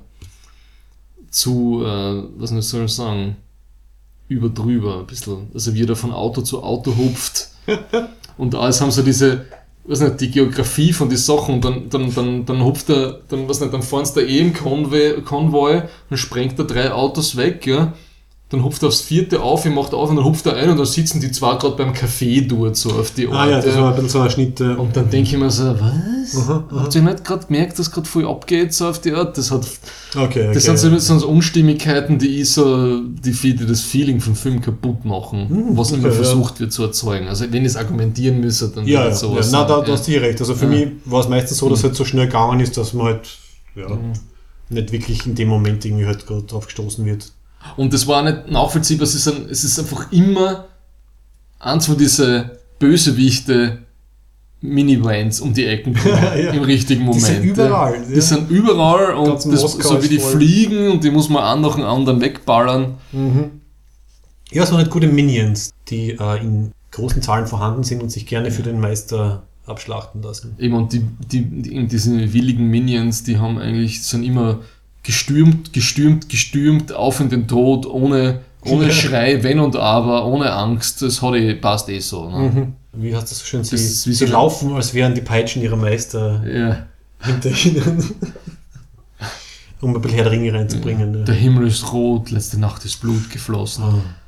Speaker 2: was soll ich sagen, überdrüber ein bisschen. Also wie er da von Auto zu Auto hupft und alles haben so diese, die Geografie von den Sachen und dann hupft er, dann fahren sie da im Konvoi, dann sprengt er 3 Autos weg, ja. Dann hupft er aufs 4. auf, macht auf und dann hupft er ein und dann sitzen die 2 gerade beim Café dort, so auf die Art.
Speaker 1: Ja, das war ein bisschen so ein Schnitt.
Speaker 2: Und dann denke ich mir so, was? Habt ihr nicht gerade gemerkt, dass gerade voll abgeht, so auf die Art? Das sind so Unstimmigkeiten, die das Feeling vom Film kaputt machen, was immer versucht wird zu erzeugen. Also wenn ich es argumentieren müsste, dann würde ich sowas sagen.
Speaker 1: Da hast du recht. Also für mich war es meistens so, dass es halt so schnell gegangen ist, dass man halt nicht wirklich in dem Moment irgendwie halt gerade drauf gestoßen wird.
Speaker 2: Und das war nicht nachvollziehbar, es ist einfach immer eins von diese Bösewichte Minivans um die Ecken kommen, im richtigen Moment. Die sind überall und das, so wie die fliegen und die muss man einen nach dem anderen wegballern.
Speaker 1: Ja, es waren halt gute Minions, die in großen Zahlen vorhanden sind und sich gerne für den Meister abschlachten lassen.
Speaker 2: Eben, und diese willigen Minions, sind immer gestürmt, auf in den Tod, ohne Schrei, wenn und aber, ohne Angst, das passt eh so. Ne?
Speaker 1: Wie hast du das so schön? Sie laufen, als wären die Peitschen ihrer Meister hinter ihnen. Um ein bisschen Herr der Ringe reinzubringen.
Speaker 2: Ja. Der Himmel ist rot, letzte Nacht ist Blut geflossen.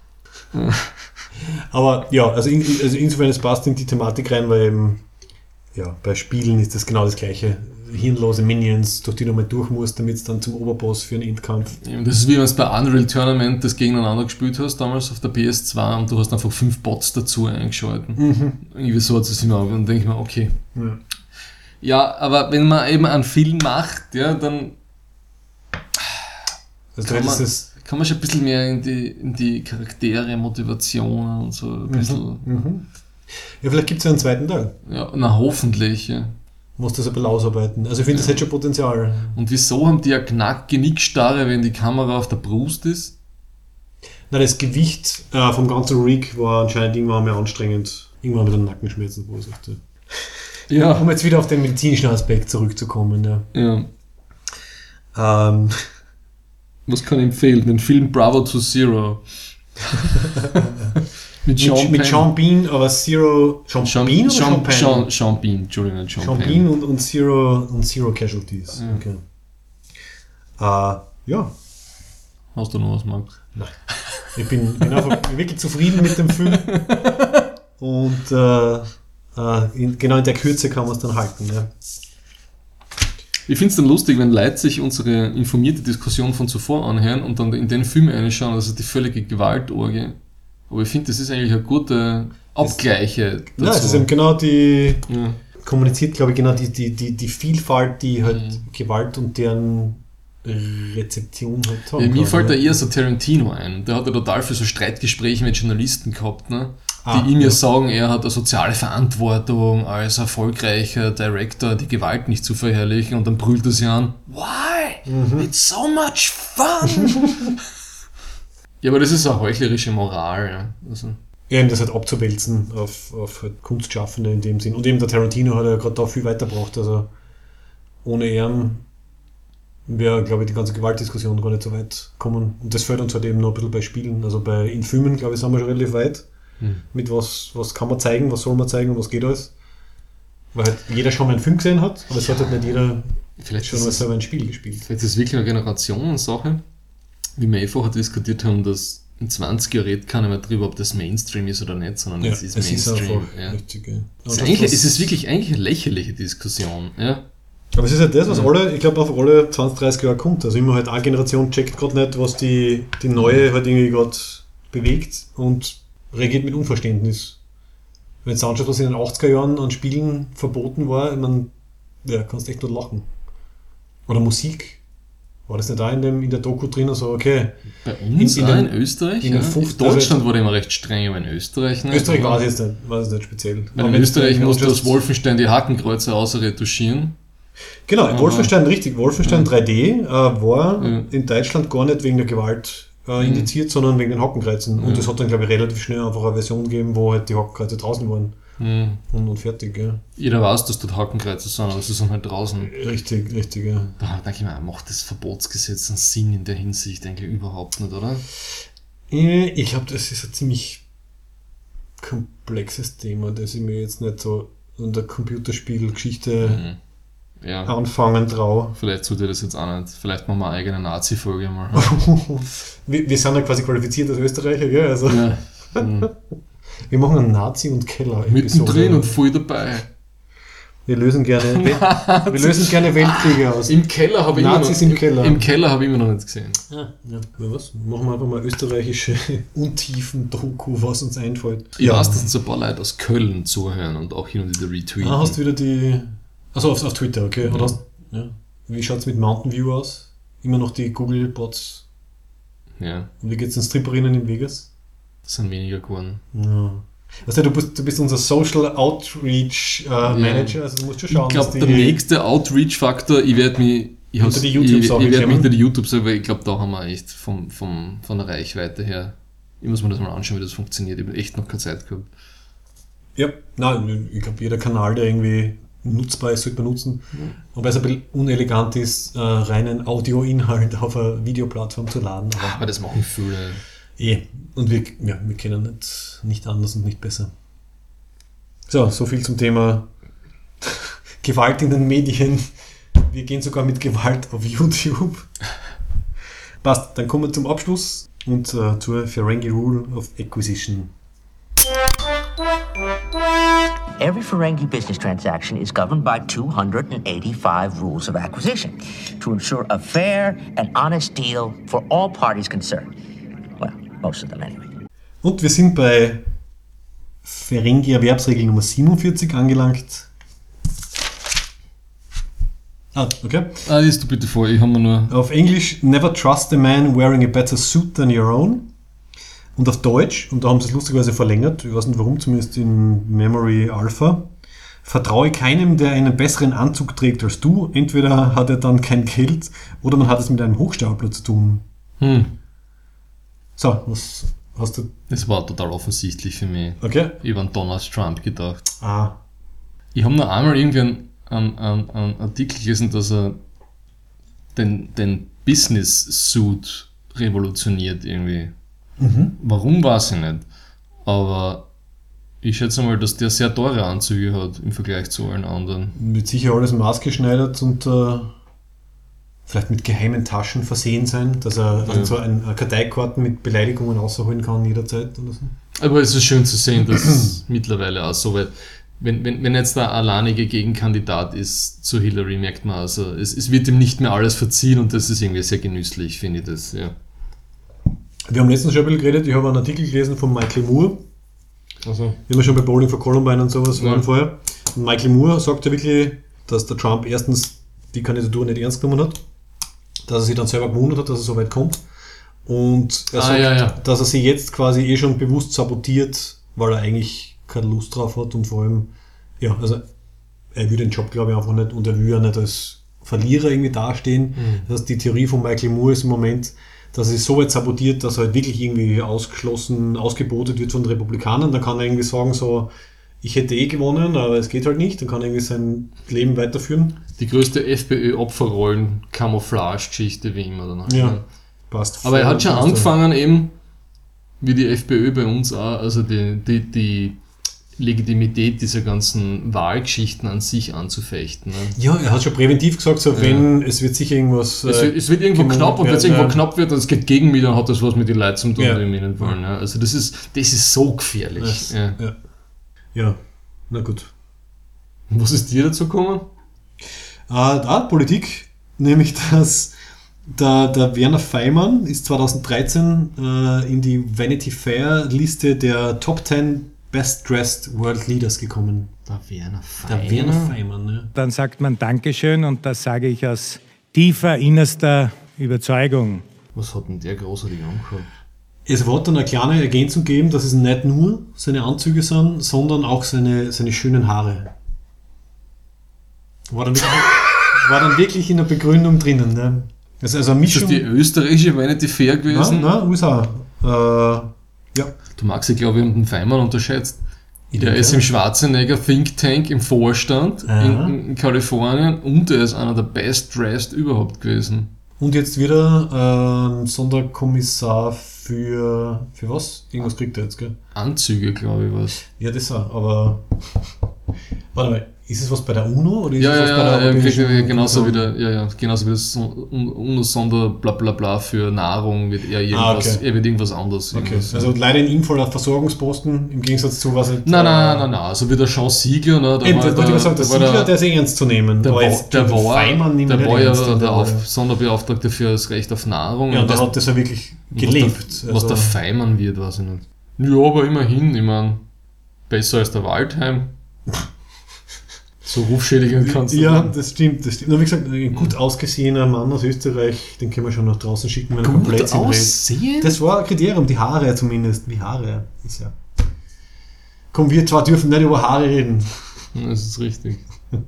Speaker 1: Aber ja, also insofern es passt in die Thematik rein, weil eben, bei Spielen ist das genau das Gleiche. Hirnlose Minions, durch die du mal durch musst, damit es dann zum Oberboss für einen Endkampf.
Speaker 2: Das ist wie wenn du bei Unreal Tournament das gegeneinander gespielt hast, damals auf der PS2 und du hast einfach 5 Bots dazu eingeschalten. Irgendwie so hat es in Augen und dann denke ich mir, okay. Ja, aber wenn man eben einen Film macht, dann kann man schon ein bisschen mehr in die Charaktere, Motivationen und so ein bisschen.
Speaker 1: Ja, vielleicht gibt es ja einen zweiten Teil.
Speaker 2: Ja, hoffentlich, ja.
Speaker 1: Muss das ein bisschen ausarbeiten. Also ich finde, das hätte schon Potenzial.
Speaker 2: Und wieso haben die ja Genickstarre, wenn die Kamera auf der Brust ist?
Speaker 1: Na, das Gewicht vom ganzen Rig war anscheinend irgendwann mehr anstrengend. Irgendwann mit einem Nackenschmerzen verursachte. Ja. Um jetzt wieder auf den medizinischen Aspekt zurückzukommen. Ja.
Speaker 2: Was kann ich empfehlen? Den Film Bravo to Zero. Mit
Speaker 1: Sean Bean, aber Zero... Sean Bean
Speaker 2: Entschuldigung,
Speaker 1: Sean Bean und Zero Casualties.
Speaker 2: Ja.
Speaker 1: Okay.
Speaker 2: Hast du noch was, Max?
Speaker 1: Nein. Ich bin einfach wirklich zufrieden mit dem Film. Und genau in der Kürze kann man es dann halten. Ja.
Speaker 2: Ich finde es dann lustig, wenn Leute sich unsere informierte Diskussion von zuvor anhören und dann in den Film reinschauen, das ist die völlige Gewaltorgie. Aber ich finde, das ist eigentlich eine gute Abgleiche dazu.
Speaker 1: Ja, es ist eben genau kommuniziert, glaube ich, genau die Vielfalt, die halt Gewalt und deren Rezeption halt haben.
Speaker 2: Ja, mir fällt da eher so Tarantino ein. Der hat ja total viele so Streitgespräche mit Journalisten gehabt, ne? Die ihm ja sagen, er hat eine soziale Verantwortung als erfolgreicher Director, die Gewalt nicht zu verherrlichen, und dann brüllt er sie an. Why? It's so much fun! Ja, aber das ist eine heuchlerische Moral. Ja. Also.
Speaker 1: Ja, eben das halt abzuwälzen auf halt Kunstschaffende in dem Sinn. Und eben der Tarantino hat ja gerade da viel weitergebracht. Also ohne ihn wäre, glaube ich, die ganze Gewaltdiskussion gar nicht so weit gekommen. Und das fällt uns halt eben noch ein bisschen bei Spielen. Also in Filmen, glaube ich, sind wir schon relativ weit. Mit was kann man zeigen, was soll man zeigen und was geht alles. Weil halt jeder schon mal einen Film gesehen hat, aber es hat halt nicht jeder
Speaker 2: vielleicht
Speaker 1: schon mal selber ein Spiel gespielt.
Speaker 2: Vielleicht ist es wirklich eine Generationssache, wie wir vorher diskutiert haben, dass in 20 Jahren redet keiner mehr drüber, ob das Mainstream ist oder nicht, sondern es ist Mainstream.
Speaker 1: Ist einfach richtig,
Speaker 2: es ist wirklich eigentlich eine lächerliche Diskussion. Ja.
Speaker 1: Aber es ist halt das, was ich glaube, auf alle 20, 30 Jahre kommt. Also immer halt eine Generation checkt gerade nicht, was die neue halt irgendwie gerade bewegt und reagiert mit Unverständnis. Wenn du anschaust, was in den 80er Jahren an Spielen verboten war, kannst du echt nur lachen. Oder Musik. War das nicht da in der Doku drin? Also, okay.
Speaker 2: Bei uns in Österreich? In Deutschland war immer recht streng, aber in Österreich nicht.
Speaker 1: Österreich war es nicht speziell.
Speaker 2: In Österreich musst du aus Wolfenstein die Hakenkreuze retuschieren.
Speaker 1: Genau, in Wolfenstein 3D war in Deutschland gar nicht wegen der Gewalt indiziert, sondern wegen den Hakenkreuzen. Und es hat dann, glaube ich, relativ schnell einfach eine Version gegeben, wo halt die Hakenkreuze draußen waren. Und fertig, ja.
Speaker 2: Jeder weiß, dass dort Hakenkreuze sind, aber sie sind halt draußen.
Speaker 1: Richtig, ja.
Speaker 2: Da denke ich mir, macht das Verbotsgesetz einen Sinn in der Hinsicht eigentlich überhaupt nicht, oder?
Speaker 1: Ich glaube, das ist ein ziemlich komplexes Thema, das ich mir jetzt nicht so in der Computerspielgeschichte anfangen traue.
Speaker 2: Vielleicht sollte ich das jetzt auch nicht. Vielleicht machen wir eine eigene Nazi-Folge mal.
Speaker 1: wir sind ja quasi qualifiziert als Österreicher, gell? Also. Ja. Wir machen einen Nazi- und Keller-Episode.
Speaker 2: Mittendrin und voll dabei.
Speaker 1: Wir lösen gerne Weltkriege aus.
Speaker 2: Im Keller habe ich
Speaker 1: Nazis im Keller.
Speaker 2: Im Keller habe ich immer noch nicht gesehen.
Speaker 1: Ja, was? Machen wir einfach mal österreichische Untiefen-Doku, was uns einfällt.
Speaker 2: Ich weiß, dass uns ein paar Leute aus Köln zuhören und auch hin und wieder retweeten.
Speaker 1: Hast du wieder die... Achso, auf Twitter, okay. Ja. Wie schaut es mit Mountain View aus? Immer noch die Google-Bots?
Speaker 2: Ja.
Speaker 1: Und wie geht es den Stripperinnen in Vegas?
Speaker 2: Das sind weniger geworden.
Speaker 1: Ja. Weißt du bist unser Social Outreach Manager, also du musst schon schauen.
Speaker 2: Ich glaube, der nächste Outreach-Faktor, ich werde mich hinter die YouTube sagen, weil ich glaube, da haben wir echt von der Reichweite her, ich muss mir das mal anschauen, wie das funktioniert. Ich habe echt noch keine Zeit gehabt.
Speaker 1: Ja, nein, ich glaube, jeder Kanal, der irgendwie nutzbar ist, sollte man nutzen. Wobei es ein bisschen unelegant ist, reinen Audioinhalt auf eine Videoplattform zu laden.
Speaker 2: Aber das machen viele.
Speaker 1: Und wir kennen nicht anders und nicht besser. So viel zum Thema Gewalt in den Medien. Wir gehen sogar mit Gewalt auf YouTube. Passt, dann kommen wir zum Abschluss und zur Ferengi Rule of Acquisition.
Speaker 10: Every Ferengi business transaction is governed by 285 rules of acquisition to ensure a fair and honest deal for all parties concerned. Well, most of them anyway.
Speaker 1: Und wir sind bei Ferengi Erwerbsregel Nummer 47 angelangt. Okay.
Speaker 2: Liest du bitte vor, ich habe mir nur...
Speaker 1: Auf Englisch, never trust a man wearing a better suit than your own. Und auf Deutsch, und da haben sie es lustigerweise verlängert, ich weiß nicht warum, zumindest in Memory Alpha, vertraue keinem, der einen besseren Anzug trägt als du. Entweder hat er dann kein Geld oder man hat es mit einem Hochstapler zu tun. So, was hast du?
Speaker 2: Das war total offensichtlich für mich.
Speaker 1: Okay.
Speaker 2: Ich habe an Donald Trump gedacht. Ich habe noch einmal irgendwie einen Artikel gelesen, dass er den Business-Suit revolutioniert irgendwie. Warum, weiß ich nicht. Aber ich schätze mal, dass der sehr teure Anzüge hat im Vergleich zu allen anderen.
Speaker 1: Wird sicher alles maßgeschneidert und vielleicht mit geheimen Taschen versehen sein, dass er so eine Karteikarten mit Beleidigungen rausholen kann jederzeit oder so.
Speaker 2: Aber es ist schön zu sehen, dass mittlerweile auch so weit. wenn jetzt der alleinige Gegenkandidat ist zu Hillary, merkt man also, es wird ihm nicht mehr alles verziehen und das ist irgendwie sehr genüsslich, finde ich das, ja.
Speaker 1: Wir haben letztens schon ein bisschen geredet, ich habe einen Artikel gelesen von Michael Moore.
Speaker 2: Also.
Speaker 1: Wir haben ja schon bei Bowling for Columbine und sowas waren vorher. Und Michael Moore sagt ja wirklich, dass der Trump erstens die Kandidatur nicht ernst genommen hat, dass er sich dann selber gewundert hat, dass er so weit kommt. Und er sagt, dass er sich jetzt quasi schon bewusst sabotiert, weil er eigentlich keine Lust drauf hat und vor allem, also er will den Job, glaube ich, einfach nicht und er will ja nicht als Verlierer irgendwie dastehen. Das heißt, die Theorie von Michael Moore ist im Moment, dass er sich so weit sabotiert, dass er halt wirklich irgendwie ausgebotet wird von den Republikanern. Dann kann er irgendwie sagen, so, ich hätte gewonnen, aber es geht halt nicht. Dann kann er irgendwie sein Leben weiterführen.
Speaker 2: Die größte FPÖ-Opferrollen-Camouflage-Geschichte wie immer danach.
Speaker 1: Ja, passt.
Speaker 2: Aber er hat schon angefangen eben, wie die FPÖ bei uns auch, also die Legitimität dieser ganzen Wahlgeschichten an sich anzufechten. Ne?
Speaker 1: Ja, er hat schon präventiv gesagt, so wenn es wird sicher irgendwas...
Speaker 2: Es wird irgendwo knapp und wenn es irgendwo knapp wird und es geht gegen mich, dann hat das was mit den Leuten zu tun, die mich nicht wollen. Ja. Also das ist so gefährlich.
Speaker 1: Ja, na gut.
Speaker 2: Was ist dir dazu gekommen?
Speaker 1: Politik, nämlich dass der Werner Feimann ist 2013 in die Vanity Fair Liste der Top 10 Best Dressed World Leaders gekommen.
Speaker 2: Der Werner
Speaker 1: Feimann, ne?
Speaker 11: Dann sagt man Dankeschön und das sage ich aus tiefer, innerster Überzeugung.
Speaker 2: Was hat denn der großartig angehabt?
Speaker 1: Es wird dann eine kleine Ergänzung geben, dass es nicht nur seine Anzüge sind, sondern auch seine schönen Haare. War dann wirklich in der Begründung drinnen. Ne? Also eine Mischung.
Speaker 2: Ist das die österreichische Vanity Fair gewesen?
Speaker 1: Nein, USA. Ja.
Speaker 2: Du magst, ich glaube, wir haben den Feimann unterschätzt. Der ist im Schwarzenegger Think Tank im Vorstand in Kalifornien und er ist einer der Best Dressed überhaupt gewesen.
Speaker 1: Und jetzt wieder Sonderkommissar für was? Irgendwas kriegt er jetzt, gell?
Speaker 2: Anzüge, glaube ich, was.
Speaker 1: Ja, das auch, aber warte mal, ist es was bei der UNO oder ist es was bei der
Speaker 2: Europäischen genauso wie das UNO-Sonder Blablabla für Nahrung wird er irgendwas, er wird irgendwas anderes.
Speaker 1: Okay. Also leider in ihm voller Versorgungsposten im Gegensatz zu was...
Speaker 2: Nein, also wie der Jean Siegler, ne?
Speaker 1: Der ist ernst zu nehmen.
Speaker 2: Der war ja der Sonderbeauftragte für das Recht auf Nahrung.
Speaker 1: Ja, und der hat das ja wirklich gelebt.
Speaker 2: Was der Feimann wird, weiß ich nicht. Ja, aber immerhin, ich meine, besser als der Waldheim. So rufschädigend kannst du
Speaker 1: Ja, das stimmt. Nur wie gesagt, ein gut ausgesehener Mann aus Österreich, den können wir schon nach draußen schicken, wenn er komplett
Speaker 2: aussehen?
Speaker 1: Das war ein Kriterium, die Haare zumindest. Die Haare ist ja. Komm, wir zwar dürfen nicht über Haare reden.
Speaker 2: Das ist richtig.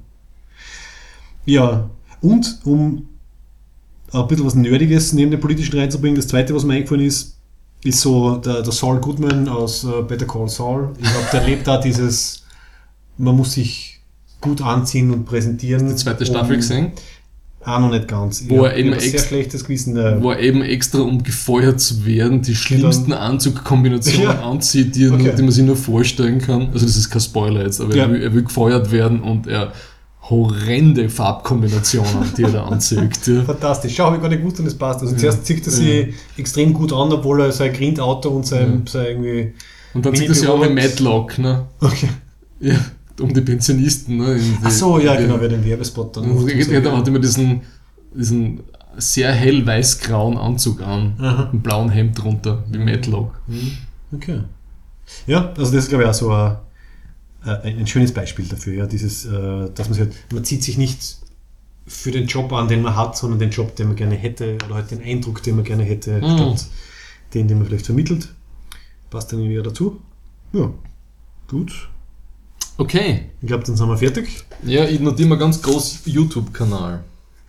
Speaker 1: Ja, und um ein bisschen was Nerdiges neben dem Politischen reinzubringen, das zweite, was mir eingefallen ist so der Saul Goodman aus Better Call Saul. Ich glaube, der lebt da dieses, man muss sich gut anziehen und präsentieren.
Speaker 2: Die zweite Staffel gesehen?
Speaker 1: Noch nicht ganz.
Speaker 2: Wo er eben
Speaker 1: sehr schlechtes Gewissen.
Speaker 2: Wo er eben extra, um gefeuert zu werden, die schlimmsten Anzugkombinationen anzieht, die man sich nur vorstellen kann. Also das ist kein Spoiler jetzt, aber er will gefeuert werden und er horrende Farbkombinationen, die er da anzieht. Ja.
Speaker 1: Fantastisch. Schau, habe ich gar nicht gewusst und das passt. Also zuerst zieht er sich extrem gut an, obwohl er sein Grindauto und sein irgendwie...
Speaker 2: Und dann zieht er sich auch wie Matlock, ne?
Speaker 1: Okay.
Speaker 2: Ja. Um die Pensionisten. Ne,
Speaker 1: ach so, ja, genau, wer den Werbespot dann
Speaker 2: macht. Er hat immer diesen sehr hell weiß-grauen Anzug an, einen blauen Hemd drunter, wie Matlock.
Speaker 1: Okay. Ja, also das ist, glaube ich, auch so ein schönes Beispiel dafür, ja, dieses, dass man zieht sich nicht für den Job an, den man hat, sondern den Job, den man gerne hätte, oder halt den Eindruck, den man gerne hätte, statt den man vielleicht vermittelt. Passt dann wieder dazu. Ja, gut.
Speaker 2: Okay.
Speaker 1: Ich glaube, dann sind wir fertig.
Speaker 2: Ja, ich notiere mal ganz groß YouTube-Kanal.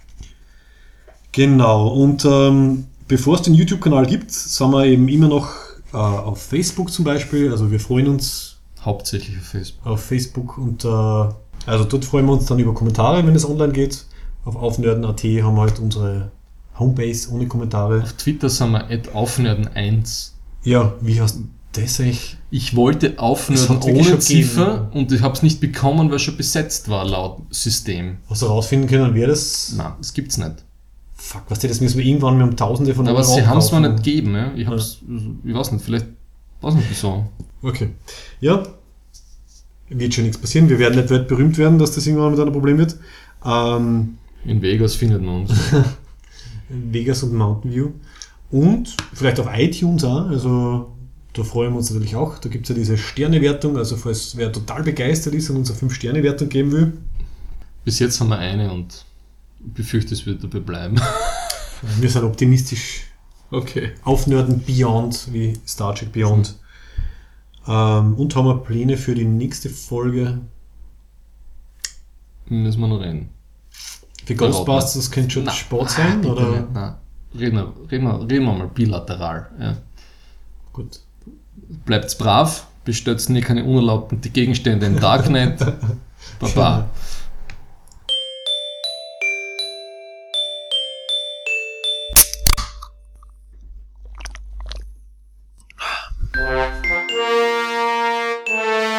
Speaker 1: Genau, und bevor es den YouTube-Kanal gibt, sind wir eben immer noch auf Facebook zum Beispiel. Also wir freuen uns
Speaker 2: hauptsächlich auf Facebook.
Speaker 1: Auf Facebook und also dort freuen wir uns dann über Kommentare, wenn es online geht. Auf aufnerden.at haben wir halt unsere Homebase ohne Kommentare.
Speaker 2: Auf Twitter sind wir @aufnerden1.
Speaker 1: Ja, wie heißt das eigentlich?
Speaker 2: Ich wollte aufnerden ohne Ziffer und ich habe es nicht bekommen, weil es schon besetzt war laut System.
Speaker 1: Hast du herausfinden können, wer das?
Speaker 2: Nein, das gibt's nicht.
Speaker 1: Fuck, was das müssen wir irgendwann mit Tausende von
Speaker 2: Euro. Aber sie haben es mir nicht gegeben, ja. Ich weiß nicht, vielleicht weiß nicht wieso.
Speaker 1: Okay. Ja. wird schon nichts passieren. Wir werden nicht weltberühmt werden, dass das irgendwann mit einem Problem wird.
Speaker 2: In Vegas findet man uns.
Speaker 1: Vegas und Mountain View. Und vielleicht auf iTunes auch. Also da freuen wir uns natürlich auch. Da gibt es ja diese Sternewertung. Also falls wer total begeistert ist und uns eine 5-Sterne-Wertung geben will.
Speaker 2: Bis jetzt haben wir eine und ich befürchte, es wird dabei bleiben.
Speaker 1: Wir sind optimistisch.
Speaker 2: Okay.
Speaker 1: Aufnörden Beyond, wie Star Trek Beyond. Und haben wir Pläne für die nächste Folge?
Speaker 2: Müssen wir noch reden.
Speaker 1: Für Ghostbusters, das könnte schon Sport sein? Oder?
Speaker 2: Nein. Reden wir mal bilateral. Ja.
Speaker 1: Gut.
Speaker 2: Bleibt's brav, bestellt nie keine unerlaubten Gegenstände im Darknet. Baba.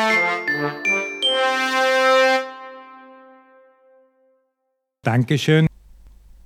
Speaker 11: Dankeschön.